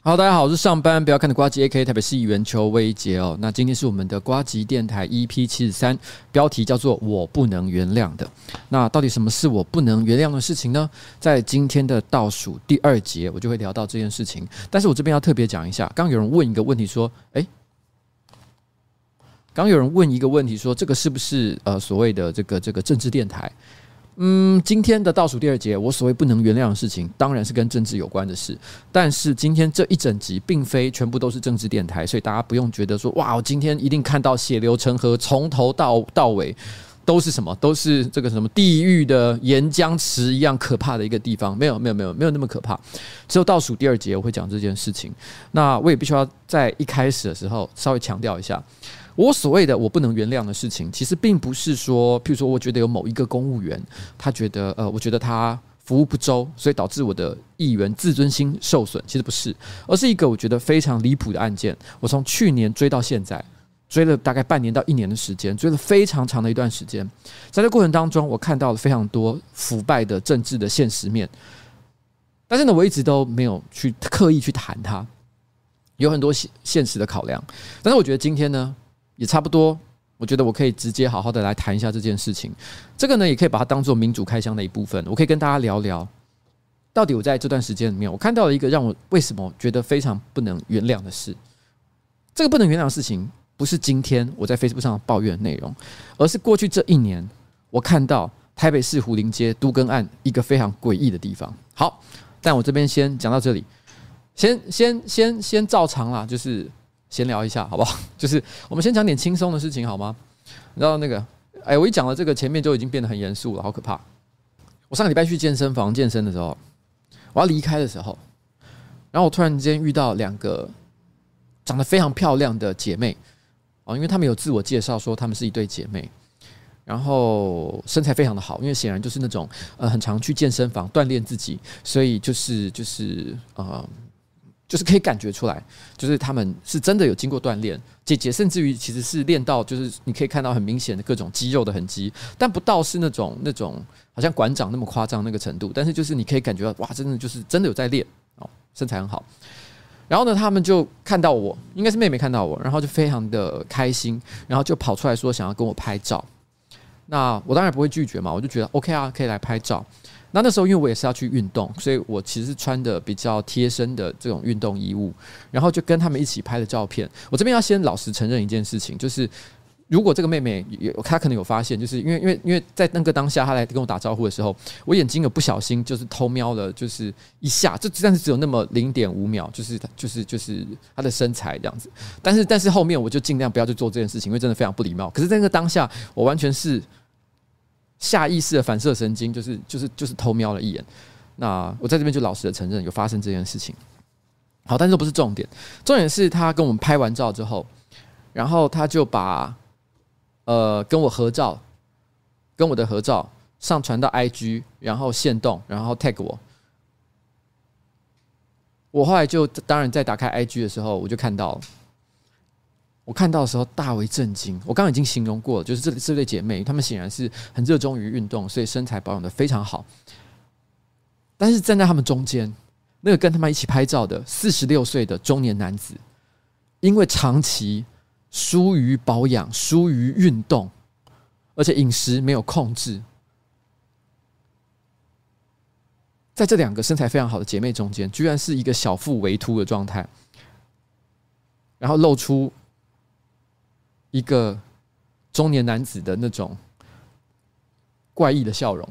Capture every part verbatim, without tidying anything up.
好，大家好，我是上班不要看的呱吉 A K A 台北市议员邱威杰哦。那今天是我们的呱吉电台 E P 七十三，标题叫做我不能原谅的。那到底什么是我不能原谅的事情呢？在今天的倒数第二节，我就会聊到这件事情。但是我这边要特别讲一下，刚有人问一个问题说，哎，刚有人问一个问题说，这个是不是呃所谓的这个这个政治电台？嗯，今天的倒数第二节，我所谓不能原谅的事情，当然是跟政治有关的事。但是今天这一整集，并非全部都是政治电台，所以大家不用觉得说，哇，我今天一定看到血流成河，从头到到尾都是什么，都是这个什么地狱的岩浆池一样可怕的一个地方。没有，没有，没有，没有那么可怕。只有倒数第二节我会讲这件事情。那我也必须要在一开始的时候稍微强调一下。我所谓的我不能原谅的事情，其实并不是说，譬如说，我觉得有某一个公务员，他觉得呃，我觉得他服务不周，所以导致我的议员自尊心受损。其实不是，而是一个我觉得非常离谱的案件。我从去年追到现在，追了大概半年到一年的时间，追了非常长的一段时间。在这过程当中，我看到了非常多腐败的政治的现实面，但是呢，我一直都没有去刻意去谈它，有很多现实的考量。但是我觉得今天呢，也差不多，我觉得我可以直接好好的来谈一下这件事情。这个呢，也可以把它当做民主开箱的一部分。我可以跟大家聊聊，到底我在这段时间里面，我看到了一个让我为什么觉得非常不能原谅的事。这个不能原谅的事情，不是今天我在 Facebook 上抱怨的内容，而是过去这一年，我看到台北市虎林街都更案一个非常诡异的地方。好，但我这边先讲到这里，先先先先照常啦，就是。闲聊一下好不好？就是我们先讲点轻松的事情好吗？你知道那个，哎，我一讲了这个，前面就已经变得很严肃了，好可怕。我上个礼拜去健身房健身的时候，我要离开的时候，然后我突然间遇到两个长得非常漂亮的姐妹哦，因为她们有自我介绍说她们是一对姐妹，然后身材非常的好，因为显然就是那种呃很常去健身房锻炼自己，所以就是就是呃。就是可以感觉出来，就是他们是真的有经过锻炼。姐姐甚至于其实是练到，就是你可以看到很明显的各种肌肉的痕迹，但不到是那种那种好像馆长那么夸张那个程度。但是就是你可以感觉到，哇，真的就是真的有在练哦，身材很好。然后呢，他们就看到我，应该是妹妹看到我，然后就非常的开心，然后就跑出来说想要跟我拍照。那我当然不会拒绝嘛，我就觉得 OK 啊，可以来拍照。那那时候因为我也是要去运动，所以我其实是穿的比较贴身的这种运动衣物，然后就跟他们一起拍了照片。我这边要先老实承认一件事情，就是如果这个妹妹她可能有发现，就是因为因为因为在那个当下她来跟我打招呼的时候，我眼睛有不小心就是偷瞄了，就是一下，就但是只有那么零点五秒，就是就是就是她的身材这样子。但是但是后面我就尽量不要去做这件事情，因为真的非常不礼貌。可是在那个当下，我完全是。下意识的反射神经就是就是就是偷瞄了一眼，那我在这边就老实的承认有发生这件事情。好，但是这不是重点，重点是他跟我们拍完照之后，然后他就把呃跟我合照，跟我的合照上传到 I G， 然后限动，然后 tag 我。我后来就当然在打开 I G 的时候，我就看到了。我看到的时候大为震惊。我刚刚已经形容过了，就是这这对姐妹，她们显然是很热衷于运动，所以身材保养得非常好。但是站在她们中间，那个跟她们一起拍照的四十六岁的中年男子，因为长期疏于保养、疏于运动，而且饮食没有控制，在这两个身材非常好的姐妹中间，居然是一个小腹微凸的状态，然后露出。一个中年男子的那种怪异的笑容，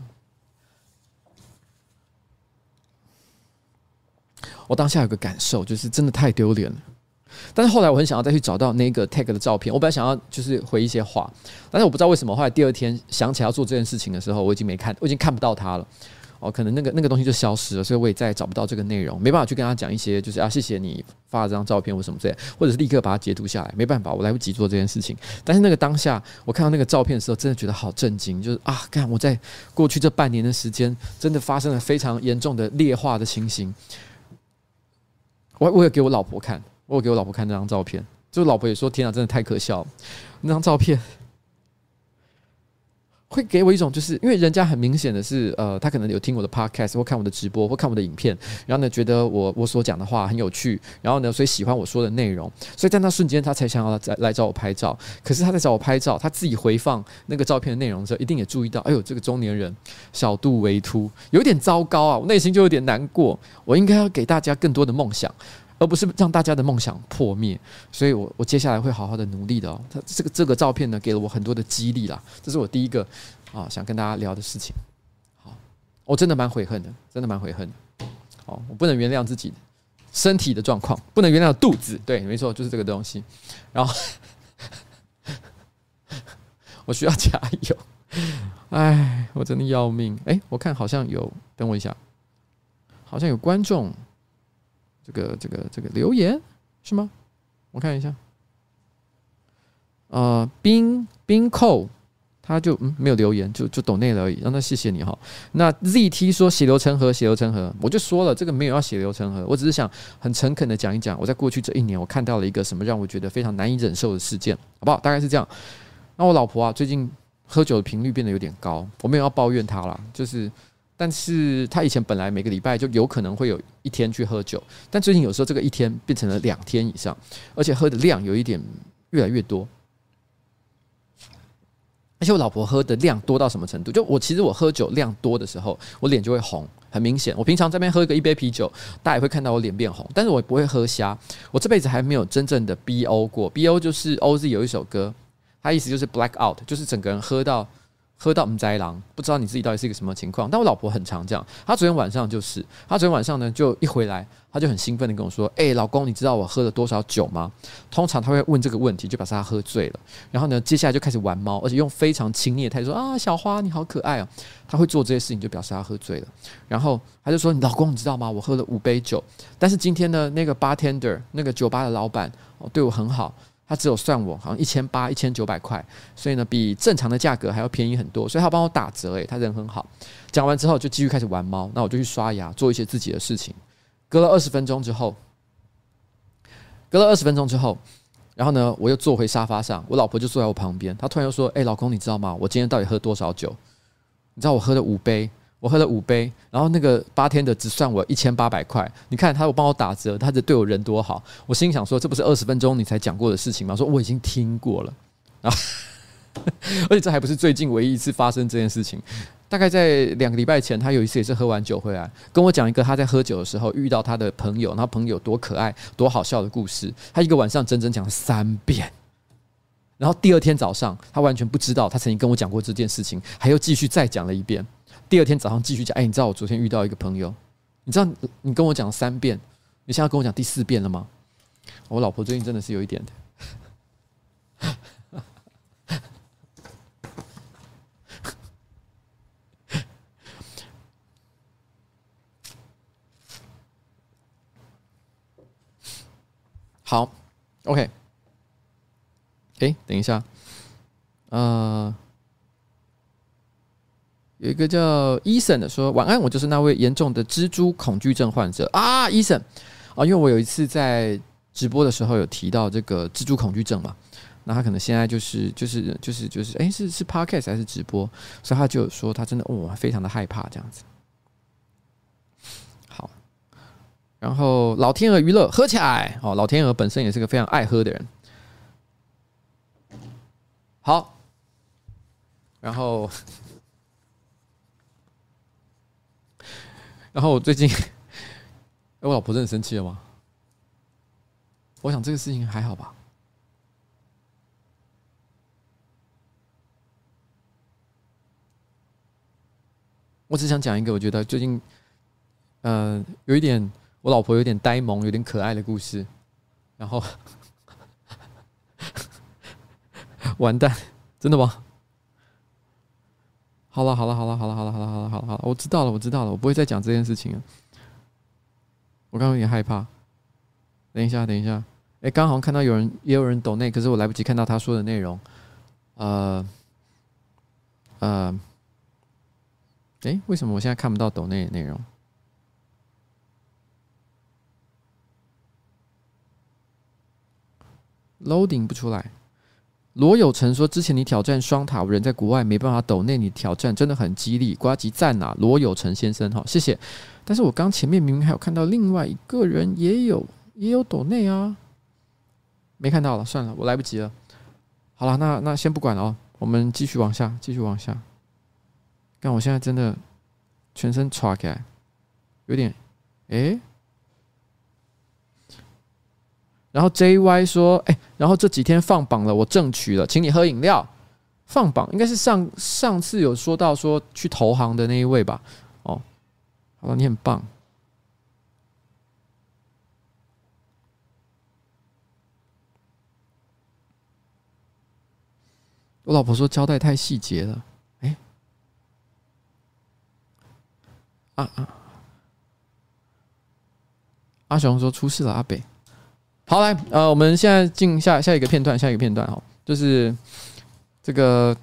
我当下有个感受，就是真的太丢脸了。但是后来我很想要再去找到那个 tag 的照片，我本来想要就是回一些话，但是我不知道为什么，后来第二天想起来要做这件事情的时候，我已经没看，我已经看不到他了。哦，可能那个那个东西就消失了，所以我也再也找不到这个内容，没办法去跟他讲一些，就是啊，谢谢你发了这张照片或什么之类的，或者是立刻把它截图下来，没办法，我来不及做这件事情。但是那个当下，我看到那个照片的时候，真的觉得好震惊，就是啊，看我在过去这半年的时间，真的发生了非常严重的劣化的情形。我我有给我老婆看，我有给我老婆看那张照片，就我老婆也说：“天啊，真的太可笑了，那张照片。” 会给我一种，就是因为人家很明显的是，呃，他可能有听我的 podcast 或看我的直播或看我的影片，然后呢，觉得我我所讲的话很有趣，然后呢，所以喜欢我说的内容，所以在那瞬间他才想要来来找我拍照。可是他在找我拍照，他自己回放那个照片的内容的时候，一定也注意到，哎呦，这个中年人小肚微凸，有点糟糕啊，我内心就有点难过。我应该要给大家更多的梦想，而不是让大家的梦想破灭。所以我我接下来会好好的努力的哦。他这个这个照片呢，给了我很多的激励啦。这是我第一个啊想跟大家聊的事情。好，我真的蛮悔恨的，真的蛮悔恨的。哦，我不能原谅自己身体的状况，不能原谅肚子。对，没错，就是这个东西。然后我需要加油。哎，我真的要命。哎，我看好像有，等我一下，好像有观众。这个这个这个留言是吗？我看一下。呃，冰冰扣他就嗯没有留言，就就抖内了而已。让他谢谢你哈。那 Z T 说血流成河，血流成河，我就说了，这个没有要血流成河，我只是想很诚恳的讲一讲，我在过去这一年我看到了一个什么让我觉得非常难以忍受的事件，好不好？大概是这样。那我老婆啊，最近喝酒的频率变得有点高，我没有要抱怨她啦，就是。但是他以前本来每个礼拜就有可能会有一天去喝酒，但最近有时候这个一天变成了两天以上，而且喝的量有一点越来越多。而且我老婆喝的量多到什么程度？就我其实我喝酒量多的时候，我脸就会红，很明显。我平常这边喝个一杯啤酒，大家也会看到我脸变红，但是我不会喝瞎。我这辈子还没有真正的 B O 过 ，B O 就是 O Z 有一首歌，它意思就是 black out， 就是整个人喝到。喝到唔知狼，不知道你自己到底是一个什么情况。但我老婆很常这样，她昨天晚上就是，她昨天晚上呢就一回来，她就很兴奋的跟我说：“哎、欸，老公，你知道我喝了多少酒吗？”通常她会问这个问题，就表示她喝醉了。然后呢，接下来就开始玩猫，而且用非常亲昵的态度说：“啊，小花你好可爱哦。”她会做这些事情，就表示她喝醉了。然后她就说：“老公，你知道吗？我喝了五杯酒，但是今天呢，那个 bartender 那个酒吧的老板对我很好。”他只有算我好像一千八一千九百块，所以呢比正常的价格还要便宜很多，所以他帮我打折。哎，他人很好。讲完之后就继续开始玩猫，那我就去刷牙，做一些自己的事情。隔了二十分钟之后，隔了二十分钟之后，然后呢我又坐回沙发上，我老婆就坐在我旁边，她突然又说：“哎、欸，老公，你知道吗？我今天到底喝多少酒？你知道我喝了五杯。”我喝了五杯，然后那个八天的只算我一千八百块。你看他有帮我打折，他这对我人多好。我心想说，这不是二十分钟你才讲过的事情吗？说我已经听过了，然后而且这还不是最近唯一一次发生这件事情。大概在两个礼拜前，他有一次也是喝完酒回来，跟我讲一个他在喝酒的时候遇到他的朋友，然后朋友多可爱、多好笑的故事。他一个晚上整整讲了三遍。然后第二天早上，他完全不知道他曾经跟我讲过这件事情，还又继续再讲了一遍。第二天早上继续讲，哎，你知道我昨天遇到一个朋友，你知道你跟我讲三遍，你现在跟我讲第四遍了吗？我老婆最近真的是有一点的。好 ，OK， 哎，等一下，呃。有一个叫伊森的说：“晚安，我就是那位严重的蜘蛛恐惧症患者啊，伊森啊，因为我有一次在直播的时候有提到这个蜘蛛恐惧症嘛，那他可能现在就是就是就是就是哎、欸、是是 podcast 还是直播，所以他就说他真的哦非常的害怕这样子。好，然后老天鹅娱乐喝起来哦，老天鹅本身也是个非常爱喝的人。好，然后。”然后我最近，我老婆真的生气了吗？我想这个事情还好吧。我只想讲一个，我觉得最近，呃，有一点我老婆有点呆萌、有点可爱的故事。然后，完蛋，真的吗？好了好了好了好了好了好了好了好了好了，我知道了我知道了，我不会再讲这件事情了。我刚刚有点害怕。等一下等一下，哎、欸，刚好看到有人也有人抖内，可是我来不及看到他说的内容。呃呃，哎、欸，为什么我现在看不到抖内的内容 ？loading 不出来。 罗有成说：“之前你挑战双塔，人在国外没办法抖内你挑战，真的很激励。呱吉赞啊，罗有成先生，好，谢谢。但是我刚前面明明还有看到另外一个人也有也有抖内啊，没看到了，算了，我来不及了。好了，那那先不管了哦，我们继续往下，继续往下。但我现在真的全身抓起来，有点哎。欸”然后 J Y 说：“哎、欸，然后这几天放榜了，我正取了，请你喝饮料。放榜应该是上上次有说到说去投行的那一位吧？哦，好了，你很棒。我老婆说交代太细节了，哎、欸，啊啊，阿雄说出事了，阿北。”好，来，呃，我们现在进下下一个片段，下一个片段，哈，就是这个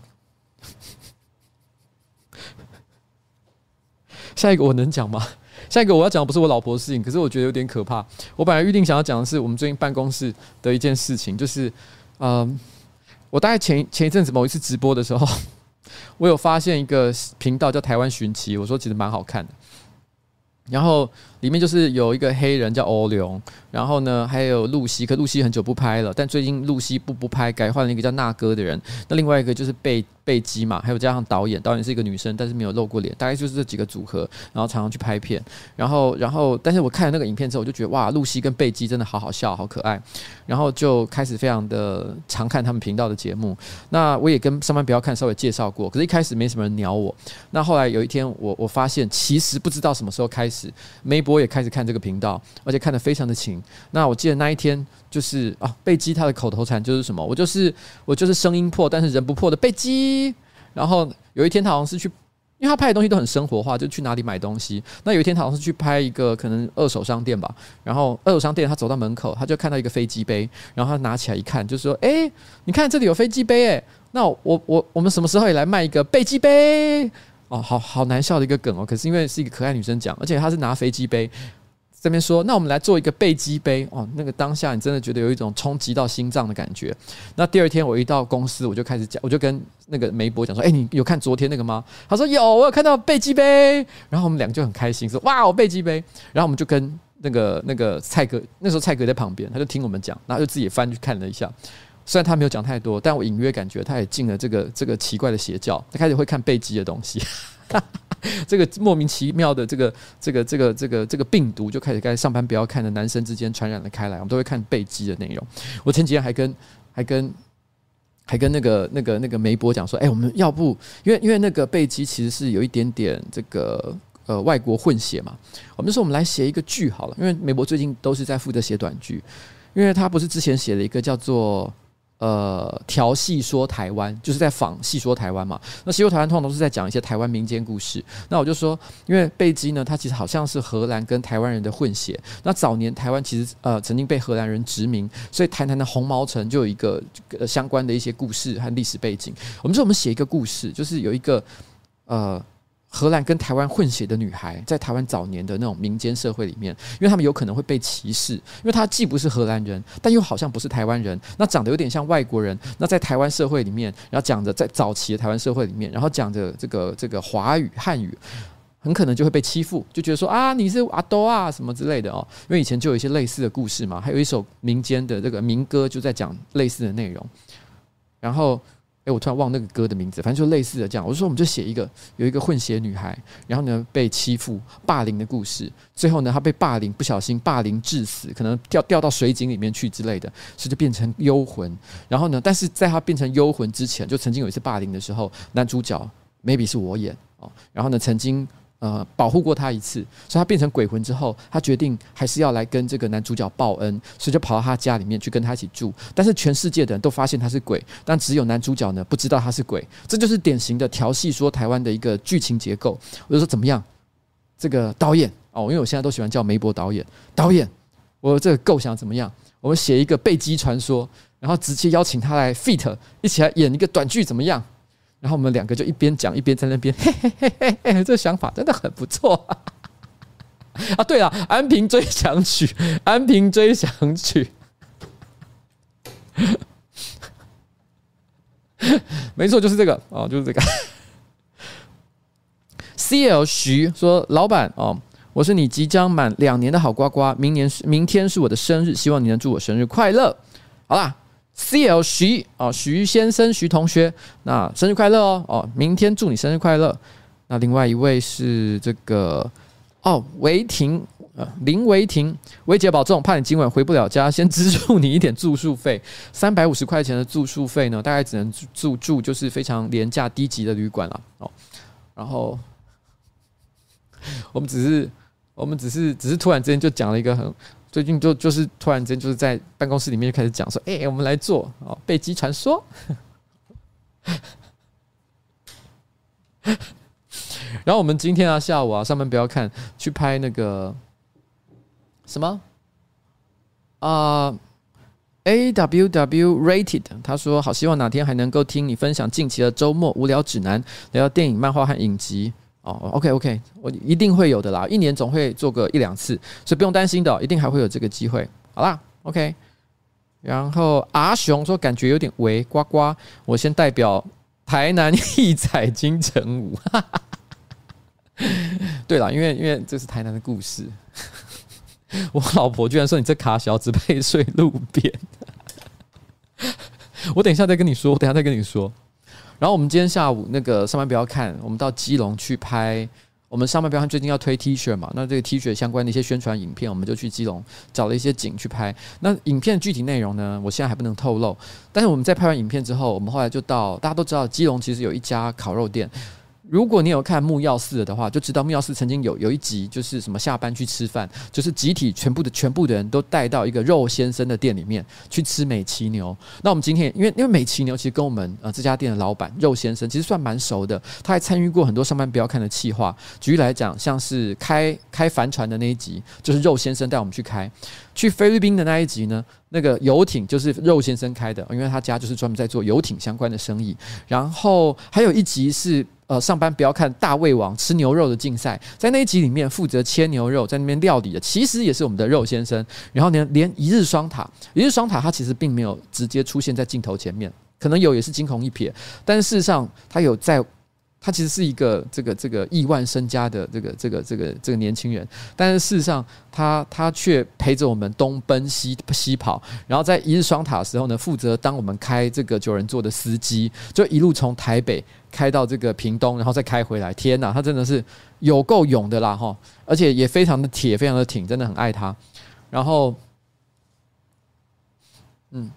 下一个我能讲吗？下一个我要讲的不是我老婆的事情，可是我觉得有点可怕。我本来预定想要讲的是我们最近办公室的一件事情，就是，呃，我大概前前一阵子某一次直播的时候，我有发现一个频道叫台湾寻奇，我说其实蛮好看的。然后里面就是有一个黑人叫欧龙，然后呢还有露西，可露西很久不拍了，但最近露西不不拍，改换了一个叫那哥的人。那另外一个就是贝贝基嘛，还有加上导演，导演是一个女生，但是没有露过脸，大概就是这几个组合，然后常常去拍片。然后然后，但是我看了那个影片之后，我就觉得哇，露西跟贝基真的好好笑，好可爱。然后就开始非常的常看他们频道的节目。那我也跟上班不要看稍微介绍过，可是一开始没什么人鸟我。那后来有一天我我发现，其实不知道什么时候开始，梅博也开始看这个频道，而且看得非常的勤。那我记得那一天就是啊，贝基他的口头禅就是什么？我就是我就是声音破，但是人不破的贝基。然后有一天他好像是去，因为他拍的东西都很生活化，就去哪里买东西。那有一天他好像是去拍一个可能二手商店吧，然后二手商店他走到门口，他就看到一个飞机杯，然后他拿起来一看，就说：“哎、欸，你看这里有飞机杯哎，那我我我们什么时候也来卖一个贝基杯？”哦，好好难笑的一个梗哦。可是因为是一个可爱女生讲，而且她是拿飞机杯。这边说，那我们来做一个贝基杯哦，那个当下你真的觉得有一种冲击到心脏的感觉。那第二天我一到公司，我就开始讲，我就跟那个梅博讲说：“哎、欸，你有看昨天那个吗？”他说：“有，我有看到贝基杯。”然后我们两个就很开心，说：“哇，我贝基杯。”然后我们就跟那个那个蔡哥，那时候蔡哥在旁边，他就听我们讲，然后就自己也翻去看了一下。虽然他没有讲太多，但我隐约感觉他也进了这个这个奇怪的邪教，他开始会看贝基的东西。这个莫名其妙的这个这个这个这个这个病毒就开始在上班不要看的男生之间传染了开来，我们都会看贝基的内容。我前几天还跟还跟还跟那个那个那个梅博讲说，哎、欸，我们要不因为因为那个贝基其实是有一点点这个呃外国混血嘛，我们就说我们来写一个剧好了，因为梅博最近都是在负责写短剧，因为他不是之前写了一个叫做。呃，调戏说台湾，就是在仿戏说台湾嘛。那戏说台湾通常都是在讲一些台湾民间故事。那我就说，因为贝基呢，他其实好像是荷兰跟台湾人的混血。那早年台湾其实呃曾经被荷兰人殖民，所以台南的红毛城就有一个、呃、相关的一些故事和历史背景。我们说我们写一个故事，就是有一个呃。荷兰跟台湾混血的女孩，在台湾早年的那种民间社会里面，因为他们有可能会被歧视，因为她既不是荷兰人，但又好像不是台湾人，那长得有点像外国人。那在台湾社会里面，然后讲着在早期的台湾社会里面，然后讲着这个这个华语汉语，很可能就会被欺负，就觉得说啊你是阿多啊什么之类的哦。因为以前就有一些类似的故事嘛，还有一首民间的这个民歌就在讲类似的内容，然后。哎，我突然忘那个歌的名字，反正就类似的这样。我就说，我们就写一个有一个混血女孩，然后呢被欺负、霸凌的故事。最后呢，她被霸凌，不小心霸凌致死，可能掉掉到水井里面去之类的，所以就变成幽魂。然后呢，但是在她变成幽魂之前，就曾经有一次霸凌的时候，男主角 maybe 是我演哦。然后呢，曾经。呃，保护过他一次，所以他变成鬼魂之后，他决定还是要来跟这个男主角报恩，所以就跑到他家里面去跟他一起住。但是全世界的人都发现他是鬼，但只有男主角呢不知道他是鬼。这就是典型的调戏说台湾的一个剧情结构。我就说怎么样？这个导演哦，因为我现在都喜欢叫梅博导演。导演，我这个构想怎么样？我们写一个贝基传说，然后直接邀请他来 feat 一起来演一个短剧，怎么样？然后我们两个就一边讲一边在那边，嘿嘿嘿嘿嘿，这个想法真的很不错啊！啊，对了，安平追想曲，安平追想曲， 没错，就是这个哦，就是这个。C L 徐说：“老板哦，我是你即将满两年的好呱呱，明年明天是我的生日，希望你能祝我生日快乐。”好啦 ，C L 徐哦，徐先生、徐同学，那生日快乐哦哦，明天祝你生日快乐。那另外一位是这个哦，维婷。呃，林维婷，维姐保重，怕你今晚回不了家，先资助你一点住宿费，三百五十块钱的住宿费呢，大概只能住住就是非常廉价低级的旅馆了哦。然后我们只是我们只是只是突然之间就讲了一个很最近就就是突然之间就是在办公室里面就开始讲说，哎、欸，我们来做哦贝基传说。然后我们今天啊下午啊上班不要看去拍那个。什么啊、uh, ？A W W Rated， 他说好希望哪天还能够听你分享近期的周末无聊指南，聊聊电影、漫画和影集。哦、oh, ，OK OK， 我一定会有的啦，一年总会做个一两次，所以不用担心的、哦，一定还会有这个机会。好啦 ，OK。然后阿雄说感觉有点微呱呱，我先代表台南艺彩金城武。对啦，因为因为这是台南的故事。我老婆居然说你这卡小只配睡路边。我等一下再跟你说，我等一下再跟你说。然后我们今天下午那个上班不要看，我们到基隆去拍。我们上班不要看最近要推 T 恤嘛，那这个 T 恤相关的一些宣传影片，我们就去基隆找了一些景去拍。那影片具体内容呢，我现在还不能透露。但是我们在拍完影片之后，我们后来就到大家都知道基隆其实有一家烤肉店。如果你有看木曜四的话，就知道木曜四曾经有有一集就是什么下班去吃饭，就是集体全部的全部的人都带到一个肉先生的店里面去吃美骑牛。那我们今天因为因为美骑牛其实跟我们呃这家店的老板肉先生其实算蛮熟的，他还参与过很多上班不要看的企划。举例来讲，像是开开帆船的那一集，就是肉先生带我们去开；去菲律宾的那一集呢，那个游艇就是肉先生开的，因为他家就是专门在做游艇相关的生意。然后还有一集是。呃，上班不要看大胃王吃牛肉的竞赛，在那一集里面负责切牛肉，在那边料理的，其实也是我们的肉先生。然后呢，连一日双塔，一日双塔他其实并没有直接出现在镜头前面，可能有也是惊鸿一瞥，但是事实上他有在。他其实是一个这个这个亿万身家的这个这个这个这个年轻人，但是事实上他他却陪着我们东奔西西跑，然后在一日双塔的时候呢，负责当我们开这个九人座的司机，就一路从台北开到这个屏东，然后再开回来。天哪，他真的是有够勇的啦齁，而且也非常的铁，非常的挺，真的很爱他。然后，嗯，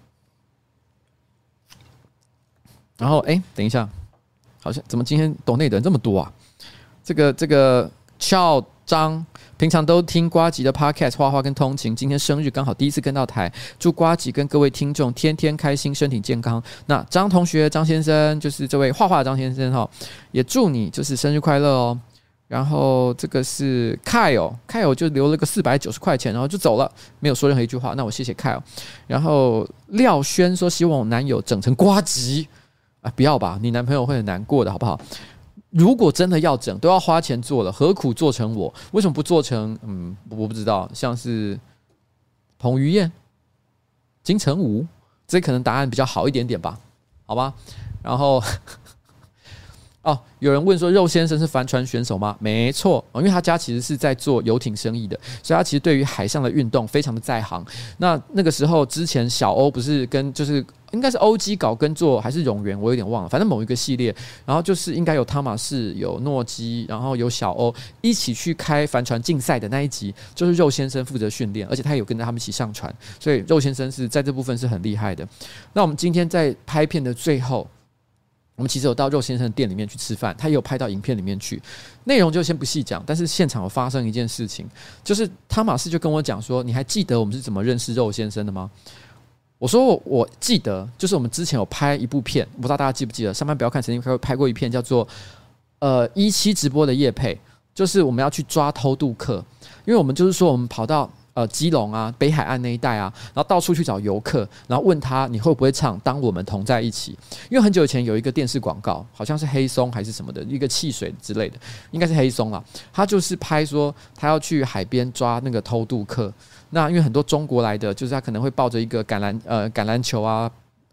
然后哎，等一下。好像怎么今天抖内的人这么多啊？这个这个俏张平常都听呱吉的 podcast 画画跟通勤，今天生日刚好第一次跟到台，祝呱吉跟各位听众天天开心，身体健康。那张同学张先生就是这位画画的张先生哈，也祝你就是生日快乐哦。然后这个是 Kyle，Kyle 就留了个四百九十块钱，然后就走了，没有说任何一句话。那我谢谢 Kyle。然后廖轩说希望我男友整成呱吉。啊，不要吧，你男朋友会很难过的，好不好？如果真的要整，都要花钱做了，何苦做成我？为什么不做成？嗯，我不知道，像是彭于晏、金城武，这可能答案比较好一点点吧，好吧？然后，哦，有人问说肉先生是帆船选手吗？没错，因为他家其实是在做游艇生意的，所以他其实对于海上的运动非常的在行。那那个时候之前小欧不是跟就是。应该是欧基搞跟做还是永源，我有点忘了，反正某一个系列，然后就是应该有汤马士、有诺基，然后有小欧一起去开帆船竞赛的那一集，就是肉先生负责训练，而且他也有跟着他们一起上船，所以肉先生是在这部分是很厉害的。那我们今天在拍片的最后，我们其实有到肉先生的店里面去吃饭，他也有拍到影片里面去，内容就先不细讲，但是现场有发生一件事情，就是汤马士就跟我讲说，你还记得我们是怎么认识肉先生的吗？我说 我, 我记得，就是我们之前有拍一部片，不知道大家记不记得？上班不要看，曾经拍过一片叫做呃一期直播的业配，就是我们要去抓偷渡客，因为我们就是说我们跑到呃基隆啊、北海岸那一带啊，然后到处去找游客，然后问他你会不会唱《当我们同在一起》？因为很久以前有一个电视广告，好像是黑松还是什么的一个汽水之类的，应该是黑松啦。他就是拍说他要去海边抓那个偷渡客。那因为很多中国来的，就是他可能会抱着一个橄榄呃橄榄球啊，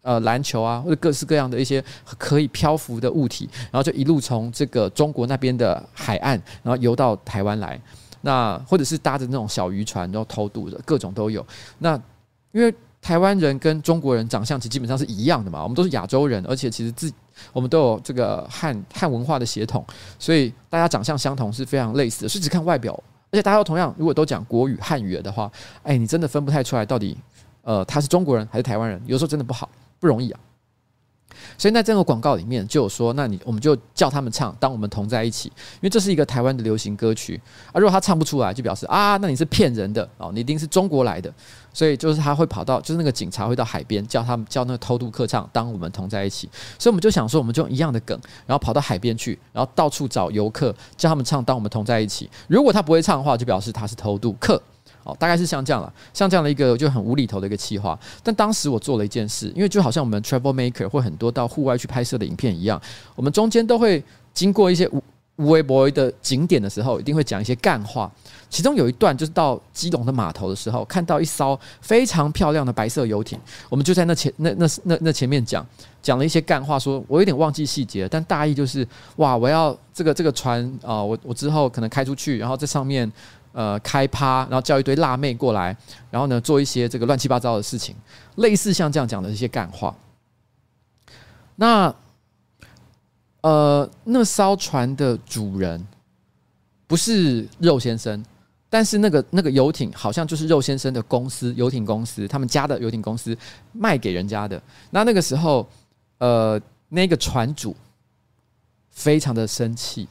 呃篮球啊，或者各式各样的一些可以漂浮的物体，然后就一路从这个中国那边的海岸，然后游到台湾来。那或者是搭着那种小渔船，然后偷渡的，各种都有。那因为台湾人跟中国人长相其实基本上是一样的嘛，我们都是亚洲人，而且其实自我们都有这个汉汉文化的血统，所以大家长相相同是非常类似的，是只看外表，而且大家都同样，如果都讲国语汉语的话，哎，你真的分不太出来到底呃他是中国人还是台湾人，有时候真的不好不容易啊。所以在这个广告里面就有说，那你我们就叫他们唱《当我们同在一起》，因为这是一个台湾的流行歌曲啊。如果他唱不出来，就表示啊，那你是骗人的哦，你一定是中国来的。所以就是他会跑到，就是那个警察会到海边叫他们叫那个偷渡客唱《当我们同在一起》。所以我们就想说，我们就用一样的梗，然后跑到海边去，然后到处找游客叫他们唱《当我们同在一起》。如果他不会唱的话，就表示他是偷渡客。哦，大概是像这样了，像这样的一个就很无厘头的一个企划。但当时我做了一件事，因为就好像我们 Travel Maker 或很多到户外去拍摄的影片一样，我们中间都会经过一些无无微博的景点的时候，一定会讲一些干话。其中有一段就是到基隆的码头的时候，看到一艘非常漂亮的白色游艇，我们就在那前那那那那前面讲讲了一些干话，说我有点忘记细节，但大意就是哇，我要这个这个船啊、呃，我我之后可能开出去，然后在上面。呃，开趴，然后叫一堆辣妹过来，然后呢，做一些这个乱七八糟的事情，类似像这样讲的一些干话。那呃，那艘船的主人不是肉先生，但是那个那个游艇好像就是肉先生的公司，游艇公司，他们家的游艇公司卖给人家的。那那个时候，呃，那个船主非常的生气。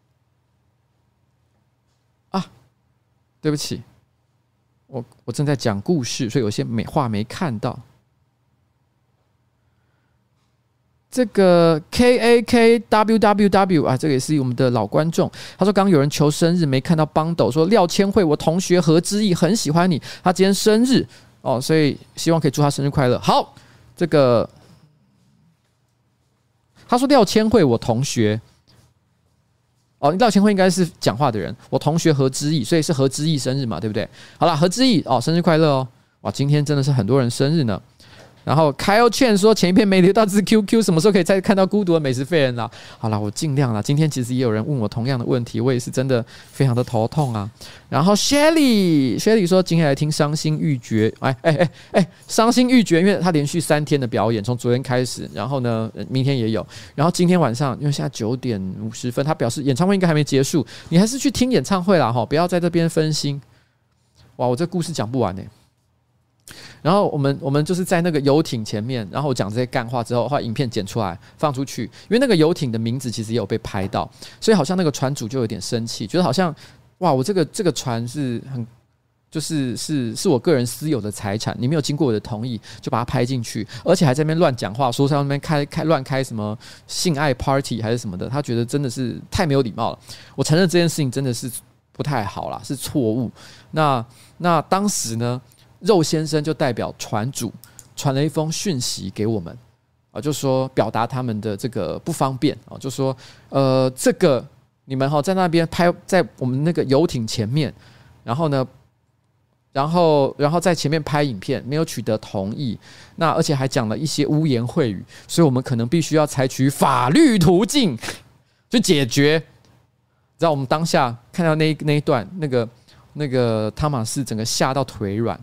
对不起，我我正在讲故事，所以有些美话没看到。这个 K A K W W W 啊，这个也是我们的老观众。他说刚刚有人求生日，没看到邦斗，说廖千惠，我同学何之毅很喜欢你，他今天生日哦，所以希望可以祝他生日快乐。好，这个他说廖千惠，我同学。哦，廖千惠应该是讲话的人。我同学何之毅，所以是何之毅生日嘛，对不对？好啦，何之毅哦，生日快乐哦！哇，今天真的是很多人生日呢。然后 Kyle Chen 说前一篇没留到字 Q Q， 什么时候可以再看到孤独的美食废人啦？好啦，我尽量啦。今天其实也有人问我同样的问题，我也是真的非常的头痛啊。然后 Shelly Shelly 说今天来听伤心欲绝，哎哎哎哎，伤心欲绝，因为他连续三天的表演，从昨天开始，然后呢，明天也有，然后今天晚上，因为现在九点五十分，他表示演唱会应该还没结束，你还是去听演唱会啦哈，不要在这边分心。哇，我这故事讲不完呢、欸。然后我们我们就是在那个游艇前面，然后我讲这些干话之后，把影片剪出来放出去，因为那个游艇的名字其实也有被拍到，所以好像那个船主就有点生气，觉得好像哇，我这个这个船是很就是是是我个人私有的财产，你没有经过我的同意就把它拍进去，而且还在那边乱讲话，说在那边开开乱开什么性爱 party 还是什么的，他觉得真的是太没有礼貌了。我承认这件事情真的是不太好啦，是错误。那那当时呢？肉先生就代表船主传了一封讯息给我们啊，就说表达他们的这个不方便啊，就说呃，这个你们哈在那边拍，在我们那个游艇前面，然后呢，然后然后在前面拍影片，没有取得同意，那而且还讲了一些污言秽语，所以我们可能必须要采取法律途径去解决。知道我们当下看到那那一段，那个那个汤马士整个吓到腿软。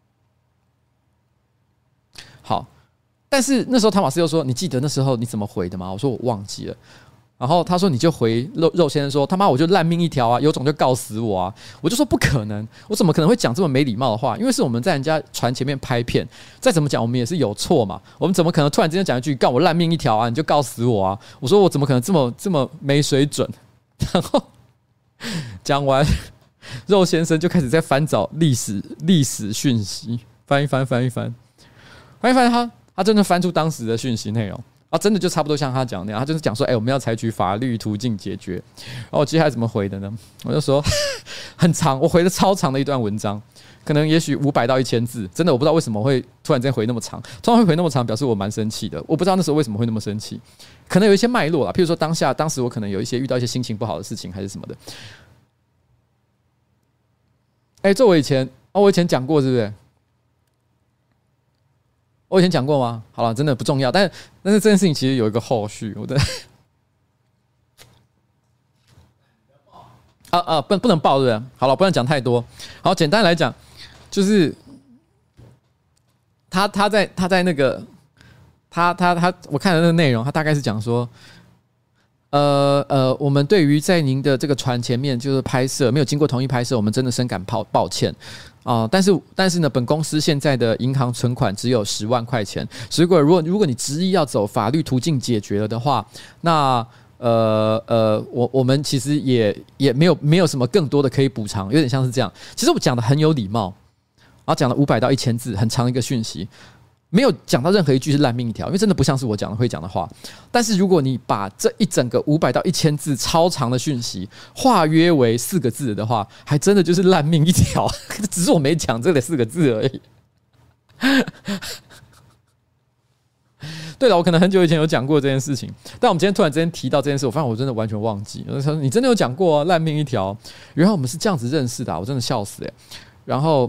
好，但是那时候汤马斯又说：“你记得那时候你怎么回的吗？”我说：“我忘记了。”然后他说：“你就回肉肉先生说，他妈我就烂命一条啊，有种就告死我啊！”我就说：“不可能，我怎么可能会讲这么没礼貌的话？因为是我们在人家船前面拍片，再怎么讲我们也是有错嘛。我们怎么可能突然之间讲一句‘干我烂命一条啊’，你就告死我啊？”我说：“我怎么可能这么这么没水准？”然后讲完，肉先生就开始在翻找历史历史讯息，翻一翻，翻一翻。翻一翻他，他真的翻出当时的讯息内容啊，真的就差不多像他讲那样，他就是讲说，哎、欸，我们要采取法律途径解决。然后我接下来怎么回的呢？我就说很长，我回了超长的一段文章，可能也许五百到一千字，真的我不知道为什么会突然间回那么长，通常会回那么长，表示我蛮生气的。我不知道那时候为什么会那么生气，可能有一些脉络啦，譬如说当下当时我可能有一些遇到一些心情不好的事情，还是什么的。哎、欸，这我以前哦，我以前讲过，是不是？ 我以前讲过吗？好了，真的不重要，但是但是这件事情其实有一个后续，我的啊啊不不能爆对不对？好了，不能讲太多。好，简单来讲，就是他他在他在那个他他他，我看的那个内容，他大概是讲说。呃呃，我们对于在您的这个船前面就是拍摄没有经过同意拍摄，我们真的深感抱抱歉啊、呃。但是但是呢，本公司现在的银行存款只有十万块钱，所以如果如果如果你执意要走法律途径解决了的话，那呃呃，我我们其实也也没有没有什么更多的可以补偿，有点像是这样。其实我讲的很有礼貌，然后讲了五百到一千字，很长一个讯息。没有讲到任何一句是烂命一条，因为真的不像是我讲的会讲的话。但是如果你把这一整个五百到一千字超长的讯息化约为四个字的话，还真的就是烂命一条，只是我没讲这四个字而已。对了，我可能很久以前有讲过这件事情，但我们今天突然之间提到这件事，我发现我真的完全忘记。我说你真的有讲过啊，烂命一条，原来我们是这样子认识的、啊，我真的笑死哎。然后。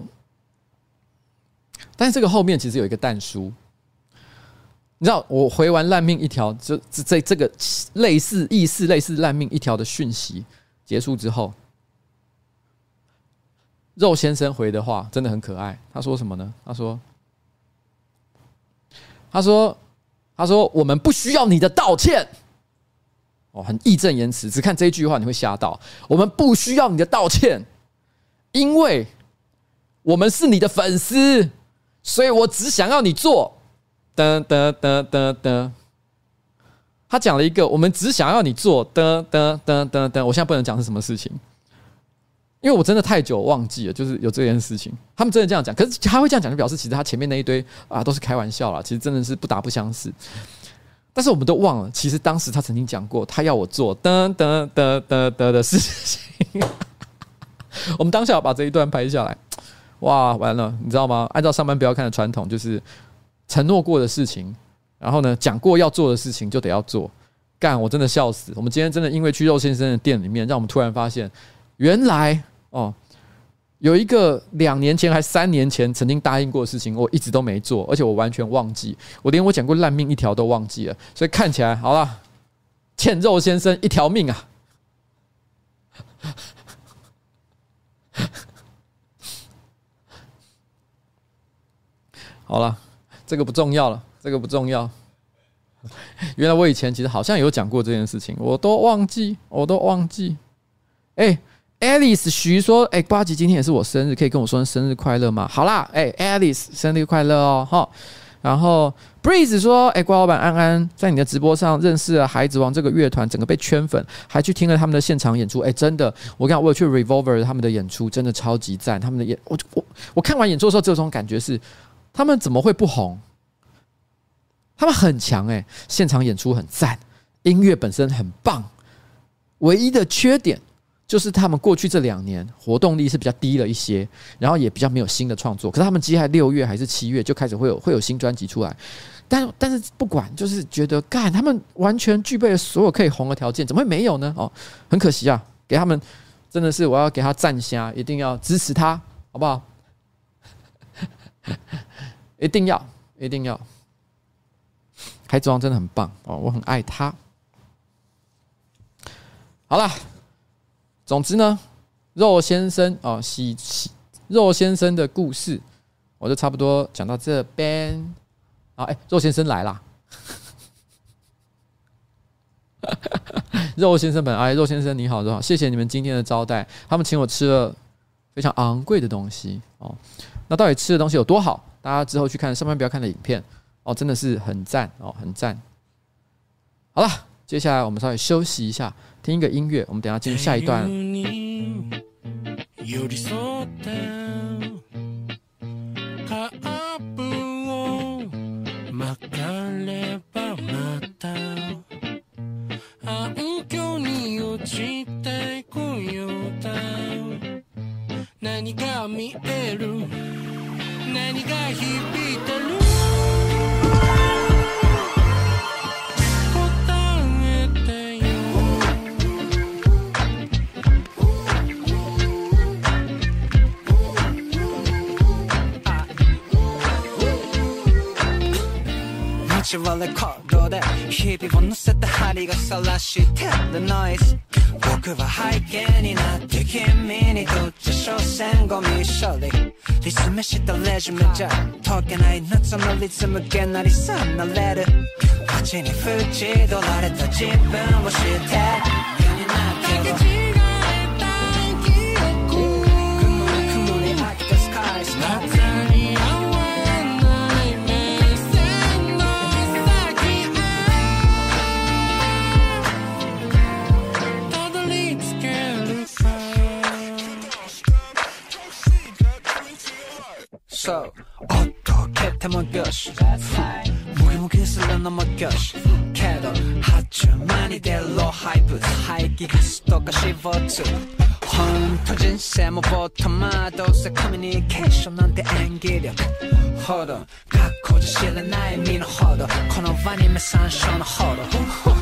但是这个后面其实有一个但书，你知道，我回完烂命一条，这这这个类似意思类似烂命一条的讯息结束之后，肉先生回的话真的很可爱。他说什么呢？他说，他说，他说我们不需要你的道歉。哦，很义正言辞，只看这一句话你会吓到。我们不需要你的道歉，因为我们是你的粉丝。所以我只想要你做，噔噔噔噔噔。他讲了一个，我们只想要你做，噔噔噔噔噔。我现在不能讲是什么事情，因为我真的太久忘记了，就是有这件事情。他们真的这样讲，可是他会这样讲，就表示其实他前面那一堆啊都是开玩笑啦，其实真的是不打不相识。但是我们都忘了，其实当时他曾经讲过，他要我做噔噔噔噔噔的事情。我们当下要把这一段拍下来。哇，完了，你知道吗？按照上班不要看的传统，就是承诺过的事情，然后呢，讲过要做的事情就得要做。干，我真的笑死！我们今天真的因为去肉先生的店里面，让我们突然发现，原来哦，有一个两年前还三年前曾经答应过的事情，我一直都没做，而且我完全忘记，我连我讲过烂命一条都忘记了。所以看起来，好了，欠肉先生一条命啊！好了，这个不重要了，这个不重要。原来我以前其实好像有讲过这件事情，我都忘记，我都忘记。哎、欸、，Alice 徐说，哎、欸，呱吉今天也是我生日，可以跟我说生日快乐吗？好啦，哎、欸、，Alice 生日快乐哦，哈。然后 Breeze 说，哎、欸，呱老板安安在你的直播上认识了孩子王这个乐团，整个被圈粉，还去听了他们的现场演出。哎、欸，真的，我跟你讲，我有去 Revolver 他们的演出，真的超级赞。他们的演，我我我看完演出的时候，这种感觉是。他们怎么会不红？他们很强哎、欸，现场演出很赞，音乐本身很棒。唯一的缺点就是他们过去这两年活动力是比较低了一些，然后也比较没有新的创作。可是他们接下来六月还是七月就开始会有会有新专辑出来，但但是不管，就是觉得干他们完全具备了所有可以红的条件，怎么会没有呢？哦，很可惜啊，给他们真的是我要给他赞虾，一定要支持他，好不好？一定要，一定要！孩子王真的很棒哦，我很爱他。好啦，总之呢，肉先生哦，喜喜肉先生的故事，我就差不多讲到这边。啊，哎，肉先生来啦！肉先生本哎，肉先生你好，你好，谢谢你们今天的招待，他们请我吃了非常昂贵的东西哦。那到底吃的东西有多好？大家之后去看上班不要看的影片哦，真的是很赞哦，很赞。好了，接下来我们稍微休息一下，听一个音乐，我们等一下进入下一段。 何が見える何が響いてる答えてよちはレコードで日々を乗せた針が晒してるノイズ僕は背景になって君にとって所詮ゴミ処理リズムしたレジュメじゃ解けない夏のリズムげなりさなれる街に縁取られた自分を知って世になってるそうおっと蹴ってもよしもぎもぎするのもよしけど発注間に出る老廃物排気ガスとか シーオーツー ほんと人生もボットマどうせコミュニケーションなんて演技力ほど学校じゃ知らない身のほどこの場に目山椒のほど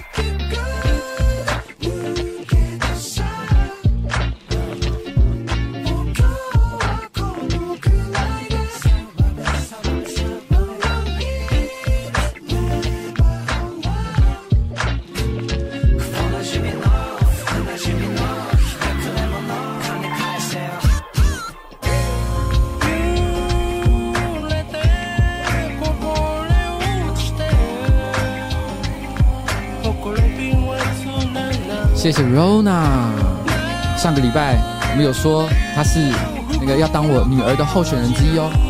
谢谢 Rona。上个礼拜我们有说她是那个要当我女儿的候选人之一哦。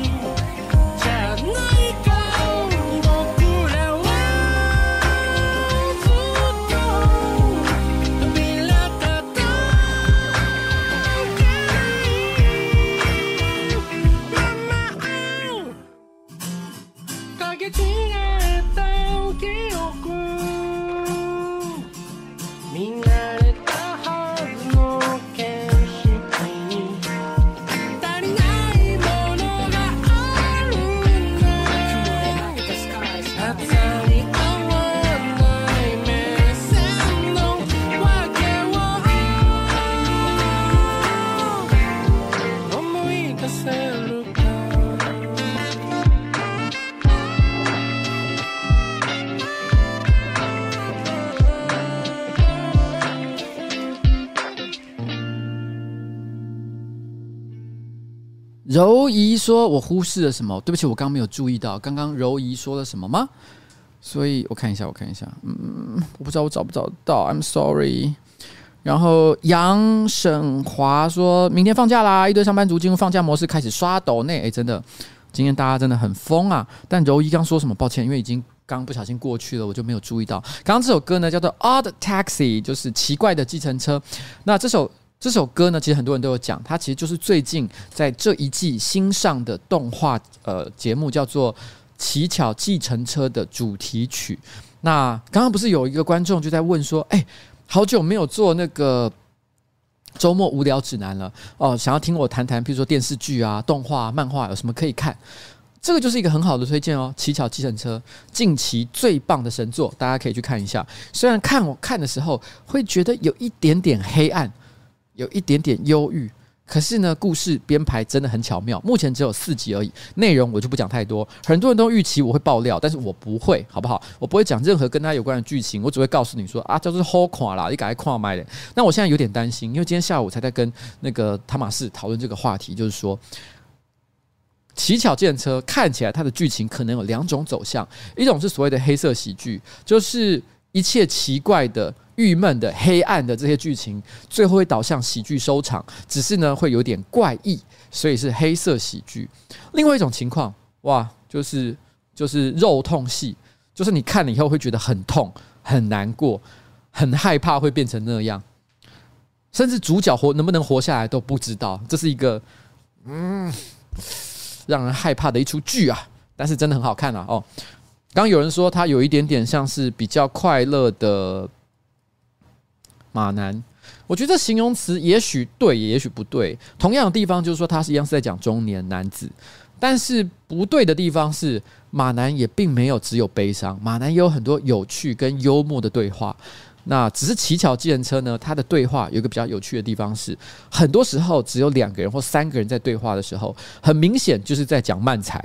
柔仪说：“我忽视了什么？对不起，我刚刚没有注意到。刚刚柔仪说了什么吗？所以我看一下，我看一下。嗯，我不知道我找不找得到 ，I'm sorry。然后杨沈华说：明天放假啦，一堆上班族进入放假模式，开始刷抖内。哎，真的，今天大家真的很疯啊！但柔仪刚说什么？抱歉，因为已经刚不小心过去了，我就没有注意到。刚刚这首歌呢，叫做《Odd Taxi》，就是奇怪的计程车。那这首。”这首歌呢，其实很多人都有讲，它其实就是最近在这一季新上的动画呃节目，叫做《奇巧计程车》的主题曲。那刚刚不是有一个观众就在问说，哎，好久没有做那个周末无聊指南了哦，想要听我谈谈，比如说电视剧啊、动画、漫画有什么可以看？这个就是一个很好的推荐哦，《奇巧计程车》近期最棒的神作，大家可以去看一下。虽然看我看的时候会觉得有一点点黑暗。有一点点忧郁，可是呢，故事编排真的很巧妙。目前只有四集而已，内容我就不讲太多。很多人都预期我会爆料，但是我不会，好不好？我不会讲任何跟他有关的剧情，我只会告诉你说啊，叫做好看啦，你赶快看买的。那我现在有点担心，因为今天下午才在跟那个汤马士讨论这个话题，就是说，奇巧计程车看起来它的剧情可能有两种走向，一种是所谓的黑色喜剧，就是一切奇怪的。郁闷的、黑暗的这些剧情，最后会导向喜剧收场，只是呢会有点怪异，所以是黑色喜剧。另外一种情况，哇，就是就是肉痛戏，就是你看了以后会觉得很痛、很难过、很害怕会变成那样，甚至主角活能不能活下来都不知道。这是一个嗯让人害怕的一出剧啊，但是真的很好看啊！哦，刚刚有人说它有一点点像是比较快乐的。马男，我觉得形容词也许对，也许不对。同样的地方就是说，他是一样是在讲中年男子，但是不对的地方是，马男也并没有只有悲伤，马男也有很多有趣跟幽默的对话。那只是奇巧计程车呢，它的对话有一个比较有趣的地方是，很多时候只有两个人或三个人在对话的时候，很明显就是在讲漫才。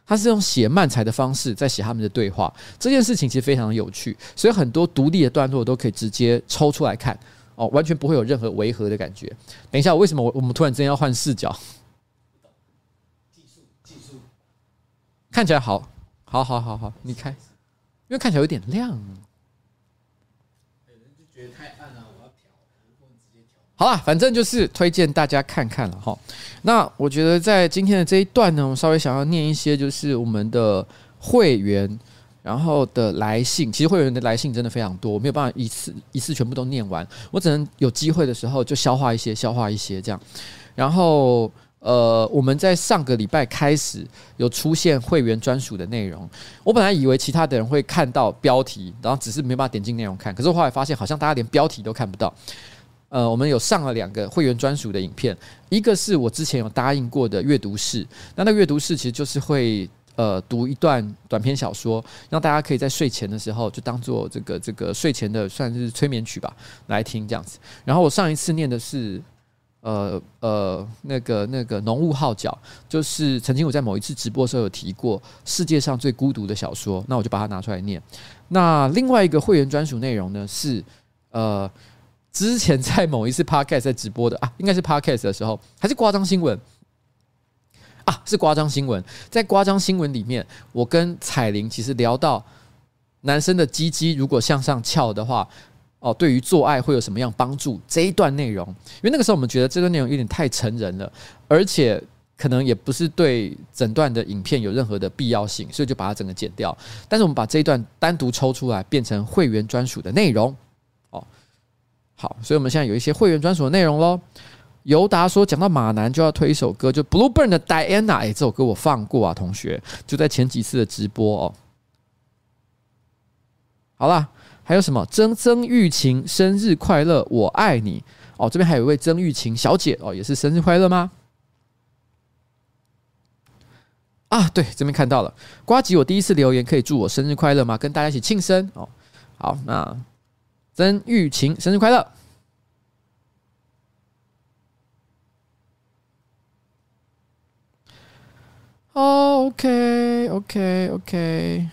他是用写漫才的方式在写他们的对话，这件事情其实非常的有趣，所以很多独立的段落都可以直接抽出来看哦，完全不会有任何违和的感觉。等一下，为什么我们突然之间要换视角？技术技术看起来好，好好好好，你开，因为看起来有点亮。有人就觉得太暗了，我要调，不能直接调。好啦，反正就是推荐大家看看了哈。那我觉得在今天的这一段呢，我稍微想要念一些，就是我们的会员然后的来信。其实会员的来信真的非常多，我没有办法一次一次全部都念完，我只能有机会的时候就消化一些，消化一些这样。然后呃，我们在上个礼拜开始有出现会员专属的内容，我本来以为其他的人会看到标题，然后只是没办法点进内容看，可是我后来发现好像大家连标题都看不到。呃，我们有上了两个会员专属的影片，一个是我之前有答应过的阅读室，那那个阅读室其实就是会呃读一段短篇小说，让大家可以在睡前的时候就当做这个这个睡前的算是催眠曲吧来听这样子。然后我上一次念的是呃呃那个那个浓雾号角，就是曾经我在某一次直播的时候有提过世界上最孤独的小说，那我就把它拿出来念。那另外一个会员专属内容呢是呃。之前在某一次 podcast 在直播的啊，应该是 podcast 的时候，还是夸张新闻啊？是夸张新闻。在夸张新闻里面，我跟彩玲其实聊到男生的鸡鸡如果向上翘的话，哦，对于做爱会有什么样帮助？这一段内容，因为那个时候我们觉得这段内容有点太成人了，而且可能也不是对整段的影片有任何的必要性，所以就把它整个剪掉。但是我们把这一段单独抽出来，变成会员专属的内容。好，所以我们现在有一些会员专属的内容咯。尤达说，讲到马男就要推一首歌，就 Blueburn 的 Diana， 哎、欸，这首歌我放过啊，同学，就在前几次的直播哦。好啦，还有什么？曾曾玉琴生日快乐，我爱你哦。这边还有一位曾玉琴小姐哦，也是生日快乐吗？啊，对，这边看到了，呱吉，我第一次留言，可以祝我生日快乐吗？跟大家一起庆生哦。好，那。曾玉琴生日快乐！哦 ，OK OK OK。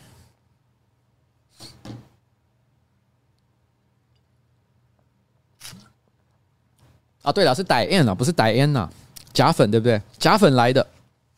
啊，对了，是戴安啊，不是戴安呐，假粉对不对？假粉来的。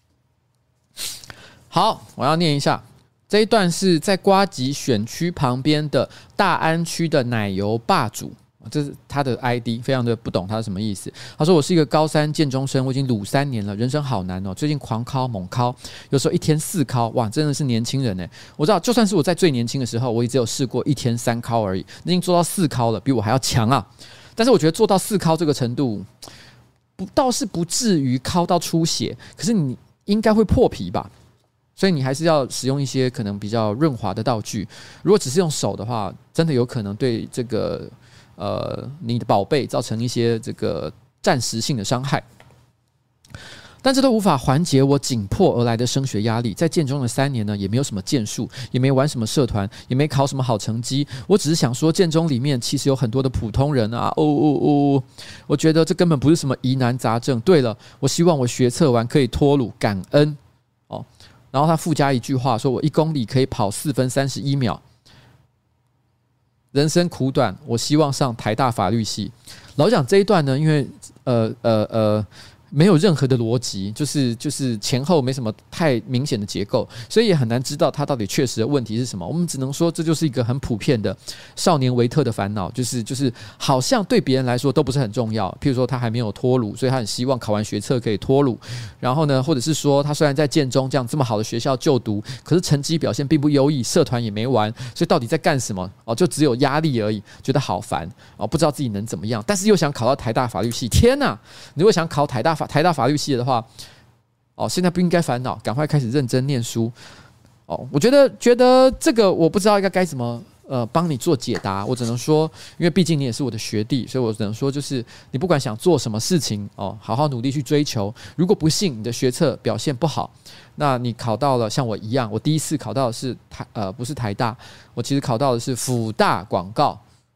好，我要念一下。这一段是在呱吉选区旁边的大安区的奶油霸主，这是他的 I D， 非常的不懂他是什么意思。他说：“我是一个高三建中生，我已经鲁三年了，人生好难哦。最近狂考猛考，有时候一天四考，哇，真的是年轻人哎！我知道，就算是我在最年轻的时候，我也只有试过一天三考而已，已经做到四考了，比我还要强啊！但是我觉得做到四考这个程度，不倒是不至于考到出血，可是你应该会破皮吧？”所以你还是要使用一些可能比较润滑的道具。如果只是用手的话，真的有可能对这个呃你的宝贝造成一些这个暂时性的伤害。但这都无法缓解我紧迫而来的升学压力。在建中的三年呢，也没有什么建树，也没玩什么社团，也没考什么好成绩。我只是想说，建中里面其实有很多的普通人啊！哦哦哦，我觉得这根本不是什么疑难杂症。对了，我希望我学测完可以脱乳，感恩哦。然后他附加一句话，说我一公里可以跑四分三十一秒。人生苦短，我希望上台大法律系。老实讲这一段呢，因为呃呃呃。没有任何的逻辑，就是就是前后没什么太明显的结构，所以也很难知道他到底确实的问题是什么。我们只能说这就是一个很普遍的少年维特的烦恼，就是就是好像对别人来说都不是很重要。譬如说他还没有脱乳，所以他很希望考完学测可以脱乳。然后呢，或者是说他虽然在建中这样这么好的学校就读，可是成绩表现并不优异，社团也没玩，所以到底在干什么？哦，就只有压力而已，觉得好烦哦，不知道自己能怎么样，但是又想考到台大法律系。天哪！你如果想考台大法台大法律系的话，哦，现在不应该烦恼，赶快开始认真念书。哦，我觉得觉得这个我不知道应该该怎么呃帮你做解答，我只能说，因为毕竟你也是我的学弟，所以我只能说，就是你不管想做什么事情哦，好好努力去追求。如果不幸你的学测表现不好，那你考到了像我一样，我第一次考到的是台呃不是台大，我其实考到的是辅大广告。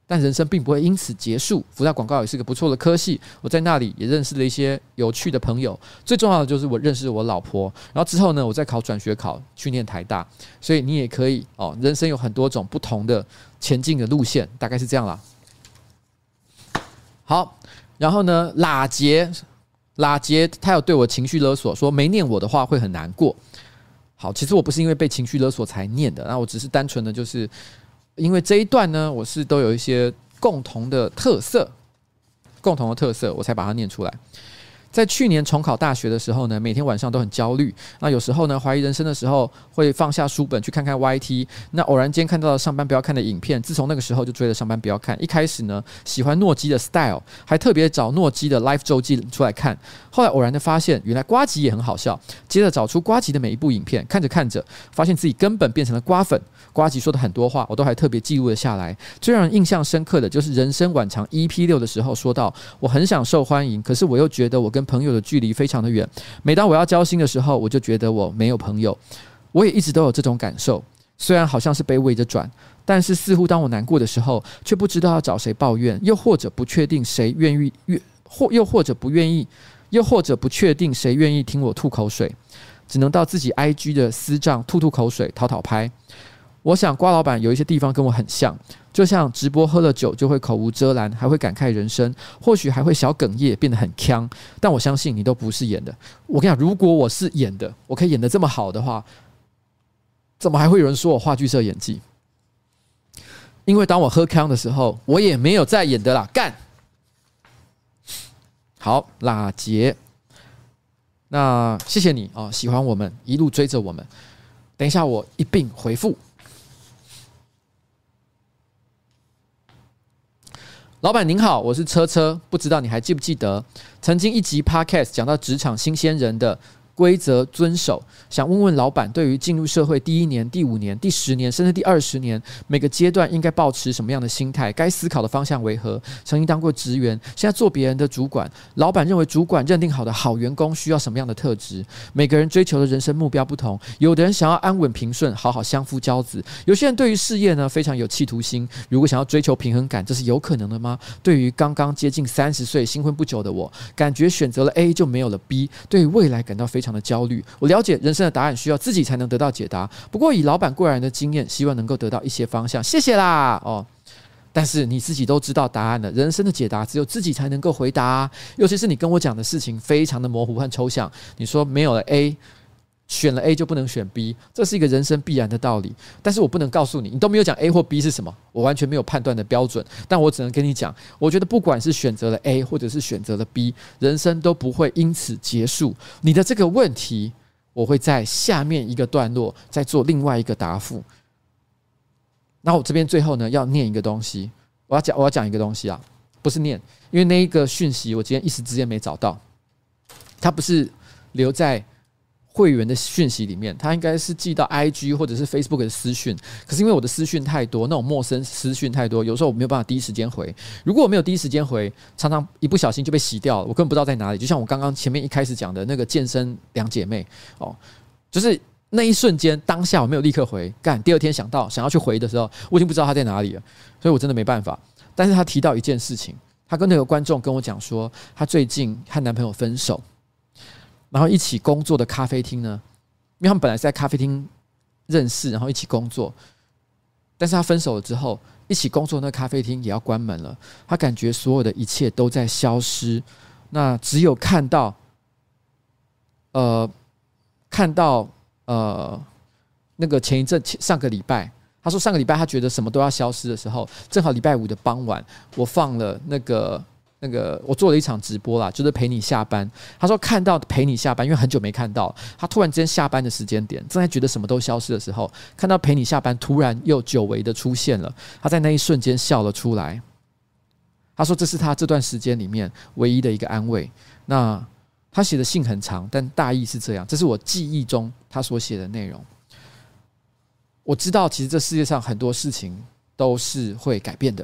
但人生并不会因此结束。福大广告也是个不错的科系，我在那里也认识了一些有趣的朋友。最重要的就是我认识我老婆，然后之后呢，我再考转学考去念台大。所以你也可以哦，人生有很多种不同的前进的路线，大概是这样啦。好，然后呢，拉杰，拉杰他有对我情绪勒索，说没念我的话会很难过。好，其实我不是因为被情绪勒索才念的，那我只是单纯的就是。因为这一段呢，我是都有一些共同的特色，共同的特色，我才把它念出来。在去年重考大学的时候呢，每天晚上都很焦虑。那有时候呢，怀疑人生的时候，会放下书本去看看 Y T。那偶然间看到了上班不要看的影片，自从那个时候就追了上班不要看。一开始呢，喜欢诺基的 style， 还特别找诺基的 Life 周记出来看。后来偶然的发现，原来呱吉也很好笑。接着找出呱吉的每一部影片，看着看着，发现自己根本变成了呱粉。呱吉说的很多话，我都还特别记录了下来。最让人印象深刻的就是人生晚长 E P 六 的时候说到，我很想受欢迎，可是我又觉得我跟朋友的距离非常的远。每当我要交心的时候，我就觉得我没有朋友。我也一直都有这种感受，虽然好像是被围着转，但是似乎当我难过的时候，却不知道要找谁抱怨，又或者不确定谁愿意，或又或者不愿意，又或者不确定谁愿意听我吐口水，只能到自己 I G 的私账吐吐口水，讨讨拍。我想瓜老板有一些地方跟我很像，就像直播喝了酒就会口无遮拦，还会感慨人生，或许还会小哽咽，变得很呛。但我相信你都不是演的。我跟你讲，如果我是演的，我可以演得这么好的话，怎么还会有人说我话剧社演技？因为当我喝呛的时候，我也没有在演的啦，干！好，拉杰，那谢谢你哦，喜欢我们，一路追着我们。等一下，我一并回复。老板您好，我是车车，不知道你还记不记得曾经一集 Podcast 讲到职场新鲜人的规则遵守，想问问老板，对于进入社会第一年、第五年、第十年，甚至第二十年，每个阶段应该抱持什么样的心态？该思考的方向为何？曾经当过职员，现在做别人的主管，老板认为主管认定好的好员工需要什么样的特质？每个人追求的人生目标不同，有的人想要安稳平顺，好好相夫教子；有些人对于事业呢非常有企图心。如果想要追求平衡感，这是有可能的吗？对于刚刚接近三十岁、新婚不久的我，感觉选择了 A 就没有了 B， 对于未来感到非常。非常的焦虑，我了解人生的答案需要自己才能得到解答。不过以老板过来人的经验，希望能够得到一些方向。谢谢啦哦！但是你自己都知道答案了，人生的解答只有自己才能够回答啊。尤其是你跟我讲的事情非常的模糊和抽象，你说没有了 A， 选了 A 就不能选 B， 这是一个人生必然的道理。但是我不能告诉你，你都没有讲 A 或 B 是什么，我完全没有判断的标准。但我只能跟你讲，我觉得不管是选择了 A 或者是选择了 B， 人生都不会因此结束。你的这个问题，我会在下面一个段落再做另外一个答复。那我这边最后呢，要念一个东西，我要讲，我要讲一个东西啊，不是念，因为那一个讯息我今天一时之间没找到，它不是留在会员的讯息里面，他应该是寄到 I G 或者是 Facebook 的私讯，可是因为我的私讯太多，那种陌生私讯太多，有时候我没有办法第一时间回。如果我没有第一时间回，常常一不小心就被洗掉了，我根本不知道在哪里。就像我刚刚前面一开始讲的那个健身两姐妹哦，就是那一瞬间当下我没有立刻回，干第二天想到想要去回的时候，我已经不知道她在哪里了，所以我真的没办法。但是她提到一件事情，她跟那个观众跟我讲说，她最近和男朋友分手。然后一起工作的咖啡厅呢，因为他们本来是在咖啡厅认识，然后一起工作，但是他分手了之后，一起工作的那咖啡厅也要关门了。他感觉所有的一切都在消失，那只有看到，呃，看到呃，那个前一阵上个礼拜，他说上个礼拜他觉得什么都要消失的时候，正好礼拜五的傍晚，我放了那个。那个我做了一场直播啦，就是陪你下班。他说看到陪你下班，因为很久没看到，他突然之间下班的时间点，正在觉得什么都消失的时候，看到陪你下班突然又久违的出现了，他在那一瞬间笑了出来。他说这是他这段时间里面唯一的一个安慰。那他写的信很长，但大意是这样，这是我记忆中他所写的内容。我知道其实这世界上很多事情都是会改变的。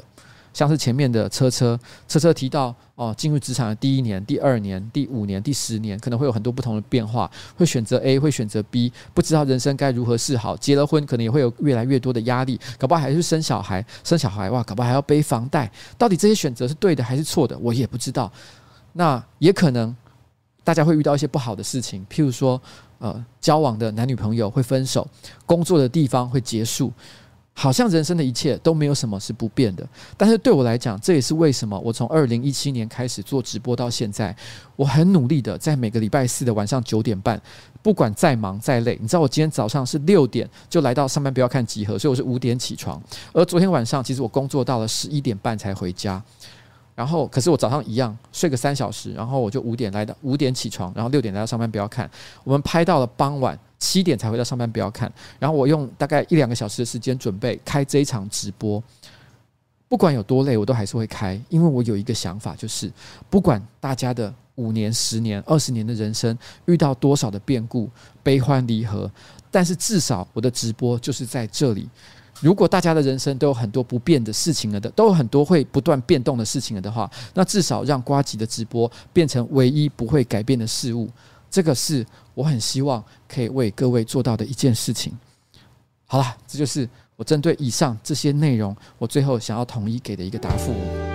像是前面的车车车车提到哦，进入职场的第一年、第二年、第五年、第十年，可能会有很多不同的变化，会选择 A， 会选择 B， 不知道人生该如何是好。结了婚，可能也会有越来越多的压力，搞不好还是生小孩，生小孩哇，搞不好还要背房贷。到底这些选择是对的还是错的，我也不知道。那也可能大家会遇到一些不好的事情，譬如说，呃，交往的男女朋友会分手，工作的地方会结束。好像人生的一切都没有什么是不变的，但是对我来讲，这也是为什么我从二零一七年开始做直播到现在，我很努力的在每个礼拜四的晚上九点半，不管再忙再累，你知道我今天早上是六点就来到上班不要看集合，所以我是五点起床，而昨天晚上其实我工作到了十一点半才回家，然后可是我早上一样睡个三小时，然后我就五点来到五点起床，然后六点来到上班不要看，我们拍到了傍晚七点才回到上班不要看，然后我用大概一两个小时的时间准备开这一场直播，不管有多累我都还是会开，因为我有一个想法，就是不管大家的五年、十年、二十年的人生遇到多少的变故、悲欢离合，但是至少我的直播就是在这里。如果大家的人生都有很多不变的事情了的，都有很多会不断变动的事情了的话，那至少让呱吉的直播变成唯一不会改变的事物，这个是我很希望可以为各位做到的一件事情。好啦，这就是我针对以上这些内容，我最后想要统一给的一个答复。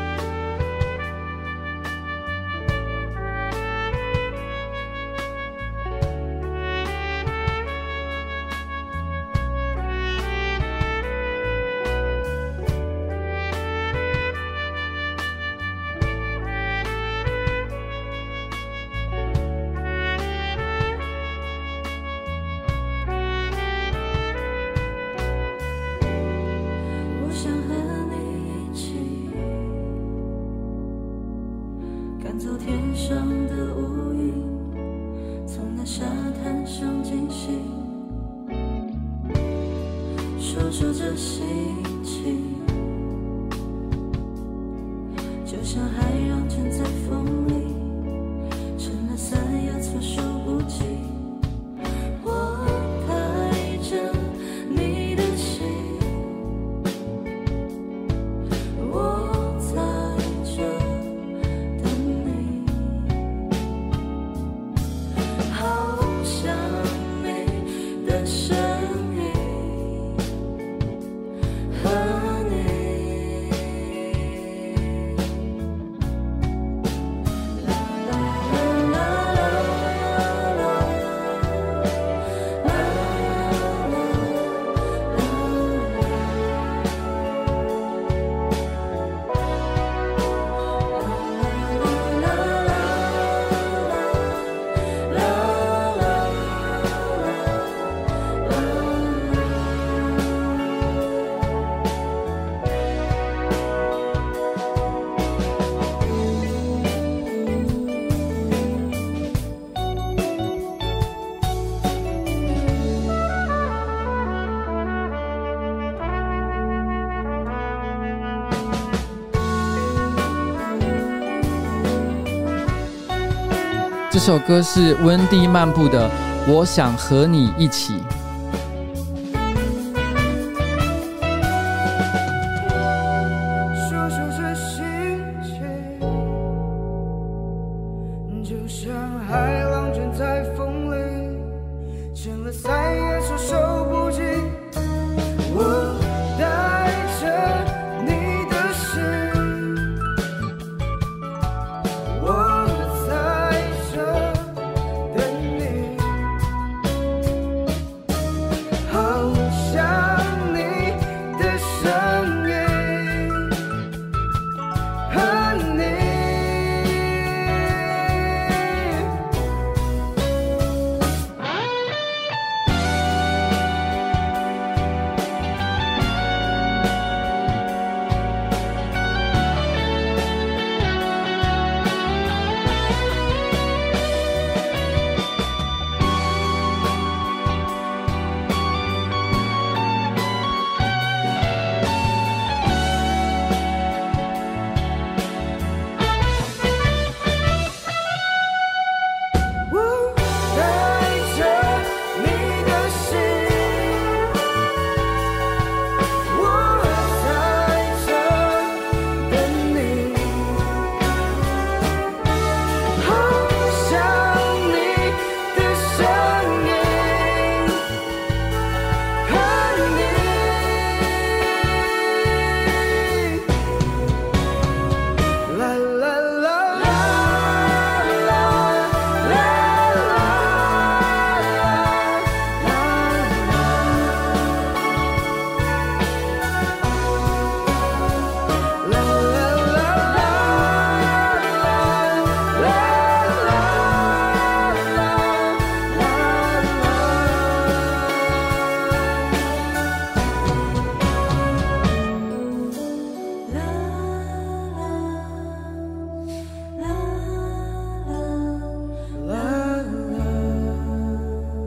这首歌是温蒂漫步的《我想和你一起》。 说说这心情，就像海浪卷在风里，牵了伞也措手不及。我带着你的心，我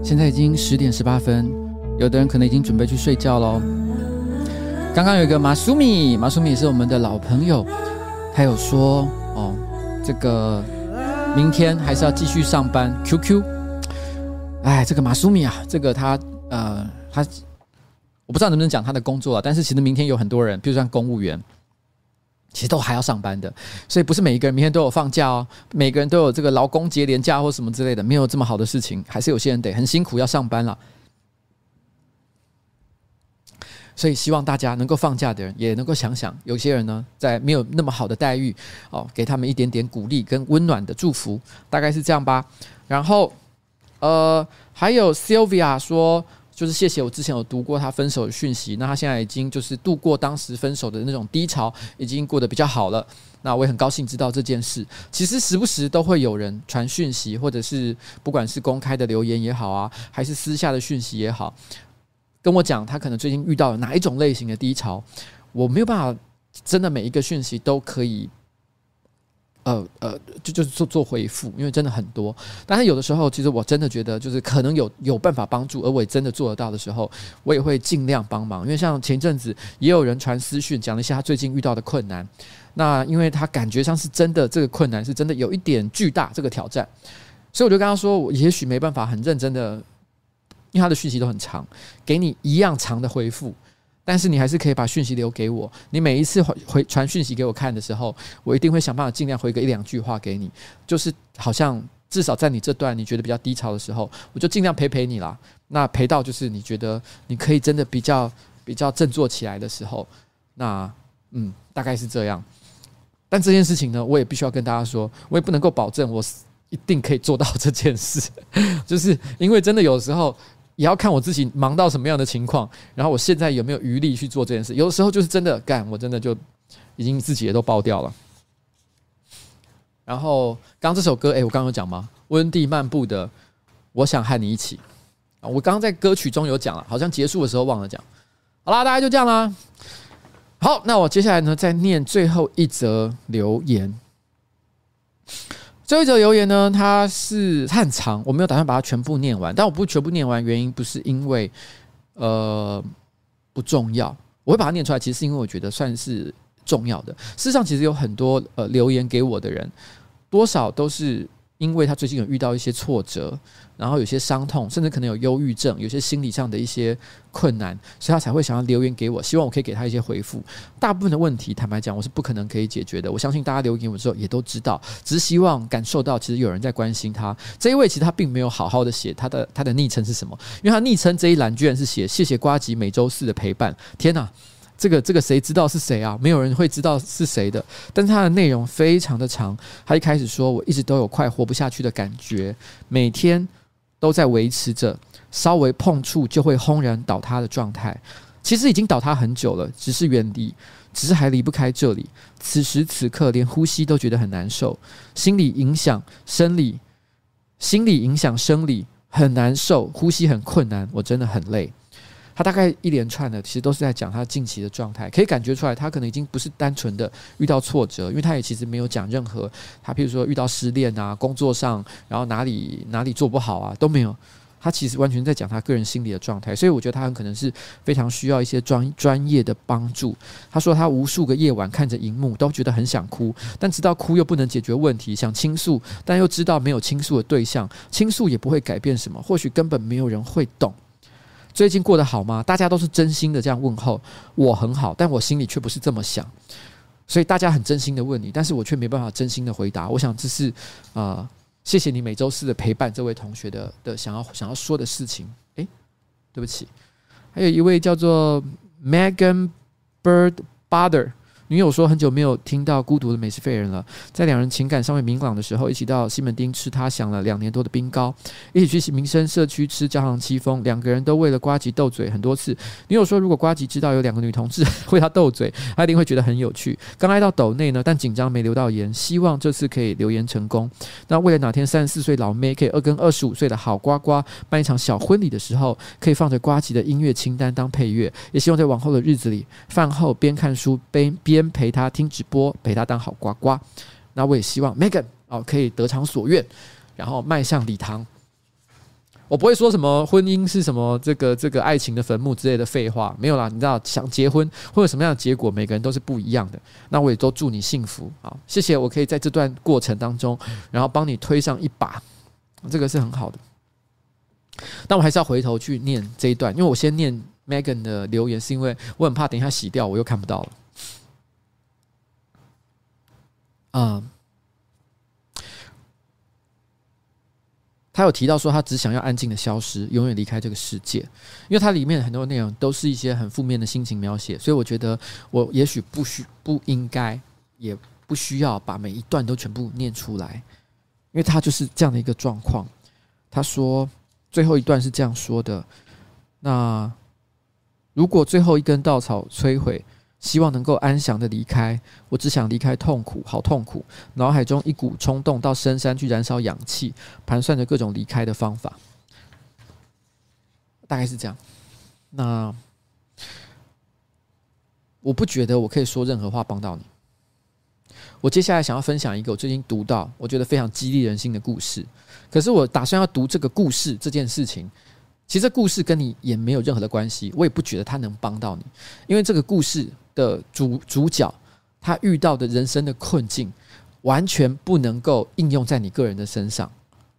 现在已经十点十八分，有的人可能已经准备去睡觉喽。刚刚有一个马苏米，马苏米是我们的老朋友，他有说哦，这个明天还是要继续上班。Q Q， 哎，这个马苏米啊，这个他呃，他我不知道能不能讲他的工作啊，但是其实明天有很多人，比如像公务员，其实都还要上班的，所以不是每一个人明天都有放假哦，每个人都有这个劳工节连假或什么之类的，没有这么好的事情，还是有些人得很辛苦要上班啦。所以希望大家能够放假的人也能够想想，有些人呢在没有那么好的待遇哦，给他们一点点鼓励跟温暖的祝福，大概是这样吧。然后呃，还有 Sylvia 说，就是谢谢我之前有读过他分手的讯息，那他现在已经就是度过当时分手的那种低潮，已经过得比较好了。那我也很高兴知道这件事。其实时不时都会有人传讯息，或者是不管是公开的留言也好啊，还是私下的讯息也好，跟我讲他可能最近遇到了哪一种类型的低潮。我没有办法真的每一个讯息都可以呃呃，就就是做做回复，因为真的很多。但是有的时候，其实我真的觉得，就是可能有有办法帮助，而我也真的做得到的时候，我也会尽量帮忙。因为像前阵子也有人传私讯，讲了一下他最近遇到的困难。那因为他感觉上是真的，这个困难是真的有一点巨大，这个挑战，所以我就跟他说，我也许没办法很认真的，因为他的讯息都很长，给你一样长的回复。但是你还是可以把讯息留给我，你每一次回传讯息给我看的时候，我一定会想办法尽量回个一两句话给你，就是好像至少在你这段你觉得比较低潮的时候，我就尽量陪陪你啦。那陪到就是你觉得你可以真的比较比较振作起来的时候，那嗯大概是这样。但这件事情呢，我也必须要跟大家说，我也不能够保证我一定可以做到这件事，就是因为真的有时候也要看我自己忙到什么样的情况，然后我现在有没有余力去做这件事。有的时候就是真的干，我真的就已经自己也都爆掉了。然后刚刚这首歌，哎，我刚刚有讲吗？温蒂漫步的《我想和你一起》，我刚刚在歌曲中有讲了，好像结束的时候忘了讲。好啦，大概就这样啦。好，那我接下来呢，再念最后一则留言。最后一则留言呢，它是它很长，我没有打算把它全部念完。但我不全部念完，原因不是因为呃不重要，我会把它念出来，其实是因为我觉得算是重要的。事实上，其实有很多呃留言给我的人，多少都是因为他最近有遇到一些挫折，然后有些伤痛，甚至可能有忧郁症，有些心理上的一些困难，所以他才会想要留言给我，希望我可以给他一些回复。大部分的问题，坦白讲，我是不可能可以解决的。我相信大家留言给我之后也都知道，只是希望感受到其实有人在关心他。这一位其实他并没有好好的写他的他的昵称是什么，因为他昵称这一栏居然是写谢谢呱吉每周四的陪伴。天哪！这个这个谁知道是谁啊？没有人会知道是谁的。但是它的内容非常的长。他一开始说，我一直都有快活不下去的感觉，每天都在维持着，稍微碰触就会轰然倒塌的状态。其实已经倒塌很久了，只是远离，只是还离不开这里。此时此刻，连呼吸都觉得很难受，心理影响生理，心理影响生理，很难受，呼吸很困难，我真的很累。他大概一连串的，其实都是在讲他近期的状态，可以感觉出来，他可能已经不是单纯的遇到挫折，因为他也其实没有讲任何他，譬如说遇到失恋啊，工作上，然后哪里哪里做不好啊，都没有。他其实完全在讲他个人心理的状态，所以我觉得他很可能是非常需要一些专专业的帮助。他说他无数个夜晚看着荧幕都觉得很想哭，但知道哭又不能解决问题，想倾诉，但又知道没有倾诉的对象，倾诉也不会改变什么，或许根本没有人会懂。最近过得好吗？大家都是真心的这样问候，我很好，但我心里却不是这么想。所以大家很真心的问你，但是我却没办法真心的回答。我想这是呃，谢谢你每周四的陪伴，这位同学的的想要想要说的事情。诶，对不起，还有一位叫做 Megan Bird Butter。女友说很久没有听到孤独的美食废人了，在两人情感尚未明朗的时候，一起到西门町吃他想了两年多的冰糕，一起去民生社区吃焦糖戚风，两个人都为了呱吉斗嘴很多次。女友说如果呱吉知道有两个女同志为他斗嘴，他一定会觉得很有趣。刚来到抖内呢，但紧张没留到言，希望这次可以留言成功。那为了哪天三十四岁老妹可以跟二十五岁的好呱呱办一场小婚礼的时候，可以放着呱吉的音乐清单当配乐，也希望在往后的日子里，饭后边看书边边陪他听直播，陪他当好呱呱。那我也希望 Megan、哦、可以得偿所愿，然后迈向礼堂。 我不会说什么婚姻是什么这个这个爱情的坟墓之类的废话，没有啦。你知道，想结婚会有什么样的结果，每个人都是不一样的。那我也都祝你幸福。好，谢谢，我可以在这段过程当中，然后帮你推上一把，这个是很好的。但我还是要回头去念这一段，因为我先念 Megan 的留言，是因为我很怕等一下洗掉，我又看不到了。嗯。他有提到说，他只想要安静的消失，永远离开这个世界，因为它里面很多内容都是一些很负面的心情描写，所以我觉得我也许不需不应该，也不需要把每一段都全部念出来，因为他就是这样的一个状况。他说最后一段是这样说的：那如果最后一根稻草摧毁，希望能够安详的离开，我只想离开痛苦，好痛苦。脑海中一股冲动，到深山去燃烧氧气，盘算着各种离开的方法，大概是这样。那我不觉得我可以说任何话帮到你。我接下来想要分享一个我最近读到我觉得非常激励人心的故事，可是我打算要读这个故事这件事情，其实这故事跟你也没有任何的关系，我也不觉得它能帮到你，因为这个故事的 主, 主角他遇到的人生的困境完全不能够应用在你个人的身上，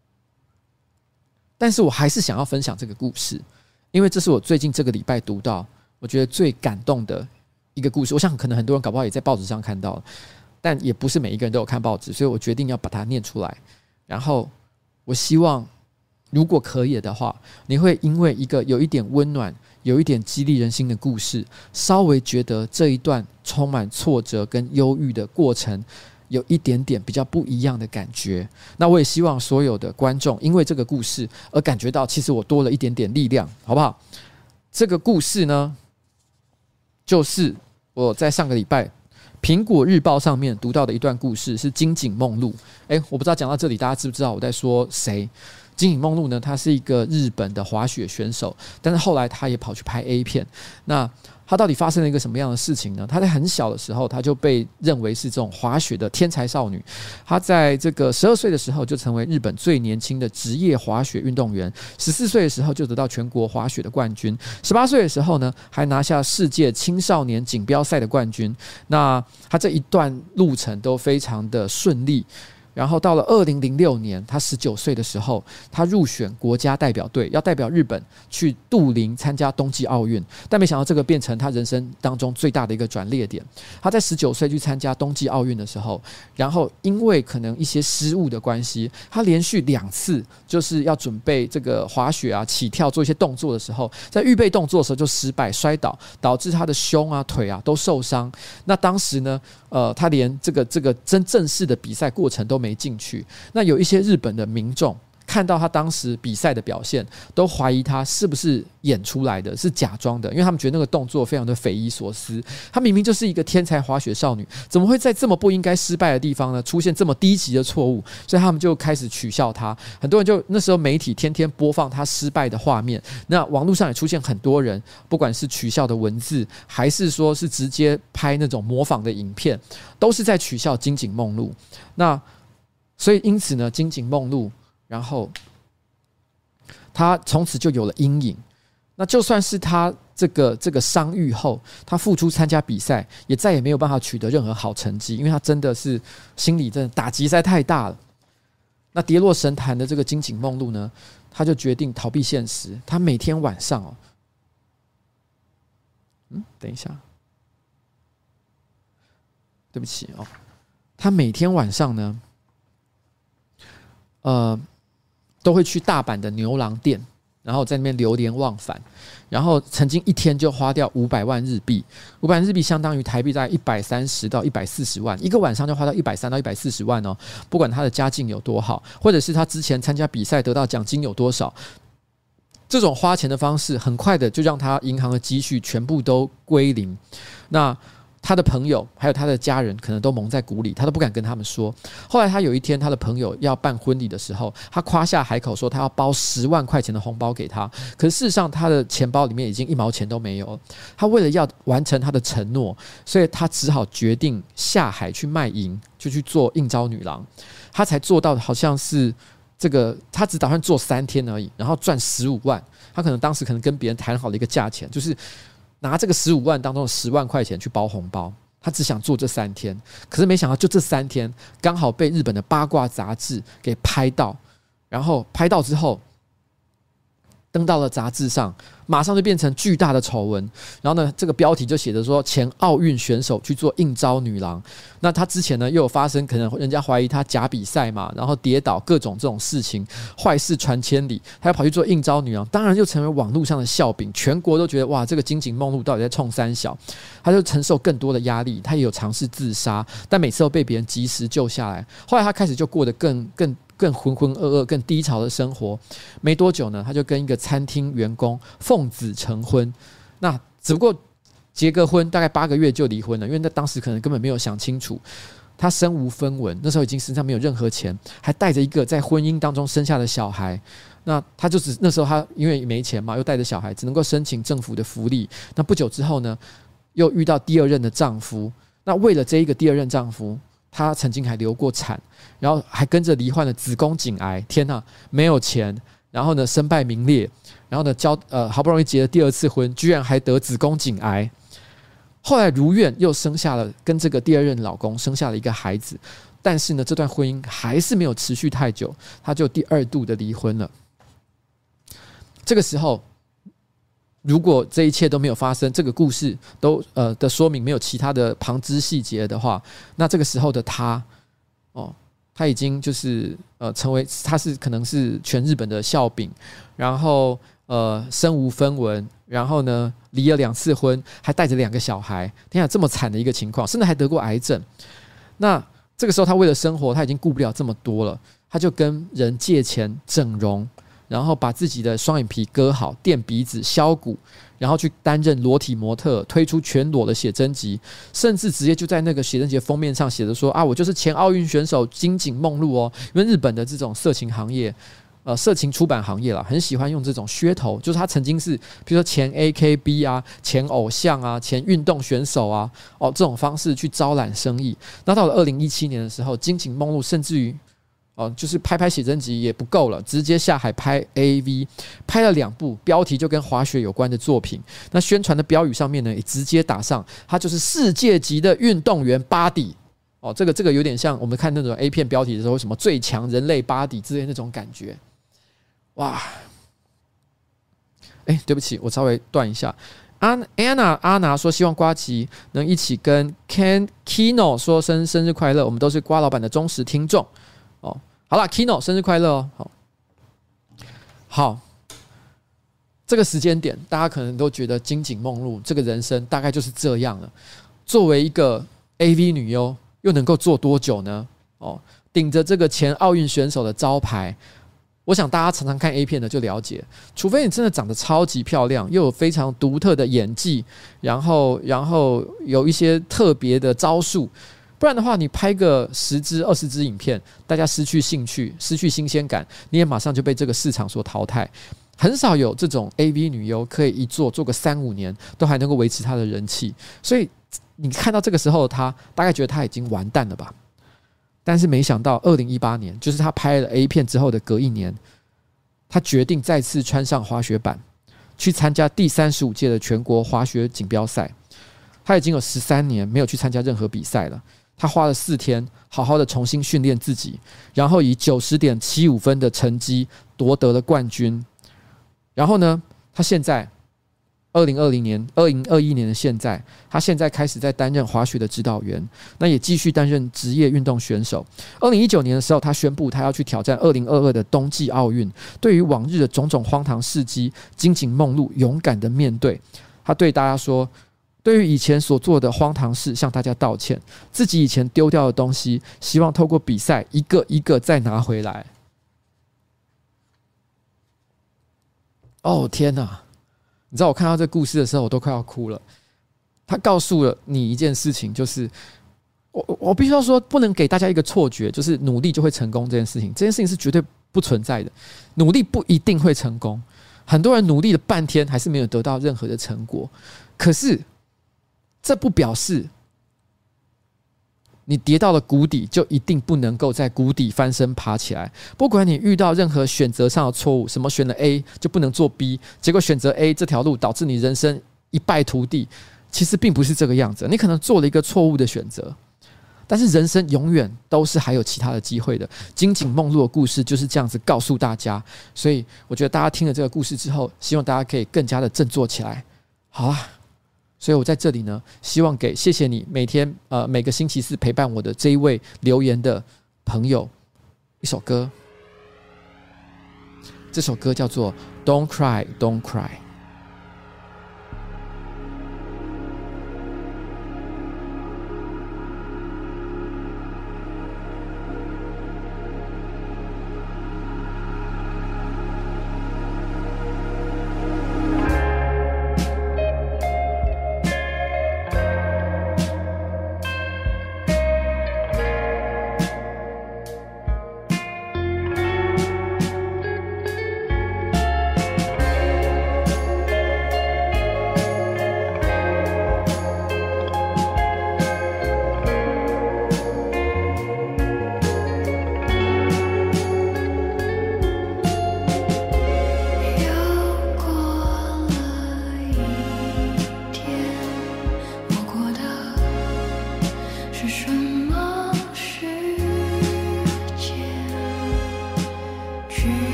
但是我还是想要分享这个故事，因为这是我最近这个礼拜读到我觉得最感动的一个故事。我想可能很多人搞不好也在报纸上看到了，但也不是每一个人都有看报纸，所以我决定要把它念出来。然后我希望如果可以的话，你会因为一个有一点温暖有一点激励人心的故事，稍微觉得这一段充满挫折跟忧郁的过程有一点点比较不一样的感觉。那我也希望所有的观众因为这个故事而感觉到其实我多了一点点力量，好不好？这个故事呢，就是我在上个礼拜苹果日报上面读到的一段故事，是金井梦露。诶，我不知道讲到这里大家知不知道我在说谁？金井梦露呢，她是一个日本的滑雪选手，但是后来她也跑去拍 A 片。那她到底发生了一个什么样的事情呢？她在很小的时候，她就被认为是这种滑雪的天才少女。她在这个十二岁的时候就成为日本最年轻的职业滑雪运动员，十四岁的时候就得到全国滑雪的冠军，十八岁的时候呢，还拿下世界青少年锦标赛的冠军。那她这一段路程都非常的顺利。然后到了二零零六年，他十九岁的时候，他入选国家代表队，要代表日本去杜林参加冬季奥运。但没想到这个变成他人生当中最大的一个转捩点。他在十九岁去参加冬季奥运的时候，然后因为可能一些失误的关系，他连续两次就是要准备这个滑雪啊、起跳做一些动作的时候，在预备动作的时候就失败摔倒，导致他的胸啊、腿啊都受伤。那当时呢，呃，他连这个这个真正式的比赛过程都没没进去。那有一些日本的民众看到他当时比赛的表现，都怀疑他是不是演出来的，是假装的，因为他们觉得那个动作非常的匪夷所思。他明明就是一个天才滑雪少女，怎么会在这么不应该失败的地方呢出现这么低级的错误？所以他们就开始取笑他。很多人就那时候媒体天天播放他失败的画面，那网络上也出现很多人，不管是取笑的文字，还是说是直接拍那种模仿的影片，都是在取笑金井梦露。那所以因此呢，金井梦露，然后他从此就有了阴影。那就算是他这个这个伤愈后，他复出参加比赛，也再也没有办法取得任何好成绩，因为他真的是心理真的打击实在太大了。那跌落神坛的这个金井梦露呢，他就决定逃避现实。他每天晚上哦，嗯，等一下，对不起哦，他每天晚上呢。呃，都会去大阪的牛郎店，然后在那边流连忘返，然后曾经一天就花掉五百万日币，五百万日币相当于台币大概一百三十到一百四十万，一个晚上就花到一百三到一百四十万哦。不管他的家境有多好，或者是他之前参加比赛得到奖金有多少，这种花钱的方式，很快的就让他银行的积蓄全部都归零。那他的朋友还有他的家人可能都蒙在鼓里，他都不敢跟他们说。后来他有一天他的朋友要办婚礼的时候，他夸下海口说他要包十万块钱的红包给他，可是事实上他的钱包里面已经一毛钱都没有了。他为了要完成他的承诺，所以他只好决定下海去卖淫，就去做应招女郎。他才做到好像是这个他只打算做三天而已，然后赚十五万。他可能当时可能跟别人谈好了一个价钱，就是拿这个十五万当中的十万块钱去包红包。他只想做这三天，可是没想到就这三天刚好被日本的八卦杂志给拍到，然后拍到之后登到了杂志上，马上就变成巨大的丑闻。然后呢，这个标题就写着说前奥运选手去做应招女郎。那他之前呢又有发生可能人家怀疑他假比赛嘛，然后跌倒各种这种事情，坏事传千里，他又跑去做应招女郎，当然就成为网络上的笑柄，全国都觉得哇，这个金井梦露到底在冲三小。他就承受更多的压力，他也有尝试自杀，但每次都被别人及时救下来。后来他开始就过得更更更浑浑噩噩、更低潮的生活。没多久呢，他就跟一个餐厅员工奉子成婚。那只不过结个婚，大概八个月就离婚了，因为那当时可能根本没有想清楚。他身无分文，那时候已经身上没有任何钱，还带着一个在婚姻当中生下的小孩。那他就只那时候他因为没钱嘛，又带着小孩，只能够申请政府的福利。那不久之后呢，又遇到第二任的丈夫。那为了这一个第二任丈夫，她曾经还流过产，然后还跟着罹患了子宫颈癌。天哪，没有钱，然后呢身败名裂，然后呢交呃好不容易结了第二次婚，居然还得子宫颈癌。后来如愿又生下了跟这个第二任老公生下了一个孩子，但是呢这段婚姻还是没有持续太久，她就第二度的离婚了。这个时候，如果这一切都没有发生，这个故事都呃的说明没有其他的旁支细节的话，那这个时候的他，哦，他已经就是呃成为他是可能是全日本的笑柄，然后呃身无分文，然后呢离了两次婚，还带着两个小孩，天啊，这么惨的一个情况，甚至还得过癌症。那这个时候他为了生活，他已经顾不了这么多了，他就跟人借钱整容。然后把自己的双眼皮割好，垫鼻子、削骨，然后去担任裸体模特，推出全裸的写真集，甚至直接就在那个写真集封面上写着说啊，我就是前奥运选手金井梦露哦。因为日本的这种色情行业，呃，色情出版行业啦，很喜欢用这种噱头，就是他曾经是，比如说前 A K B 啊、前偶像啊、前运动选手啊，哦，这种方式去招揽生意。那到了二零一七年的时候，金井梦露甚至于。哦，就是拍拍写真集也不够了，直接下海拍 A V， 拍了两部，标题就跟滑雪有关的作品。那宣传的标语上面呢，也直接打上他就是世界级的运动员 Body。哦，这个这个有点像我们看那种 A 片标题的时候，什么最强人类 Body 之类那种感觉。哇，哎，对不起，我稍微断一下。安 Anna 阿拿说希望呱吉能一起跟 Ken Kino 说生生日快乐，我们都是呱老板的忠实听众。哦，好啦 Kino 生日快乐哦！好，好，这个时间点，大家可能都觉得金井梦露这个人生大概就是这样了。作为一个 A V 女优，又能够做多久呢？哦，顶着这个前奥运选手的招牌，我想大家常常看 A 片的就了解，除非你真的长得超级漂亮，又有非常独特的演技，然后然后有一些特别的招数。不然的话，你拍个十支、二十支影片，大家失去兴趣、失去新鲜感，你也马上就被这个市场所淘汰。很少有这种 A V 女优可以一做做个三五年，都还能够维持她的人气。所以你看到这个时候的她，大概觉得她已经完蛋了吧？但是没想到，二零一八年，就是她拍了 A 片之后的隔一年，她决定再次穿上滑雪板，去参加第三十五届的全国滑雪锦标赛。她已经有十三年没有去参加任何比赛了。他花了四天，好好的重新训练自己，然后以九十点七五分的成绩夺得了冠军。然后呢，他现在二零二零年、二零二一年的现在，他现在开始在担任滑雪的指导员，那也继续担任职业运动选手。二零一九年的时候，他宣布他要去挑战二零二二的冬季奥运。对于往日的种种荒唐事迹，金井梦露勇敢的面对。他对大家说，对于以前所做的荒唐事，向大家道歉。自己以前丢掉的东西，希望透过比赛一个一个再拿回来。哦天哪！你知道我看到这故事的时候，我都快要哭了。他告诉了你一件事情，就是我我必须要说，不能给大家一个错觉，就是努力就会成功这件事情。这件事情是绝对不存在的，努力不一定会成功。很多人努力了半天，还是没有得到任何的成果。可是这不表示你跌到了谷底，就一定不能够在谷底翻身爬起来。不管你遇到任何选择上的错误，什么选了 A 就不能做 B， 结果选择 A 这条路导致你人生一败涂地，其实并不是这个样子。你可能做了一个错误的选择，但是人生永远都是还有其他的机会的。金井梦露的故事就是这样子告诉大家，所以我觉得大家听了这个故事之后，希望大家可以更加的振作起来。好啦，所以我在这里呢，希望给谢谢你每天呃每个星期四陪伴我的这一位留言的朋友一首歌，这首歌叫做 Don't Cry Don't Cry。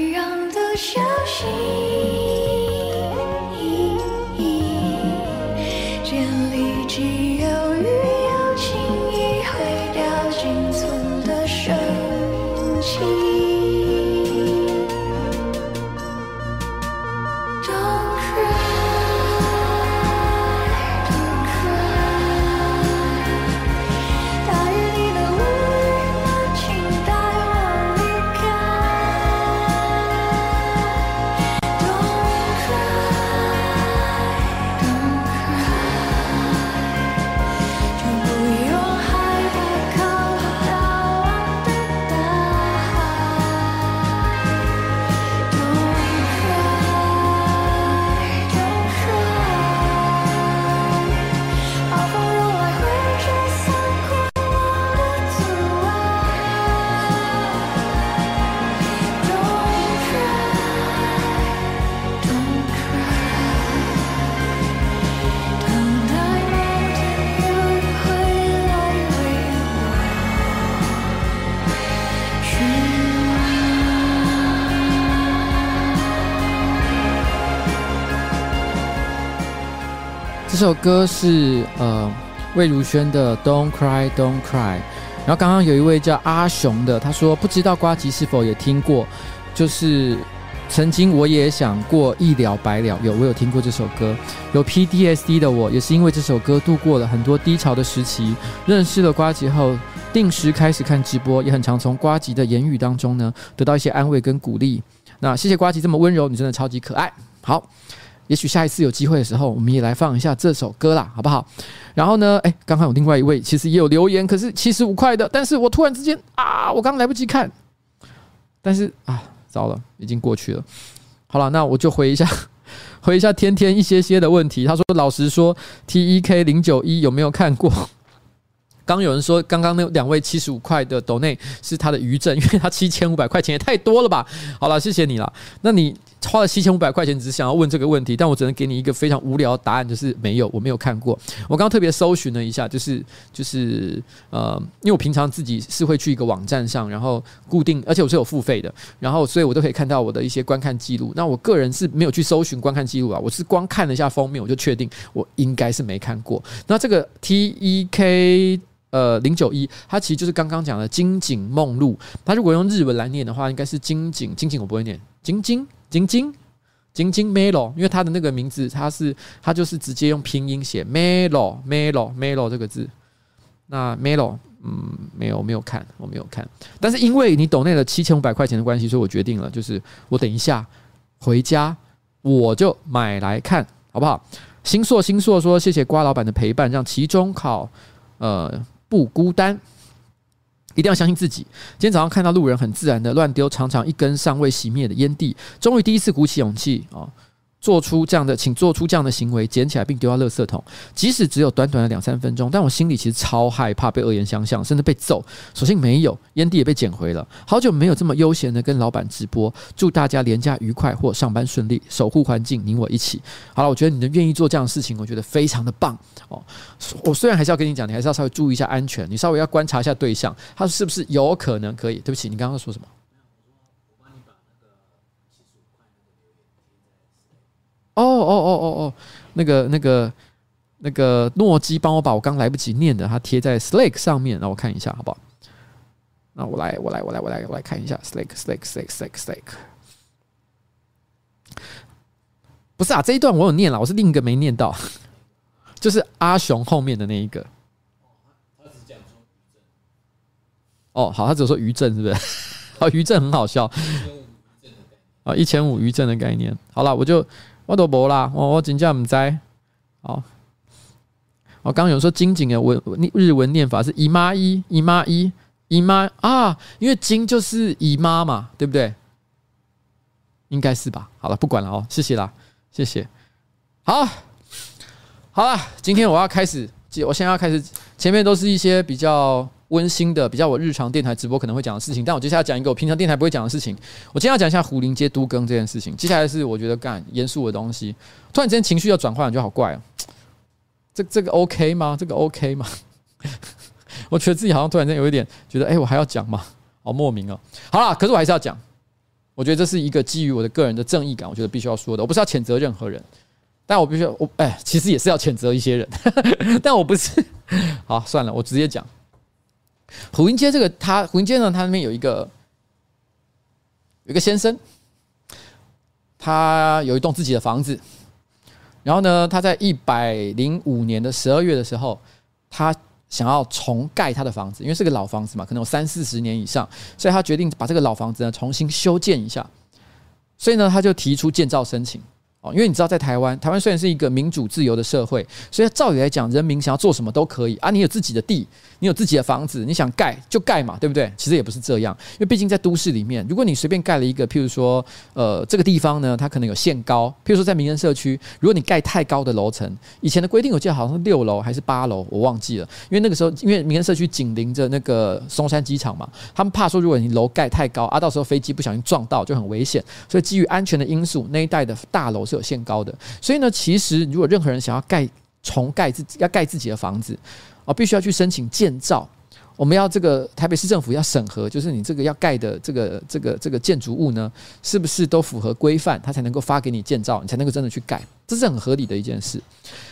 消息， 这首歌是呃魏如萱的 Don't Cry Don't Cry。然后刚刚有一位叫阿雄的，他说不知道呱吉是否也听过，就是曾经我也想过一了百了，有我有听过这首歌。有 P T S D 的我也是因为这首歌度过了很多低潮的时期，认识了呱吉后定时开始看直播，也很常从呱吉的言语当中呢得到一些安慰跟鼓励。那谢谢呱吉这么温柔，你真的超级可爱。好，也许下一次有机会的时候，我们也来放一下这首歌啦，好不好？然后呢，哎，刚刚有另外一位其实也有留言，可是七十五块的，但是我突然之间啊，我刚刚来不及看，但是啊，糟了，已经过去了。好了，那我就回一下，回一下天天一些些的问题。他说，老实说 ，T E K 零九一有没有看过？刚有人说，刚刚那两位七十五块的斗内是他的余震，因为他七千五百块钱也太多了吧？好了，谢谢你啦。那你花了七千五百块钱，只是想要问这个问题，但我只能给你一个非常无聊的答案，就是没有，我没有看过。我刚刚特别搜寻了一下，就是就是呃，因为我平常自己是会去一个网站上，然后固定，而且我是有付费的，然后所以我都可以看到我的一些观看记录。那我个人是没有去搜寻观看记录啊，我是光看了一下封面，我就确定我应该是没看过。那这个 T E K。呃，零九一，它其实就是刚刚讲的金井梦露。它如果用日文来念的话，应该是金井，金井我不会念，金金金金金金 Melo， 因为它的那个名字，它是它就是直接用拼音写 Melo Melo Melo 这个字。那 Melo， 嗯，没有没有看，我没有看。但是因为你抖内了七千五百块钱的关系，所以我决定了，就是我等一下回家我就买来看，好不好？星硕星硕说，谢谢瓜老板的陪伴，让期中考呃。不孤单，一定要相信自己。今天早上看到路人很自然的乱丢常常一根尚未熄灭的烟蒂，终于第一次鼓起勇气啊，做出这样的，请做出这样的行为，捡起来并丢到垃圾桶。即使只有短短的两三分钟，但我心里其实超害怕被恶言相向，甚至被揍。所幸没有，烟蒂也被捡回了。好久没有这么悠闲的跟老板直播，祝大家连假愉快或上班顺利，守护环境，你我一起。好了，我觉得你能愿意做这样的事情，我觉得非常的棒哦。我虽然还是要跟你讲，你还是要稍微注意一下安全，你稍微要观察一下对象，他是不是有可能可以？对不起，你刚刚说什么？哦哦哦哦哦，那个那个那个诺基帮我把我刚来不及念的，它贴在 Slack 上面，让我看一下好不好？那我来我来我来我来我来看一下 Slack Slack Slack Slack Slack。不是啊，这一段我有念了，我是另一个没念到，就是阿雄后面的那一个。哦，好，他只有说余震是不是？哦，余震很好笑。啊，一千五余震的概念。好了，我就。我都没啦，我我真正不知道。好，我刚刚有说金井的文日文念法是姨妈一姨妈一姨妈啊，因为金就是姨妈嘛，对不对？应该是吧。好了，不管了哦，谢谢啦，谢谢。好，好了，今天我要开始，我现在要开始，前面都是一些比较温馨的，比较我日常电台直播可能会讲的事情，但我接下来讲一个我平常电台不会讲的事情。我今天要讲一下虎林街都更这件事情。接下来是我觉得干严肃的东西，突然之间情绪要转换，就好怪哦。这这个 OK 吗？这个 OK 吗？我觉得自己好像突然间有一点觉得，哎、欸，我还要讲吗？好莫名哦。好啦，可是我还是要讲。我觉得这是一个基于我的个人的正义感，我觉得必须要说的。我不是要谴责任何人，但我必须要我哎、欸，其实也是要谴责一些人，但我不是。好，算了，我直接讲。虎林街这个，他虎林街呢，他那边有一个有一个先生，他有一栋自己的房子，然后呢，他在一百零五年的十二月的时候，他想要重盖他的房子，因为是个老房子嘛，可能有三四十年以上，所以他决定把这个老房子呢重新修建一下，所以呢，他就提出建造申请。因为你知道，在台湾，台湾虽然是一个民主自由的社会，所以照理来讲，人民想要做什么都可以啊。你有自己的地，你有自己的房子，你想盖就盖嘛，对不对？其实也不是这样，因为毕竟在都市里面，如果你随便盖了一个，譬如说，呃，这个地方呢，它可能有限高，譬如说在民生社区，如果你盖太高的楼层，以前的规定我记得好像是六楼还是八楼，我忘记了，因为那个时候，因为民生社区紧邻着那个松山机场嘛，他们怕说如果你楼盖太高啊，到时候飞机不小心撞到就很危险，所以基于安全的因素，那一带的大楼是有限高的。所以呢，其实如果任何人想要盖重盖自己要盖自己的房子，哦，必须要去申请建造。我们要这个台北市政府要审核，就是你这个要盖的这个这个这个建筑物呢，是不是都符合规范，它才能够发给你建造，你才能够真的去盖，这是很合理的一件事。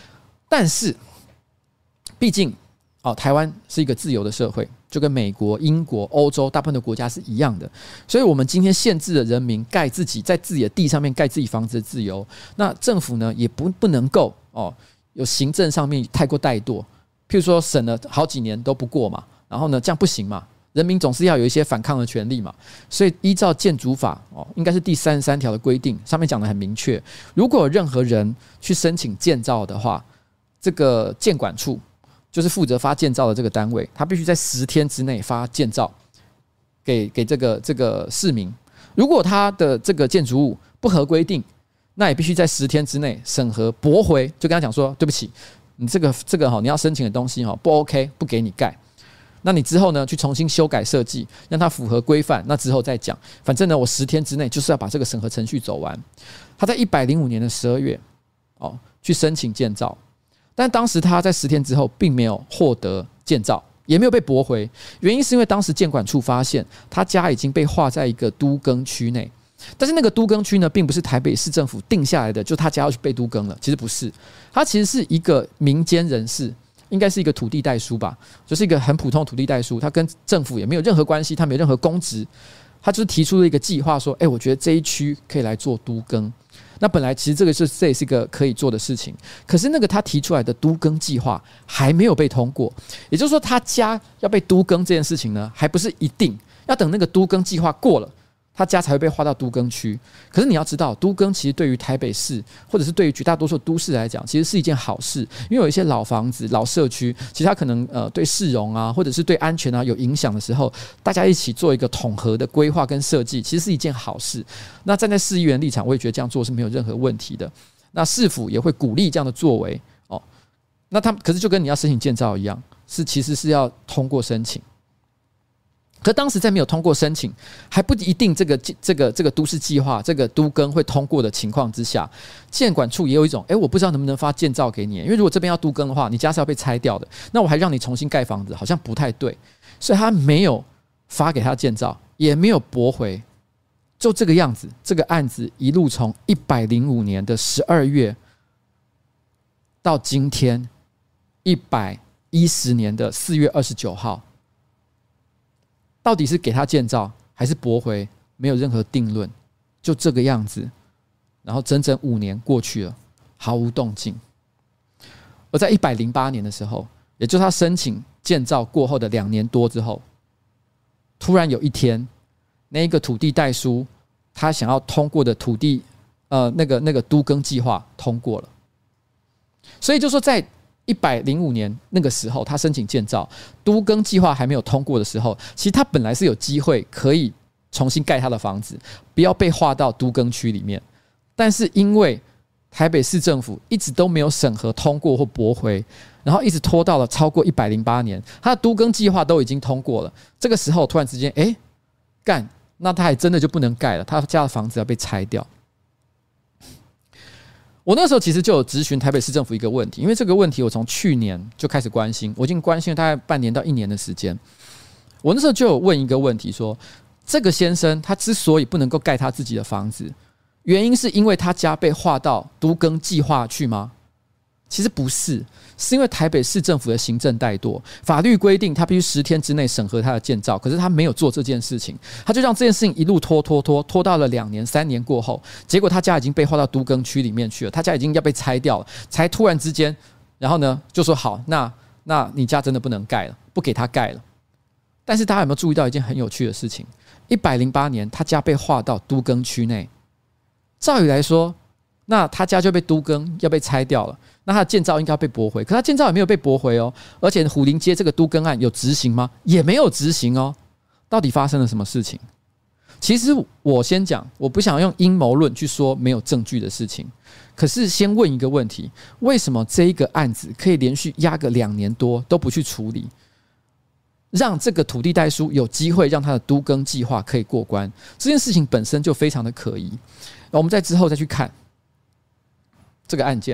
但是毕竟哦，台湾是一个自由的社会，就跟美国、英国、欧洲大部分的国家是一样的，所以我们今天限制了人民盖自己在自己的地上面盖自己房子的自由。那政府呢，也不不能够哦，有行政上面太过怠惰，譬如说审了好几年都不过嘛，然后呢，这样不行嘛，人民总是要有一些反抗的权利嘛。所以依照建筑法哦，应该是第三十三条的规定，上面讲得很明确，如果有任何人去申请建造的话，这个建管处就是负责发建造的这个单位，他必须在十天之内发建造给给这个这个市民。如果他的这个建筑物不合规定，那也必须在十天之内审核驳回，就跟他讲说，对不起，你这个这个哈你要申请的东西哈不 OK， 不给你盖。那你之后呢去重新修改设计，让它符合规范，那之后再讲。反正呢，我十天之内就是要把这个审核程序走完。他在一百零五年的十二月哦去申请建造。但当时他在十天之后并没有获得建造，也没有被驳回，原因是因为当时建管处发现他家已经被划在一个都更区内，但是那个都更区呢，并不是台北市政府定下来的，就他家要去被都更了，其实不是，他其实是一个民间人士，应该是一个土地代书吧，就是一个很普通的土地代书，他跟政府也没有任何关系，他没有任何公职，他就是提出了一个计划，说，哎、欸，我觉得这一区可以来做都更。那本来其实这个是这也是一个可以做的事情，可是那个他提出来的都更计划还没有被通过，也就是说他家要被都更这件事情呢，还不是一定，要等那个都更计划过了，他家才会被划到都更区。可是你要知道，都更其实对于台北市或者是对于绝大多数都市来讲，其实是一件好事，因为有一些老房子、老社区，其实它可能呃对市容啊，或者是对安全啊有影响的时候，大家一起做一个统合的规划跟设计，其实是一件好事。那站在市议员立场，我也觉得这样做是没有任何问题的。那市府也会鼓励这样的作为哦。那他可是就跟你要申请建造一样，是其实是要通过申请。可当时在没有通过申请，还不一定这个这个这个都市计划、这个都更会通过的情况之下，建管处也有一种，哎、欸，我不知道能不能发建造给你，因为如果这边要都更的话，你家是要被拆掉的，那我还让你重新盖房子，好像不太对，所以他没有发给他建造，也没有驳回，就这个样子，这个案子一路从一百零五年的十二月到今天一百一十年的四月二十九号。到底是给他建造还是驳回，没有任何定论，就这个样子。然后整整五年过去了，毫无动静。而在一百零八年的时候，也就是他申请建造过后的两年多之后，突然有一天，那一个土地代书他想要通过的土地呃那个那个都更计划通过了，所以就说在一百零五年那个时候，他申请建造都更计划还没有通过的时候，其实他本来是有机会可以重新盖他的房子，不要被划到都更区里面。但是因为台北市政府一直都没有审核通过或驳回，然后一直拖到了超过一百零八年，他的都更计划都已经通过了。这个时候突然之间，哎，干，那他还真的就不能盖了，他家的房子要被拆掉。我那时候其实就有质询台北市政府一个问题，因为这个问题我从去年就开始关心，我已经关心了大概半年到一年的时间。我那时候就有问一个问题说，这个先生他之所以不能够盖他自己的房子，原因是因为他家被划到都更计划去吗？其实不是，是因为台北市政府的行政怠惰，法律规定他必须十天之内审核他的建造，可是他没有做这件事情，他就让这件事情一路拖拖拖拖到了两年三年过后，结果他家已经被划到都更区里面去了，他家已经要被拆掉了，才突然之间，然后呢就说好，那那你家真的不能盖了，不给他盖了。但是大家有没有注意到一件很有趣的事情？一百零八年他家被划到都更区内，照理来说，那他家就被都更要被拆掉了，那他的建造应该要被驳回，可他建造也没有被驳回哦。而且虎林街这个都更案有执行吗？也没有执行哦。到底发生了什么事情？其实我先讲，我不想用阴谋论去说没有证据的事情。可是先问一个问题：为什么这一个案子可以连续压个两年多都不去处理，让这个土地代书有机会让他的都更计划可以过关？这件事情本身就非常的可疑。我们在之后再去看这个案件。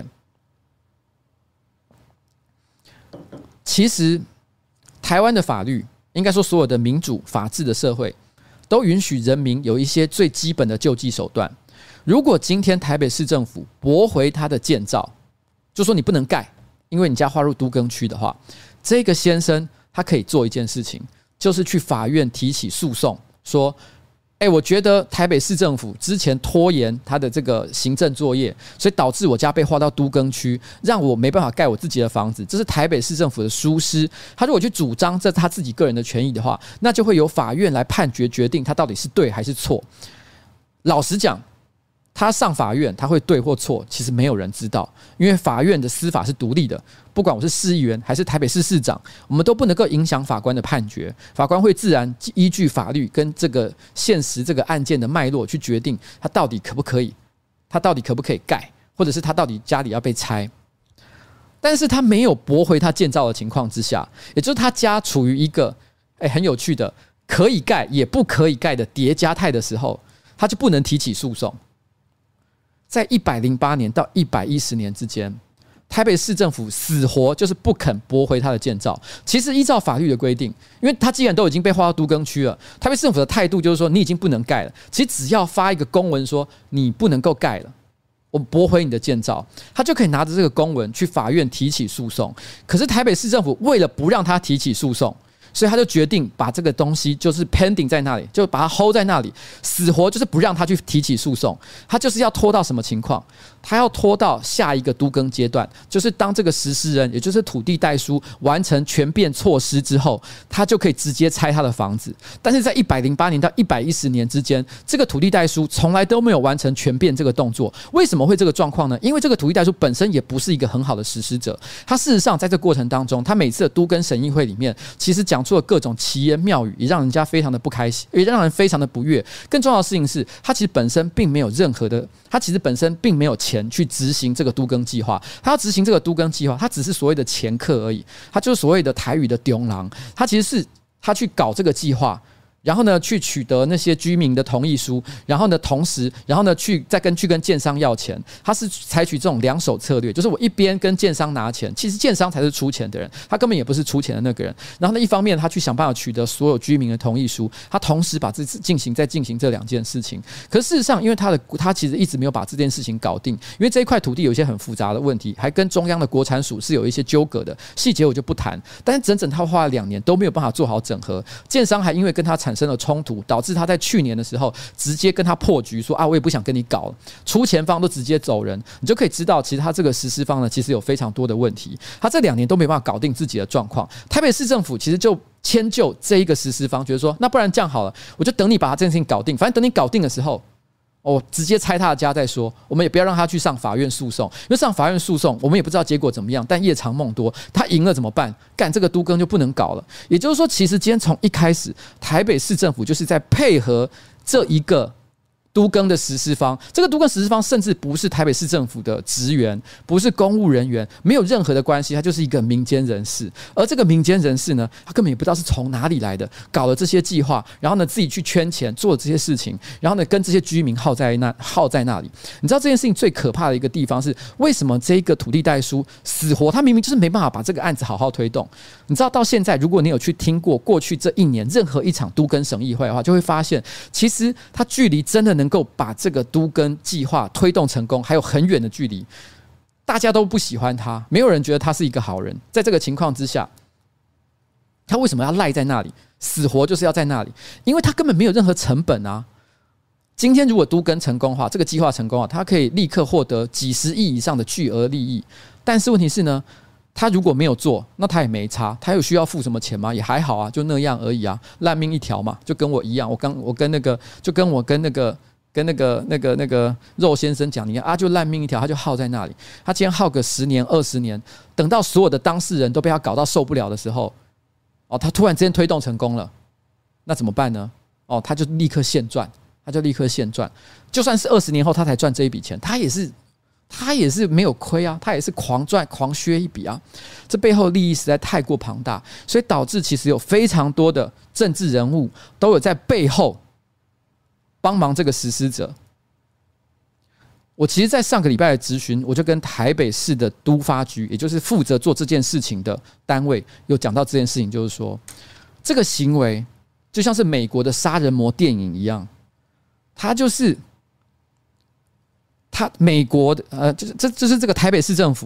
其实台湾的法律，应该说所有的民主法治的社会，都允许人民有一些最基本的救济手段。如果今天台北市政府驳回他的建造，就说你不能盖， 因为你家划入都更区的话，这个先生他可以做一件事情，就是去法院提起诉讼，说哎，我觉得台北市政府之前拖延他的这个行政作业，所以导致我家被划到都更区，让我没办法盖我自己的房子。这是台北市政府的疏失。他如果去主张这他自己个人的权益的话，那就会由法院来判决决定他到底是对还是错。老实讲，他上法院他会对或错，其实没有人知道，因为法院的司法是独立的。不管我是市议员还是台北市市长，我们都不能够影响法官的判决。法官会自然依据法律跟这个现实这个案件的脉络去决定他到底可不可以，他到底可不可以盖，或者是他到底家里要被拆。但是他没有驳回他建造的情况之下，也就是他家处于一个哎很有趣的可以盖也不可以盖的叠加态的时候，他就不能提起诉讼。在一百零八年到一百一十年之间，台北市政府死活就是不肯驳回他的建造。其实依照法律的规定，因为他既然都已经被划到都更区了，台北市政府的态度就是说你已经不能盖了。其实只要发一个公文说你不能够盖了，我驳回你的建造，他就可以拿着这个公文去法院提起诉讼。可是台北市政府为了不让他提起诉讼，所以他就决定把这个东西就是 pending 在那里，就把它 hold 在那里，死活就是不让他去提起诉讼。他就是要拖到什么情况？他要拖到下一个都更阶段，就是当这个实施人，也就是土地代书完成全变措施之后，他就可以直接拆他的房子。但是在一百零八年到一百一十年之间，这个土地代书从来都没有完成全变这个动作。为什么会这个状况呢？因为这个土地代书本身也不是一个很好的实施者，他事实上在这个过程当中，他每次的都更审议会里面，其实讲出了各种奇言妙语，也让人家非常的不开心，也让人非常的不悦。更重要的事情是，他其实本身并没有任何的，他其实本身并没有钱去执行这个都更计划。他要执行这个都更计划，他只是所谓的掮客而已，他就是所谓的台语的中郎。他其实是他去搞这个计划，然后呢，去取得那些居民的同意书，然后呢，同时，然后呢，去再跟去跟建商要钱。他是采取这种两手策略，就是我一边跟建商拿钱，其实建商才是出钱的人，他根本也不是出钱的那个人。然后呢，一方面他去想办法取得所有居民的同意书，他同时把这进行在进行这两件事情。可是事实上，因为他的他其实一直没有把这件事情搞定，因为这一块土地有一些很复杂的问题，还跟中央的国产署是有一些纠葛的，细节我就不谈。但是整整他花了两年都没有办法做好整合，建商还因为跟他产生了冲突，导致他在去年的时候直接跟他破局，说啊，我也不想跟你搞了，出钱方都直接走人。你就可以知道，其实他这个实施方呢，其实有非常多的问题。他这两年都没办法搞定自己的状况。台北市政府其实就迁就这一个实施方，觉得说，那不然这样好了，我就等你把他这件事情搞定，反正等你搞定的时候，哦，直接拆他的家再说，我们也不要让他去上法院诉讼，因为上法院诉讼，我们也不知道结果怎么样。但夜长梦多，他赢了怎么办？干这个都更就不能搞了。也就是说，其实今天从一开始，台北市政府就是在配合这一个都更的实施方，这个都更实施方甚至不是台北市政府的职员，不是公务人员，没有任何的关系，他就是一个民间人士。而这个民间人士呢，他根本也不知道是从哪里来的，搞了这些计划，然后呢自己去圈钱做这些事情，然后呢跟这些居民耗在那耗在那里。你知道这件事情最可怕的一个地方是，为什么这个土地代书死活，他明明就是没办法把这个案子好好推动。你知道到现在，如果你有去听过过去这一年任何一场都更审议会的话，就会发现，其实他距离真的能够把这个都更计划推动成功还有很远的距离。大家都不喜欢他，没有人觉得他是一个好人。在这个情况之下，他为什么要赖在那里？死活就是要在那里，因为他根本没有任何成本啊。今天如果都更成功的话，这个计划成功啊，他可以立刻获得几十亿以上的巨额利益。但是问题是呢，他如果没有做，那他也没差，他有需要付什么钱吗？也还好啊，就那样而已啊，烂命一条嘛，就跟我一样。我刚我跟那个，就跟我跟那个。跟那个、那个、那个肉先生讲，你看啊，就烂命一条，他就耗在那里。他今天耗个十年、二十年，等到所有的当事人都被他搞到受不了的时候，哦，他突然之间推动成功了，那怎么办呢？哦，他就立刻现赚，他就立刻现赚。就算是二十年后他才赚这一笔钱，他也是他也是没有亏啊，他也是狂赚、狂削一笔啊。这背后利益实在太过庞大，所以导致其实有非常多的政治人物都有在背后帮忙这个实施者。我其实在上个礼拜的质询，我就跟台北市的都发局，也就是负责做这件事情的单位，有讲到这件事情，就是说这个行为就像是美国的杀人魔电影一样，它就是他美国的呃，就是这就是这个台北市政府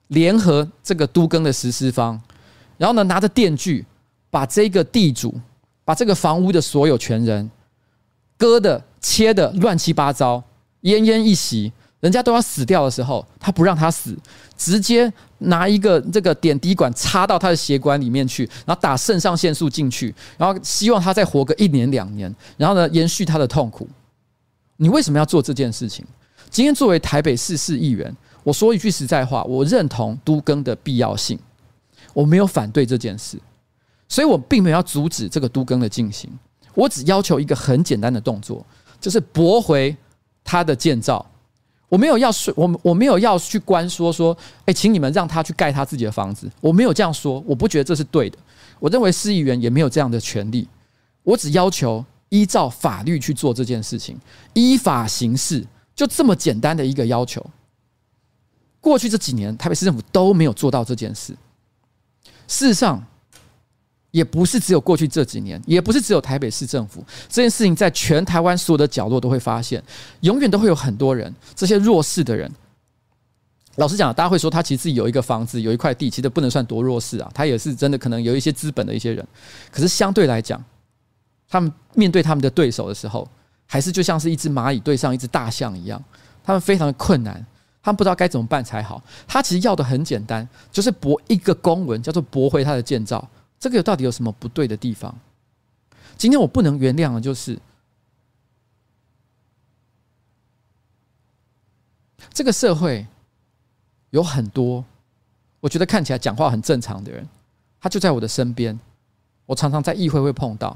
联合这个都更的实施方，然后呢拿着电锯把这个地主、把这个房屋的所有权人割的、切的乱七八糟、奄奄一息，人家都要死掉的时候，他不让他死，直接拿一个这个点滴管插到他的血管里面去，然后打肾上腺素进去，然后希望他再活个一年两年，然后呢延续他的痛苦。你为什么要做这件事情？今天作为台北市市议员，我说一句实在话，我认同都更的必要性，我没有反对这件事，所以我并没有要阻止这个都更的进行，我只要求一个很简单的动作，就是驳回他的建造。我没有要我我没有要去关说说，哎，请你们让他去盖他自己的房子，我没有这样说，我不觉得这是对的。我认为市议员也没有这样的权利，我只要求依照法律去做这件事情，依法行事，就这么简单的一个要求。过去这几年，台北市政府都没有做到这件事。事实上，也不是只有过去这几年，也不是只有台北市政府，这件事情在全台湾所有的角落都会发现，永远都会有很多人，这些弱势的人。老实讲，大家会说他其实自己有一个房子，有一块地，其实不能算多弱势啊，他也是真的可能有一些资本的一些人。可是相对来讲，他们面对他们的对手的时候，还是就像是一只蚂蚁对上一只大象一样，他们非常的困难，他们不知道该怎么办才好。他其实要的很简单，就是驳一个公文，叫做驳回他的建造。这个到底有什么不对的地方？今天我不能原谅的就是这个社会有很多我觉得看起来讲话很正常的人，他就在我的身边，我常常在议会会碰到，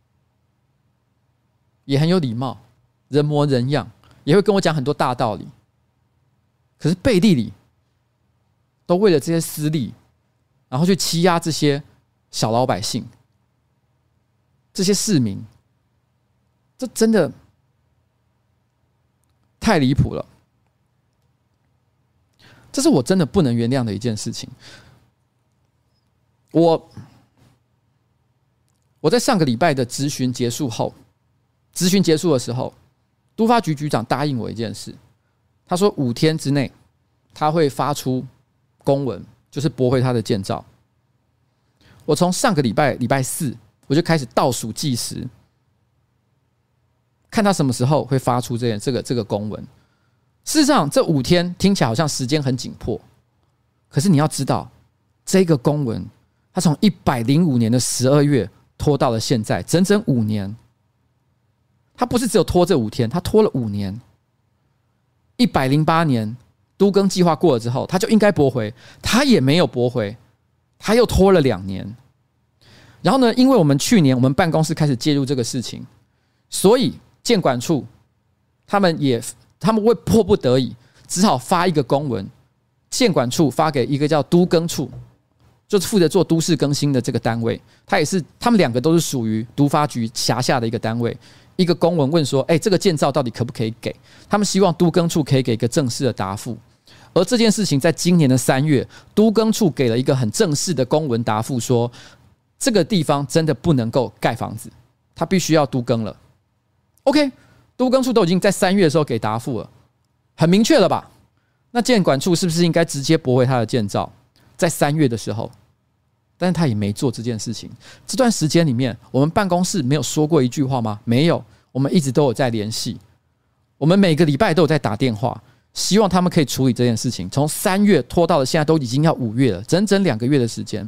也很有礼貌，人模人样，也会跟我讲很多大道理，可是背地里都为了这些私利，然后去欺压这些小老百姓，这些市民，这真的太离谱了。这是我真的不能原谅的一件事情。我我在上个礼拜的质询结束后，质询结束的时候，都发局局长答应我一件事，他说五天之内他会发出公文，就是驳回他的建造。我从上个礼拜礼拜四我就开始倒数计时，看他什么时候会发出这个这个这个公文。事实上，这五天听起来好像时间很紧迫，可是你要知道，这个公文它从一百零五年的十二月拖到了现在，整整五年。它不是只有拖这五天，它拖了五年。一百零八年都更计划过了之后，他就应该驳回，他也没有驳回。他又拖了两年，然后呢？因为我们去年我们办公室开始介入这个事情，所以建管处他们也他们会迫不得已，只好发一个公文，建管处发给一个叫都更处，就是负责做都市更新的这个单位，他也是他们两个都是属于都发局辖下的一个单位。一个公文问说：“哎，这个建造到底可不可以给？”他们希望都更处可以给一个正式的答复。而这件事情在今年的三月，都更处给了一个很正式的公文答复，说这个地方真的不能够盖房子，他必须要都更了。OK， 都更处都已经在三月的时候给答复了，很明确了吧？那建管处是不是应该直接驳回他的建造？在三月的时候，但是他也没做这件事情。这段时间里面，我们办公室没有说过一句话吗？没有，我们一直都有在联系，我们每个礼拜都有在打电话。希望他们可以处理这件事情，从三月拖到了现在都已经要五月了，整整两个月的时间。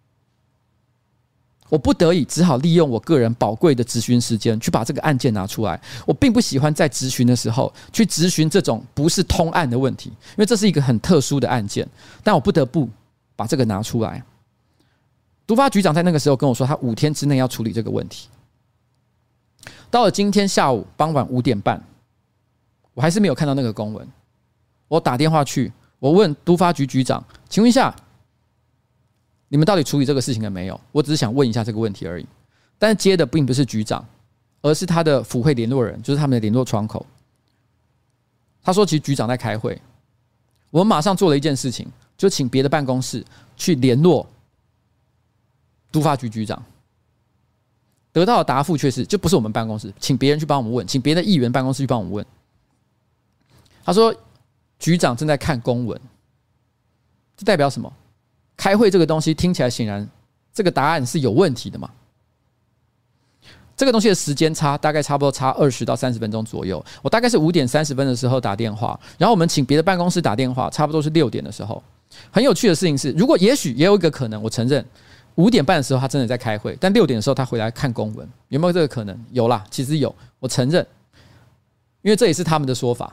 我不得已只好利用我个人宝贵的质询时间去把这个案件拿出来。我并不喜欢在质询的时候去质询这种不是通案的问题，因为这是一个很特殊的案件，但我不得不把这个拿出来。都发局长在那个时候跟我说，他五天之内要处理这个问题。到了今天下午傍晚五点半，我还是没有看到那个公文。我打电话去，我问都发局局长，请问一下，你们到底处理这个事情了没有？我只是想问一下这个问题而已。但是接的并不是局长，而是他的府会联络人，就是他们的联络窗口。他说，其实局长在开会。我们马上做了一件事情，就请别的办公室去联络都发局局长。得到的答复却是，就不是我们办公室，请别人去帮我们问，请别的议员办公室去帮我们问。他说，局长正在看公文， 这代表什么？开会这个东西听起来显然这个答案是有问题的嘛。这个东西的时间差大概差不多差二十到三十分钟左右。我大概是五点三十分的时候打电话，然后我们请别的办公室打电话，差不多是六点的时候。很有趣的事情是，如果也许也有一个可能，我承认五点半的时候他真的在开会，但六点的时候他回来看公文，有没有这个可能？有啦，其实有，我承认，因为这也是他们的说法。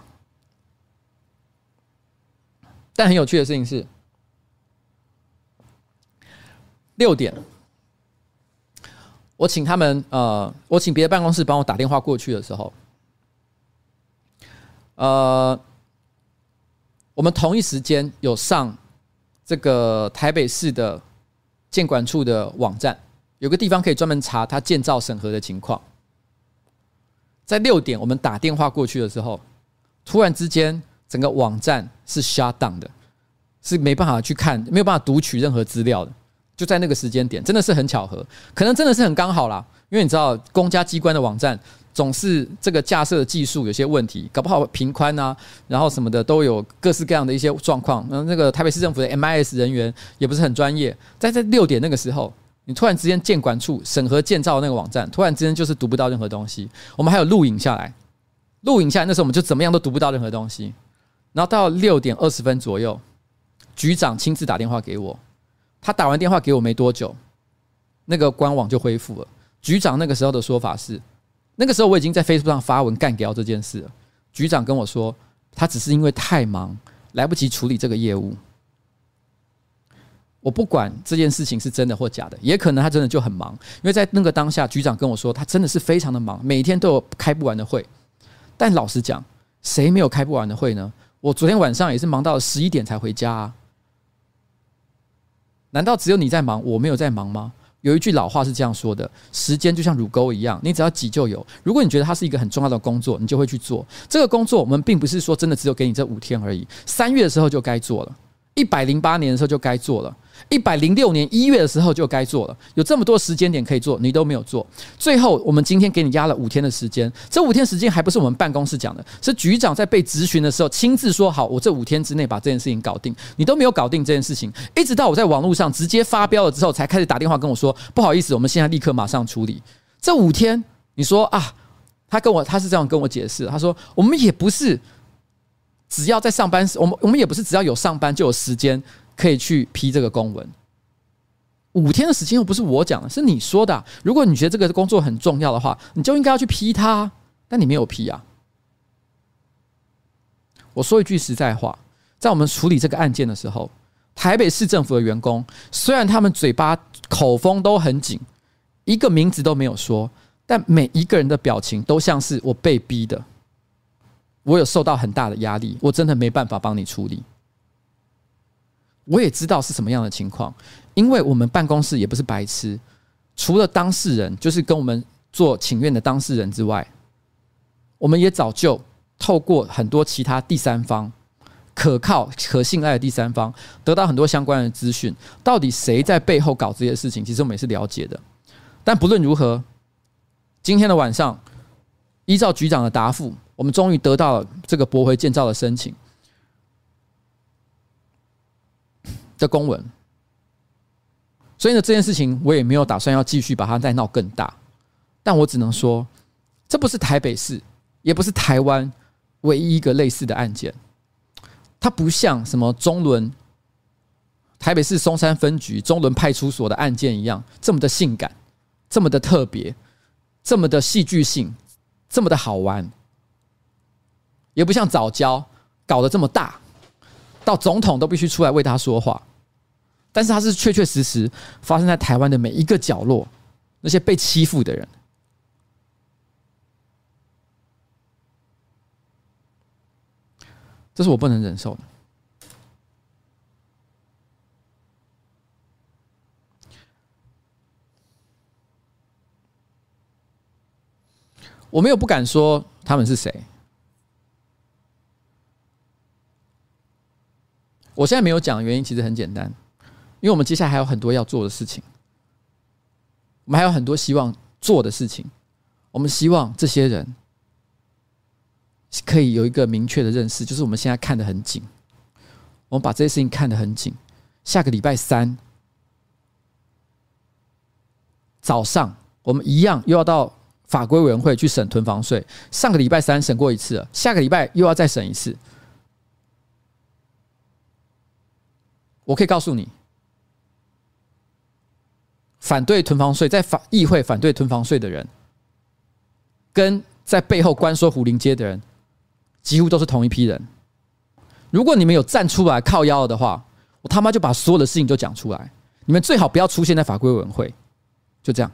但很有趣的事情是，六点。我请他们，呃，我请别的办公室帮我打电话过去的时候，呃，我们同一时间有上这个台北市的建管处的网站，有个地方可以专门查它建造审核的情况。在六点我们打电话过去的时候，突然之间整个网站是 shut down 的，是没办法去看，没有办法读取任何资料的。就在那个时间点，真的是很巧合，可能真的是很刚好啦。因为你知道，公家机关的网站总是这个架设的技术有些问题，搞不好频宽啊，然后什么的都有各式各样的一些状况。然后那个台北市政府的 M I S 人员也不是很专业，在这六点那个时候，你突然之间建管处审核建造的那个网站，突然之间就是读不到任何东西。我们还有录影下来，录影下来那时候我们就怎么样都读不到任何东西。然后到六点二十分左右，局长亲自打电话给我。他打完电话给我没多久，那个官网就恢复了。局长那个时候的说法是，那个时候我已经在 Facebook 上发文干掉这件事了。局长跟我说，他只是因为太忙，来不及处理这个业务。我不管这件事情是真的或假的，也可能他真的就很忙，因为在那个当下，局长跟我说，他真的是非常的忙，每天都有开不完的会。但老实讲，谁没有开不完的会呢？我昨天晚上也是忙到十一点才回家啊。难道只有你在忙，我没有在忙吗？有一句老话是这样说的：时间就像乳沟一样，你只要挤就有。如果你觉得它是一个很重要的工作，你就会去做这个工作。我们并不是说真的只有给你这五天而已，三月的时候就该做了，一百零八年的时候就该做了，一百零六年一月的时候就该做了。有这么多时间点可以做，你都没有做。最后我们今天给你压了五天的时间，这五天时间还不是我们办公室讲的，是局长在被质询的时候亲自说好，我这五天之内把这件事情搞定。你都没有搞定这件事情，一直到我在网络上直接发飙了之后，才开始打电话跟我说不好意思，我们现在立刻马上处理。这五天你说啊，他跟我他是这样跟我解释，他说我们也不是只要在上班时，我们我们也不是只要有上班就有时间可以去批这个公文。五天的时间又不是我讲的，是你说的啊。如果你觉得这个工作很重要的话，你就应该要去批它，但你没有批啊。我说一句实在话，在我们处理这个案件的时候，台北市政府的员工虽然他们嘴巴口风都很紧，一个名字都没有说，但每一个人的表情都像是我被逼的，我有受到很大的压力，我真的没办法帮你处理。我也知道是什么样的情况，因为我们办公室也不是白痴，除了当事人，就是跟我们做请愿的当事人之外，我们也早就透过很多其他第三方可靠可信赖的第三方得到很多相关的资讯，到底谁在背后搞这些事情，其实我们也是了解的。但不论如何，今天的晚上依照局长的答复，我们终于得到了这个驳回建造的申请的公文。所以呢，这件事情我也没有打算要继续把它再闹更大，但我只能说，这不是台北市，也不是台湾唯一一个类似的案件。它不像什么中仑台北市松山分局中仑派出所的案件一样这么的性感，这么的特别，这么的戏剧性，这么的好玩，也不像早教搞得这么大，到总统都必须出来为他说话。但是它是确确实实发生在台湾的每一个角落，那些被欺负的人。这是我不能忍受的。我没有不敢说他们是谁。我现在没有讲的原因其实很简单，因为我们接下来还有很多要做的事情，我们还有很多希望做的事情。我们希望这些人可以有一个明确的认识，就是我们现在看得很紧，我们把这些事情看得很紧， 下个礼拜三早上，我们一样又要到法规委员会去审囤房税。上个礼拜三审过一次了，下个礼拜又要再审一次。我可以告诉你，反对囤房税，在法议会反对囤房税的人，跟在背后关说虎林街的人，几乎都是同一批人。如果你们有站出来靠腰的话，我他妈就把所有的事情都讲出来。你们最好不要出现在法规委员会，就这样。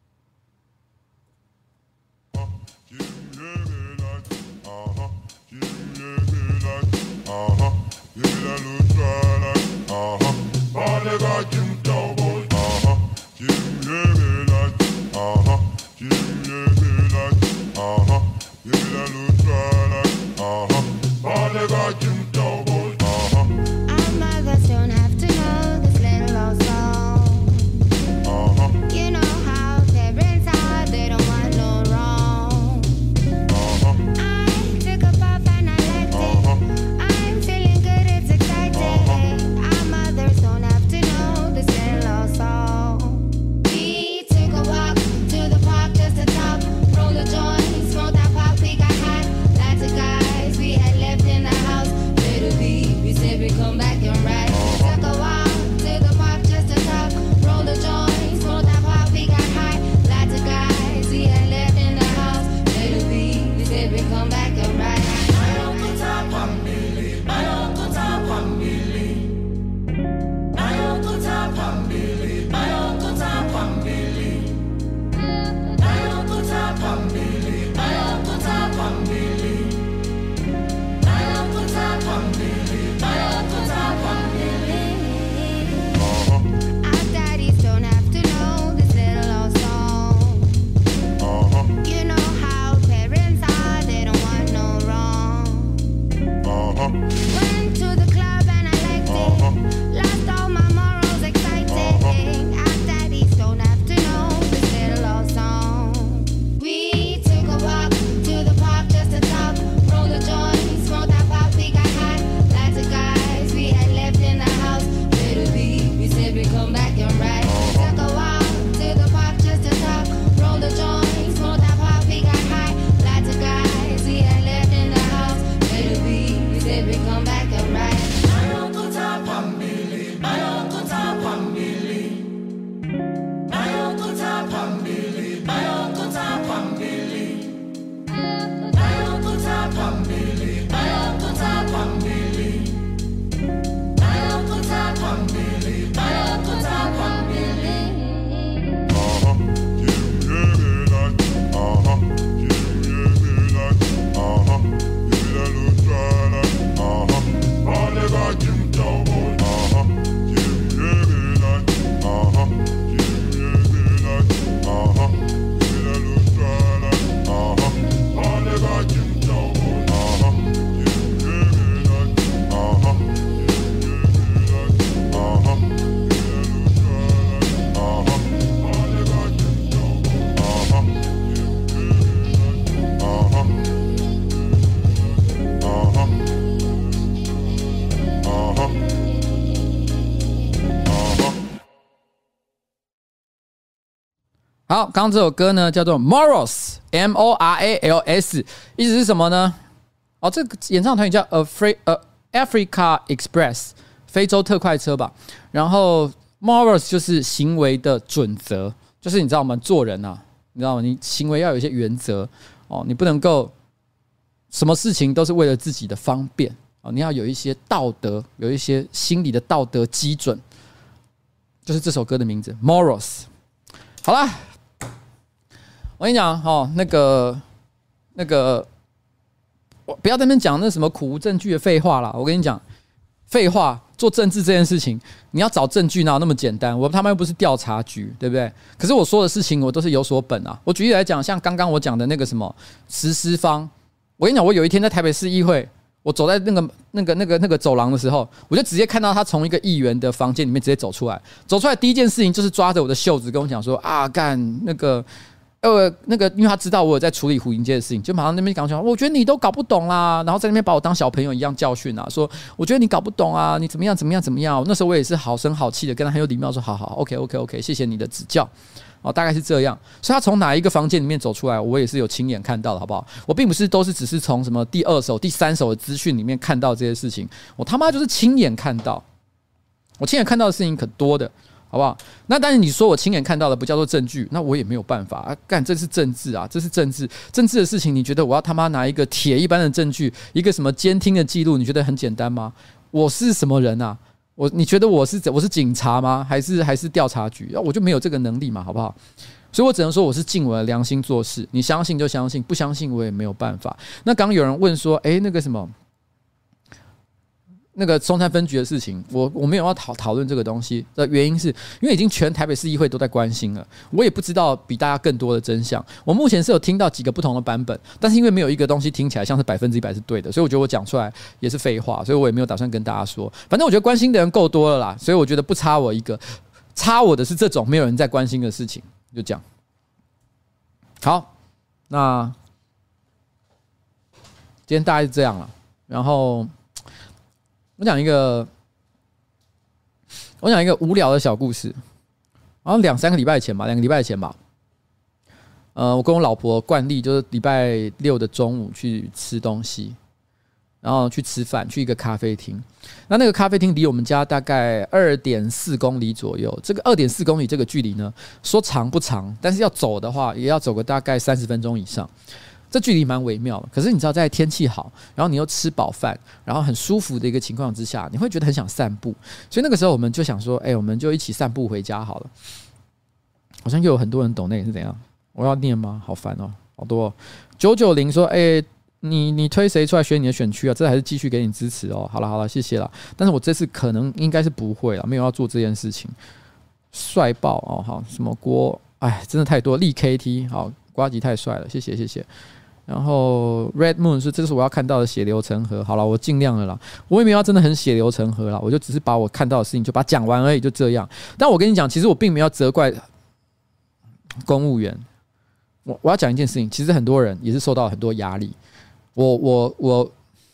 好，刚刚这首歌呢叫做 Morals M O R A L S， 意思是什么呢？哦，这个演唱团也叫 Afri 呃 Africa Express 非洲特快车吧。然后 Morals 就是行为的准则，就是你知道我们做人啊，你知道吗？你行为要有一些原则哦，你不能够什么事情都是为了自己的方便哦，你要有一些道德，有一些心理的道德基准，就是这首歌的名字 Morals。好啦。我跟你讲哦，那个那个，不要在那边讲那什么苦无证据的废话啦。我跟你讲，废话，做政治这件事情，你要找证据哪有那么简单？我他妈又不是调查局，对不对？可是我说的事情，我都是有所本啊。我举例来讲，像刚刚我讲的那个什么实施方，我跟你讲，我有一天在台北市议会，我走在那个那个那个那个走廊的时候，我就直接看到他从一个议员的房间里面直接走出来，走出来第一件事情就是抓着我的袖子跟我讲说啊，干那个。 呃，那个，因为他知道我有在处理虎营街的事情，就马上那边讲讲，我觉得你都搞不懂啦，然后在那边把我当小朋友一样教训啊，说我觉得你搞不懂啊，你怎么样怎么样怎么样。那时候我也是好声好气的跟他很有礼貌说，好好 ，OK OK OK， 谢谢你的指教。哦，大概是这样。所以他从哪一个房间里面走出来，我也是有亲眼看到的，好不好？我并不是都是只是从什么第二手、第三手的资讯里面看到这些事情，我他妈就是亲眼看到。我亲眼看到的事情可多的。好不好？那但是你说我亲眼看到的不叫做证据，那我也没有办法啊！干，这是政治啊，这是政治，政治的事情，你觉得我要他妈拿一个铁一般的证据，一个什么监听的记录，你觉得很简单吗？我是什么人啊？我你觉得我是我是警察吗？还是还是调查局？我就没有这个能力嘛，好不好？所以我只能说我是尽我的良心做事，你相信就相信，不相信我也没有办法。那刚刚有人问说，哎，那个什么？那个松山分局的事情，我我没有要讨讨论这个东西的原因是，因为已经全台北市议会都在关心了，我也不知道比大家更多的真相。我目前是有听到几个不同的版本，但是因为没有一个东西听起来像是百分之一百是对的，所以我觉得我讲出来也是废话，所以我也没有打算跟大家说。反正我觉得关心的人够多了啦，所以我觉得不差我一个，差我的是这种没有人在关心的事情，就这样。好，那今天大概是这样了，然后。我讲一个，我讲一个无聊的小故事。好像两三个礼拜前吧，两个礼拜前吧。呃，我跟我老婆惯例就是礼拜六的中午去吃东西，然后去吃饭，去一个咖啡厅。那那个咖啡厅离我们家大概二点四公里左右。这个二点四公里这个距离呢，说长不长，但是要走的话，也要走个大概三十分钟以上。这距离蛮微妙的，可是你知道，在天气好，然后你又吃饱饭，然后很舒服的一个情况之下，你会觉得很想散步。所以那个时候我们就想说，哎、欸，我们就一起散步回家好了。好像又有很多人抖内是怎样？我要念吗？好烦哦，好多、哦。九九零说，哎、欸，你你推谁出来选你的选区啊？这还是继续给你支持哦。好了好了，谢谢了。但是我这次可能应该是不会了，没有要做这件事情。帅爆哦，好，什么锅？哎，真的太多。力 K T 好，呱吉太帅了，谢谢谢谢。然后 Red Moon 说这是我要看到的血流成河。好了，我尽量了啦，我也没有要真的很血流成河啦，我就只是把我看到的事情就把它讲完而已，就这样。但我跟你讲，其实我并没有责怪公务员。我我要讲一件事情，其实很多人也是受到很多压力。我我我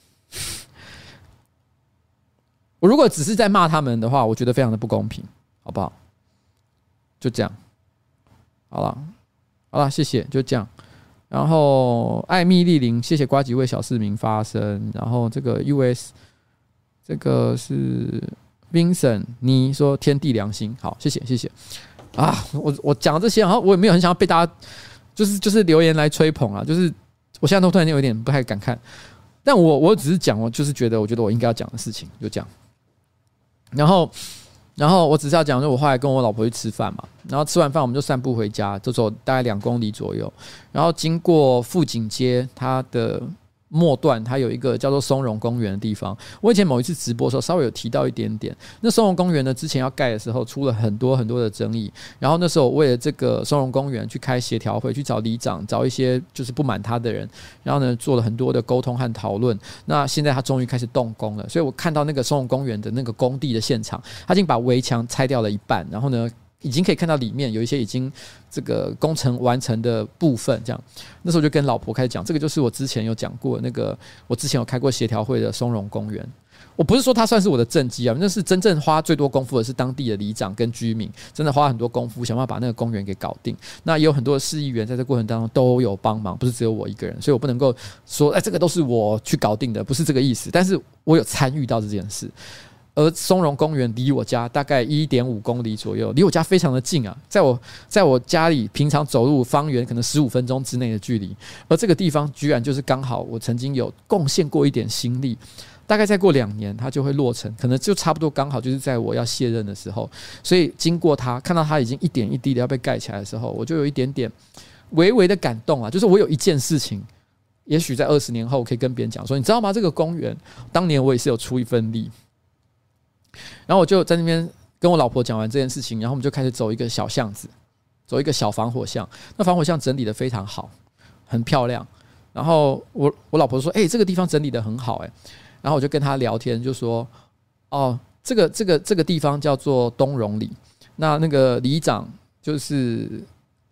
我如果只是在骂他们的话，我觉得非常的不公平，好不好？就这样，好了，好了，谢谢，就这样。然后艾米丽玲，谢谢呱吉为小市民发声。然后这个 U S， 这个是 Vincent， 你说天地良心，好，谢谢谢谢。啊，我我讲这些，好像我也没有很想要被大家就是就是留言来吹捧啊，就是我现在都突然间有点不太敢看，但我我只是讲，我就是觉得我觉得我应该要讲的事情，就这样。然后。然后我只是要讲，说我后来跟我老婆去吃饭嘛，然后吃完饭我们就散步回家，就走大概两公里左右，然后经过富锦街，它的末段它有一个叫做松茸公园的地方。我以前某一次直播的时候稍微有提到一点点。那松茸公园呢，之前要盖的时候出了很多很多的争议，然后那时候我为了这个松茸公园去开协调会，去找里长，找一些就是不满他的人，然后呢做了很多的沟通和讨论。那现在他终于开始动工了，所以我看到那个松茸公园的那个工地的现场，他已经把围墙拆掉了一半，然后呢已经可以看到里面有一些已经这个工程完成的部分，这样。那时候就跟老婆开始讲，这个就是我之前有讲过那个，我之前有开过协调会的松茸公园。我不是说它算是我的政绩啊，那是真正花最多功夫的是当地的里长跟居民，真的花很多功夫想办法把那个公园给搞定。那也有很多的市议员在这过程当中都有帮忙，不是只有我一个人，所以我不能够说，哎，这个都是我去搞定的，不是这个意思。但是我有参与到这件事。而松茸公园离我家大概 一点五公里左右，离我家非常的近啊，在我在我家里平常走路方圆可能十五分钟之内的距离，而这个地方居然就是刚好我曾经有贡献过一点心力，大概再过两年它就会落成，可能就差不多刚好就是在我要卸任的时候，所以经过它，看到它已经一点一滴的要被盖起来的时候，我就有一点点微微的感动啊，就是我有一件事情，也许在二十年后可以跟别人讲说，你知道吗？这个公园当年我也是有出一份力。然后我就在那边跟我老婆讲完这件事情，然后我们就开始走一个小巷子，走一个小防火巷。那防火巷整理得非常好，很漂亮。然后我我老婆说：“哎、欸，这个地方整理得很好。”哎，然后我就跟她聊天，就说：“哦，这个这个这个地方叫做东荣里。那那个里长就是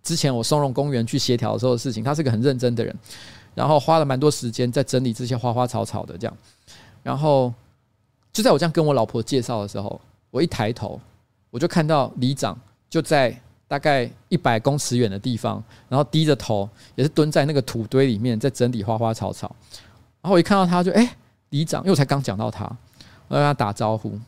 之前我松茸公园去协调的时候的事情，他是个很认真的人，然后花了蛮多时间在整理这些花花草草的这样。然后就在我这样跟我老婆介绍的时候，我一抬头，我就看到里长就在大概一百公尺远的地方，然后低着头，也是蹲在那个土堆里面在整理花花草草。然后我一看到他就，哎、欸，里长，因为我才刚讲到他，我要跟他打招呼。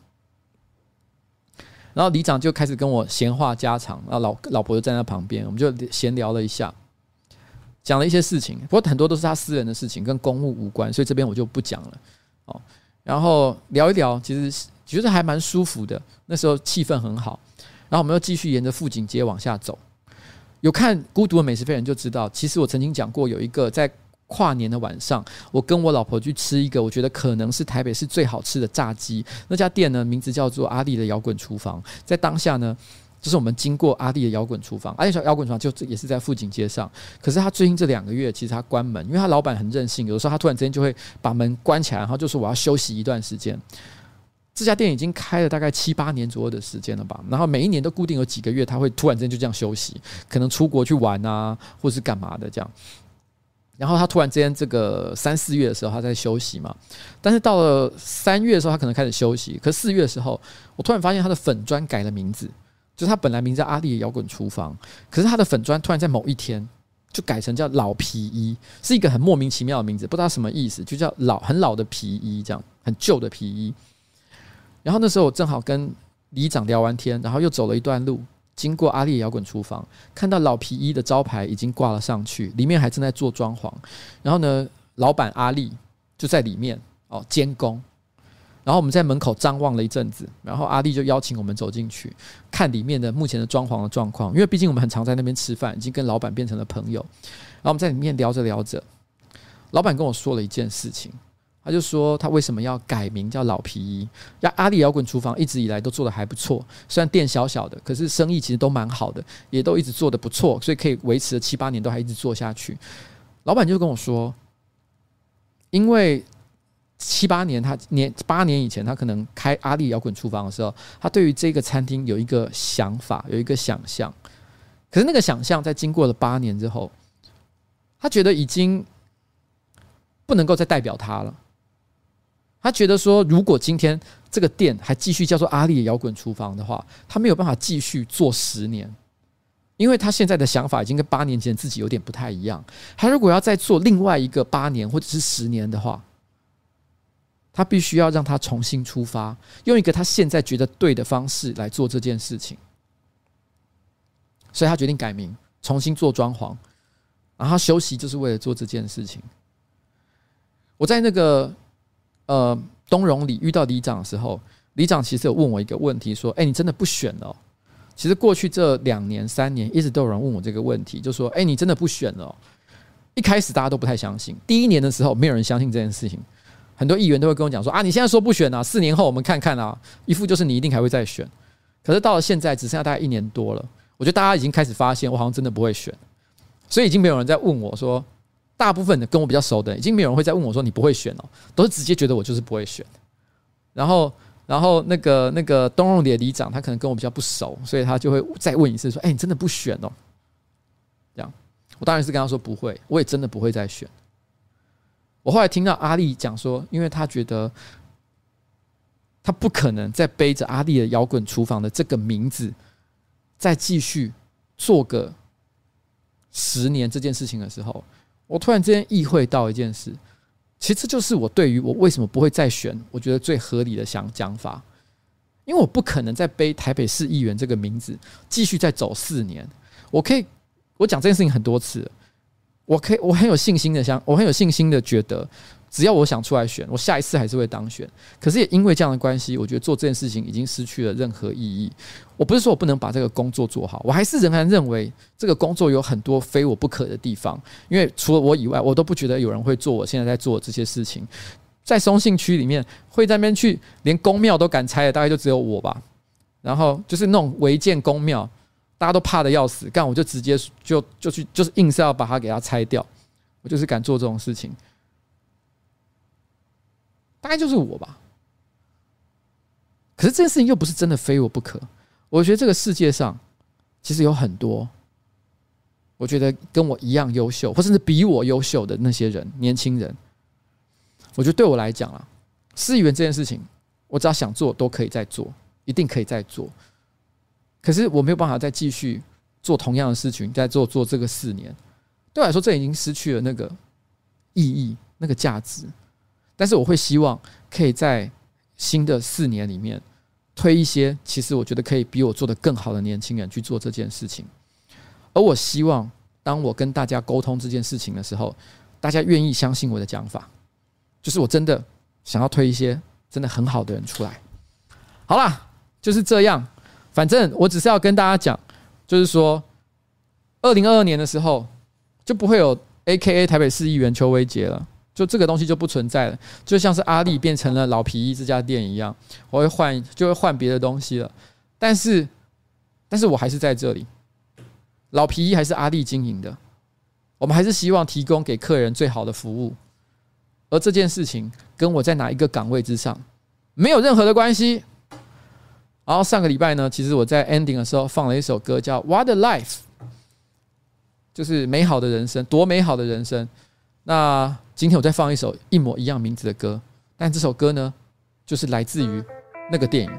然后里长就开始跟我闲话家常，然后老老婆就站在旁边，我们就闲聊了一下，讲了一些事情，不过很多都是他私人的事情，跟公务无关，所以这边我就不讲了。哦，然后聊一聊，其实觉得还蛮舒服的，那时候气氛很好。然后我们又继续沿着富锦街往下走。有看《孤独的美食废人》就知道，其实我曾经讲过，有一个在跨年的晚上，我跟我老婆去吃一个我觉得可能是台北市最好吃的炸鸡。那家店呢，名字叫做阿力的摇滚厨房。在当下呢，就是我们经过阿力的摇滚厨房，阿力摇滚厨房就也是在富锦街上。可是他最近这两个月，其实他关门，因为他老板很任性，有的时候他突然之间就会把门关起来，然后就说我要休息一段时间。这家店已经开了大概七八年左右的时间了吧，然后每一年都固定有几个月，他会突然之间就这样休息，可能出国去玩啊，或是干嘛的这样。然后他突然之间这个三四月的时候他在休息嘛，但是到了三月的时候他可能开始休息，可是四月的时候，我突然发现他的粉专改了名字，就是他本来名字叫阿力的摇滚厨房，可是他的粉专突然在某一天就改成叫老皮衣，是一个很莫名其妙的名字，不知道什么意思，就叫老很老的皮衣，这样很旧的皮衣。然后那时候我正好跟里长聊完天，然后又走了一段路，经过阿力的摇滚厨房，看到老皮衣的招牌已经挂了上去，里面还正在做装潢。然后呢，老板阿力就在里面哦监工。然后我们在门口张望了一阵子，然后阿力就邀请我们走进去，看里面的目前的装潢的状况。因为毕竟我们很常在那边吃饭，已经跟老板变成了朋友。然后我们在里面聊着聊着，老板跟我说了一件事情。他就说他为什么要改名叫老皮衣？阿力摇滚厨房一直以来都做得还不错，虽然店小小的，可是生意其实都蛮好的，也都一直做得不错，所以可以维持了七八年都还一直做下去。老板就跟我说，因为七八年他年八年以前他可能开阿力摇滚厨房的时候，他对于这个餐厅有一个想法，有一个想象，可是那个想象在经过了八年之后，他觉得已经不能够再代表他了。他觉得说，如果今天这个店还继续叫做阿力的摇滚厨房的话，他没有办法继续做十年，因为他现在的想法已经跟八年前自己有点不太一样。他如果要再做另外一个八年或者是十年的话，他必须要让他重新出发，用一个他现在觉得对的方式来做这件事情。所以他决定改名，重新做装潢，然后他休息就是为了做这件事情。我在那个呃，东荣里遇到里长的时候，里长其实有问我一个问题，说：“哎、欸，你真的不选了、哦？”其实过去这两年、三年，一直都有人问我这个问题，就说：“哎、欸，你真的不选了、哦？”一开始大家都不太相信，第一年的时候没有人相信这件事情，很多议员都会跟我讲说：“啊，你现在说不选啊，四年后我们看看啊，一副就是你一定还会再选。”可是到了现在，只剩下大概一年多了，我觉得大家已经开始发现，我好像真的不会选，所以已经没有人在问我说。大部分的跟我比较熟的人，已经没有人会再问我说你不会选哦，都是直接觉得我就是不会选。然后，然后那个那个东荣里的里长，他可能跟我比较不熟，所以他就会再问一次说：“哎、欸，你真的不选哦？”这样，我当然是跟他说不会，我也真的不会再选。我后来听到阿力讲说，因为他觉得他不可能再背着阿力的摇滚厨房的这个名字，再继续做个十年这件事情的时候。我突然之间意会到一件事，其实这就是我对于我为什么不会再选，我觉得最合理的想讲法，因为我不可能再背台北市议员这个名字继续再走四年。我可以，我讲这件事情很多次了，我可以，我很有信心的想，我很有信心的觉得，只要我想出来选，我下一次还是会当选。可是也因为这样的关系，我觉得做这件事情已经失去了任何意义。我不是说我不能把这个工作做好，我还是仍然认为这个工作有很多非我不可的地方。因为除了我以外，我都不觉得有人会做我现在在做的这些事情。在松信区里面，会在那边去连公庙都敢拆的，大概就只有我吧。然后就是那种违建公庙，大家都怕得要死，干我就直接就就去，就是硬是要把它给它拆掉。我就是敢做这种事情。大概就是我吧，可是这件事情又不是真的非我不可。我觉得这个世界上其实有很多我觉得跟我一样优秀，或甚至比我优秀的那些人，年轻人，我觉得对我来讲啊，市议员这件事情，我只要想做都可以再做，一定可以再做。可是我没有办法再继续做同样的事情，再做做这个四年，对我来说，这已经失去了那个意义、那个价值。但是我会希望可以在新的四年里面推一些，其实我觉得可以比我做得更好的年轻人去做这件事情。而我希望，当我跟大家沟通这件事情的时候，大家愿意相信我的讲法，就是我真的想要推一些真的很好的人出来。好啦，就是这样。反正我只是要跟大家讲，就是说，二零二二年的时候就不会有 A K A 台北市议员邱威杰了，就这个东西就不存在了，就像是阿力变成了老皮衣这家店一样，我会换，就会换别的东西了。但是，但是我还是在这里。老皮衣还是阿力经营的，我们还是希望提供给客人最好的服务，而这件事情跟我在哪一个岗位之上没有任何的关系。然后上个礼拜呢，其实我在 ending 的时候放了一首歌叫《What a Life》，就是美好的人生，多美好的人生。那今天我再放一首一模一样名字的歌，但这首歌呢，就是来自于那个电影。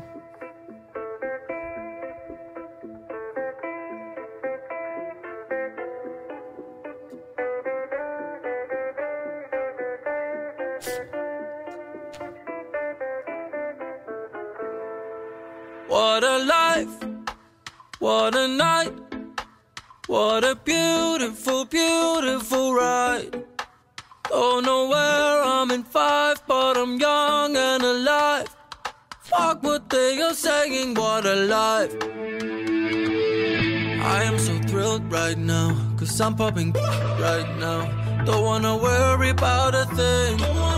What a life, what a night, what a beautiful, beautiful ride. Don't know where I'm in five, but I'm young and alive. Fuck what they are saying, what a life. I am so thrilled right now, cause I'm popping right now. Don't wanna worry about a thing,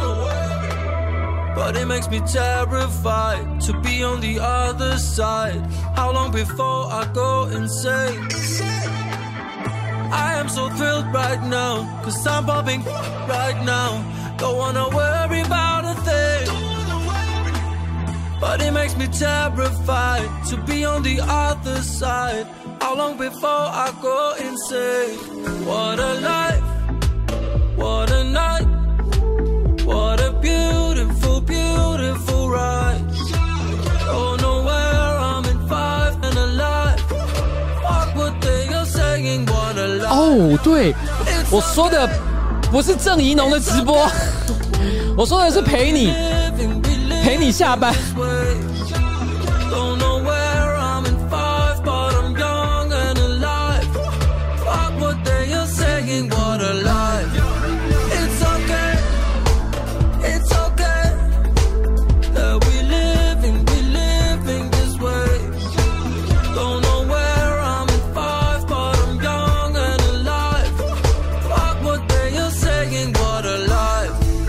but it makes me terrified to be on the other side. How long before I go insane? I am so thrilled right now, cause I'm popping right now. Don't wanna worry about a thing, but it makes me terrified to be on the other side. How long before I go insane? What a life, what a night, what a beautiful, beautiful ride. Don't know where I'm in five and alive. Fuck what they are saying, what a life. 哦，对，我说的不是郑怡农的直播，我说的是陪你，陪你下班。 Don't know where I'm in five, but I'm young and alive. Fuck what they are saying, what a life. It's okay, it's okay that we living, we living this way. Don't know where I'm in five, but I'm young and alive. Fuck what they are saying, what a life.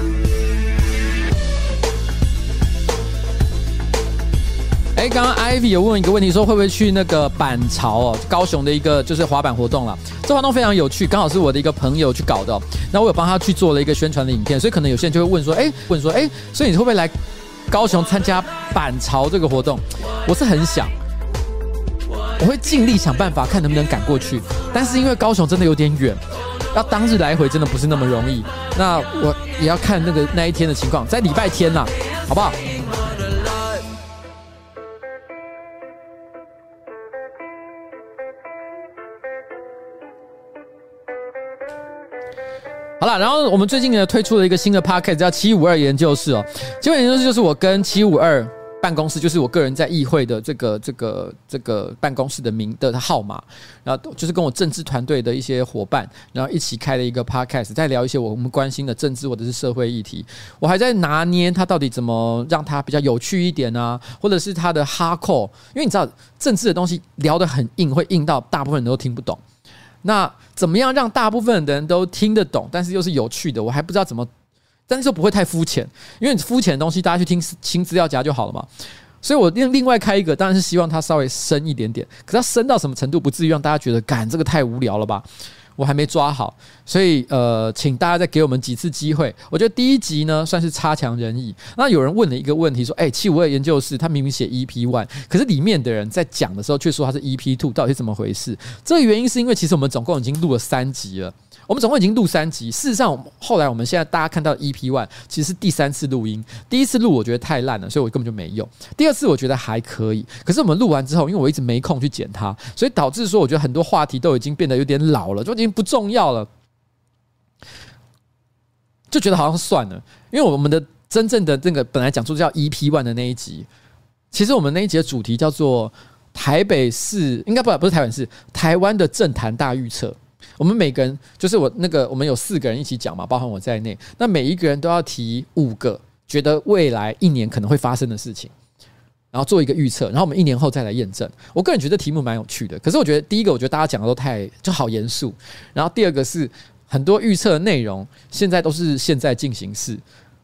哎，刚刚 Ivy 有问一个问题，说会不会去那个板潮哦，高雄的一个就是滑板活动啦。这活动非常有趣，刚好是我的一个朋友去搞的、哦，那我有帮他去做了一个宣传的影片，所以可能有些人就会问说，哎，问说，哎，所以你会不会来高雄参加板潮这个活动？我是很想，我会尽力想办法看能不能赶过去，但是因为高雄真的有点远，要当日来回真的不是那么容易。那我也要看那个那一天的情况，在礼拜天啦，好不好？好了，然后我们最近呢推出了一个新的 podcast 叫七五二研究室哦。七五二研究室就是我跟七五二办公室，就是我个人在议会的这个这个这个办公室的名的号码，然后就是跟我政治团队的一些伙伴，然后一起开了一个 podcast， 在聊一些我们关心的政治或者是社会议题。我还在拿捏它到底怎么让它比较有趣一点啊，或者是它的 hardcore， 因为你知道政治的东西聊得很硬，会硬到大部分人都听不懂。那怎么样让大部分的人都听得懂，但是又是有趣的？我还不知道怎么，但是又不会太肤浅，因为你肤浅的东西大家去听听资料夹就好了嘛。所以我另另外开一个，当然是希望它稍微深一点点，可是它深到什么程度，不至于让大家觉得，干这个太无聊了吧？ 我还没抓好，所以呃，请大家再给我们几次机会。我觉得第一集呢算是差强人意。那有人问了一个问题说：“哎、欸，七五二研究室他明明写 E P 一，可是里面的人在讲的时候却说他是 E P 二，到底是怎么回事？”这个原因是因为其实我们总共已经录了三集了。我们总共已经录三集，事实上，后来我们现在大家看到的 E P 一 其实是第三次录音。第一次录我觉得太烂了，所以我根本就没用。第二次我觉得还可以，可是我们录完之后，因为我一直没空去剪它，所以导致说我觉得很多话题都已经变得有点老了，就已经不重要了，就觉得好像算了。因为我们的真正的这个本来讲出叫 E P 一 的那一集，其实我们那一集的主题叫做台北市，应该不不是台北市，台湾的政坛大预测。我们每个人就是我那个，我们有四个人一起讲嘛，包含我在内。那每一个人都要提五个觉得未来一年可能会发生的事情，然后做一个预测，然后我们一年后再来验证。我个人觉得题目蛮有趣的，可是我觉得第一个，我觉得大家讲的都太就好严肃。然后第二个是很多预测的内容现在都是现在进行式，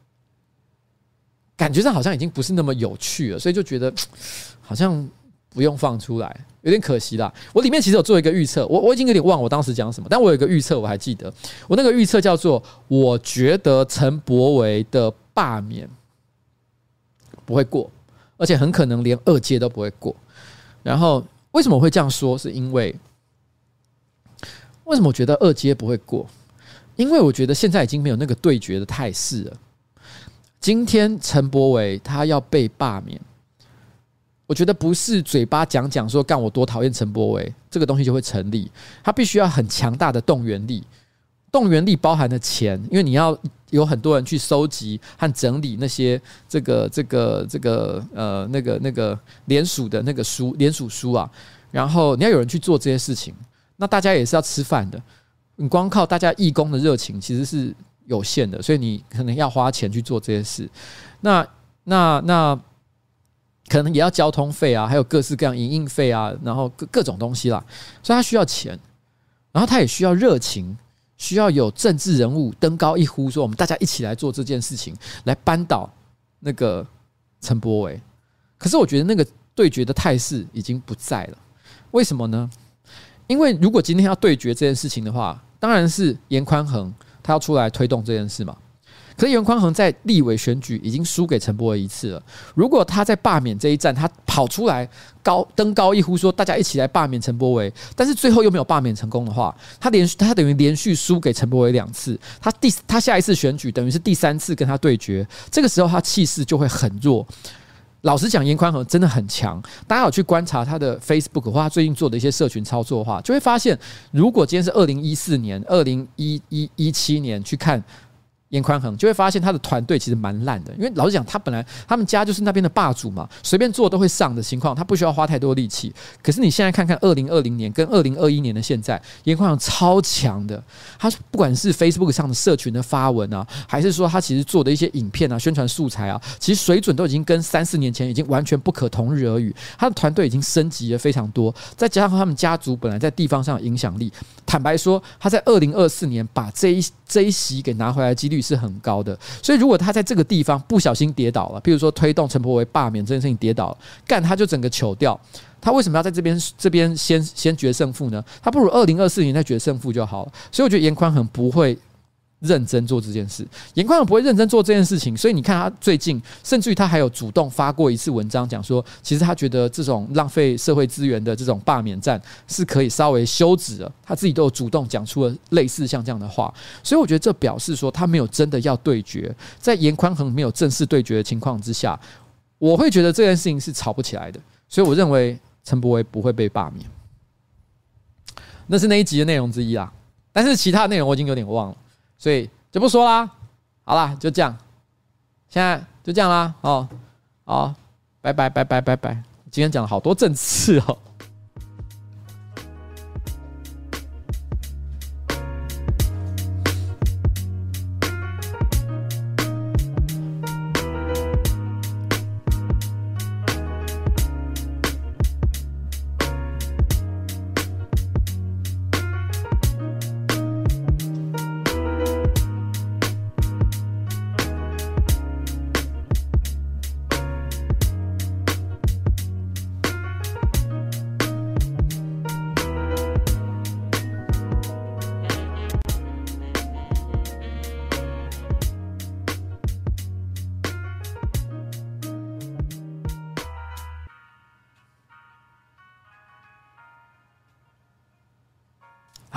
感觉上好像已经不是那么有趣了，所以就觉得好像不用放出来。有点可惜啦，我里面其实有做一个预测，我我已经有点忘我当时讲什么，但我有一个预测我还记得，我那个预测叫做我觉得陈柏惟的罢免不会过，而且很可能连二阶都不会过。然后为什么我会这样说？是因为为什么我觉得二阶不会过？因为我觉得现在已经没有那个对决的态势了。今天陈柏惟他要被罢免，我觉得不是嘴巴讲讲说干我多讨厌陈柏惟这个东西就会成立，他必须要很强大的动员力，动员力包含的钱，因为你要有很多人去收集和整理那些这个这个这个呃那个那个联署的那个书联署书啊，然后你要有人去做这些事情，那大家也是要吃饭的，你光靠大家义工的热情其实是有限的，所以你可能要花钱去做这些事，那那那。可能也要交通费啊，还有各式各样营运费啊，然后 各, 各种东西啦，所以他需要钱，然后他也需要热情，需要有政治人物登高一呼，说我们大家一起来做这件事情，来扳倒那个陈柏惟。可是我觉得那个对决的态势已经不在了，为什么呢？因为如果今天要对决这件事情的话，当然是严宽恒他要出来推动这件事嘛。可是严宽恒在立委选举已经输给陈柏惟一次了。如果他在罢免这一战，他跑出来高登高一呼说大家一起来罢免陈柏惟，但是最后又没有罢免成功的话，他连他等于连续输给陈柏惟两次。他第他下一次选举等于是第三次跟他对决，这个时候他气势就会很弱。老实讲，严宽恒真的很强。大家有去观察他的 Facebook 或他最近做的一些社群操作的话，就会发现，如果今天是二零一四年、二零一七年去看严宽恒，就会发现他的团队其实蛮烂的。因为老实讲，他本来他们家就是那边的霸主嘛，随便做都会上的情况，他不需要花太多力气。可是你现在看看二零二零年跟二零二一年的现在，严宽恒超强的。他不管是 Facebook 上的社群的发文啊，还是说他其实做的一些影片啊、宣传素材啊，其实水准都已经跟三四年前已经完全不可同日而语。他的团队已经升级了非常多，再加上他们家族本来在地方上的影响力，坦白说，他在二零二四年把这一这一席给拿回来的几率是很高的。所以如果他在这个地方不小心跌倒了，譬如说推动陈柏惟罢免这件事情跌倒了，干他就整个糗掉。他为什么要在这边这边先先决胜负呢？他不如二零二四年再决胜负就好了。所以我觉得严宽恒不会认真做这件事，严宽恒不会认真做这件事情，所以你看他最近，甚至于他还有主动发过一次文章，讲说，其实他觉得这种浪费社会资源的这种罢免战是可以稍微休止的，他自己都有主动讲出了类似像这样的话，所以我觉得这表示说他没有真的要对决，在严宽恒没有正式对决的情况之下，我会觉得这件事情是吵不起来的，所以我认为陈柏惟不会被罢免，那是那一集的内容之一啦，但是其他内容我已经有点忘了。所以就不说啦，好啦，就这样，现在就这样啦，哦，好，拜拜拜拜拜拜，今天讲了好多政治哦。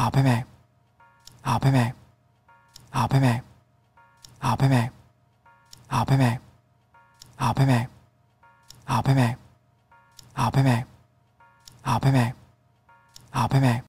好，佩佩，好，佩佩，好，佩佩，好，佩佩，好，佩佩，好，佩佩，好，佩佩，好，佩佩，好，佩佩，好，佩佩。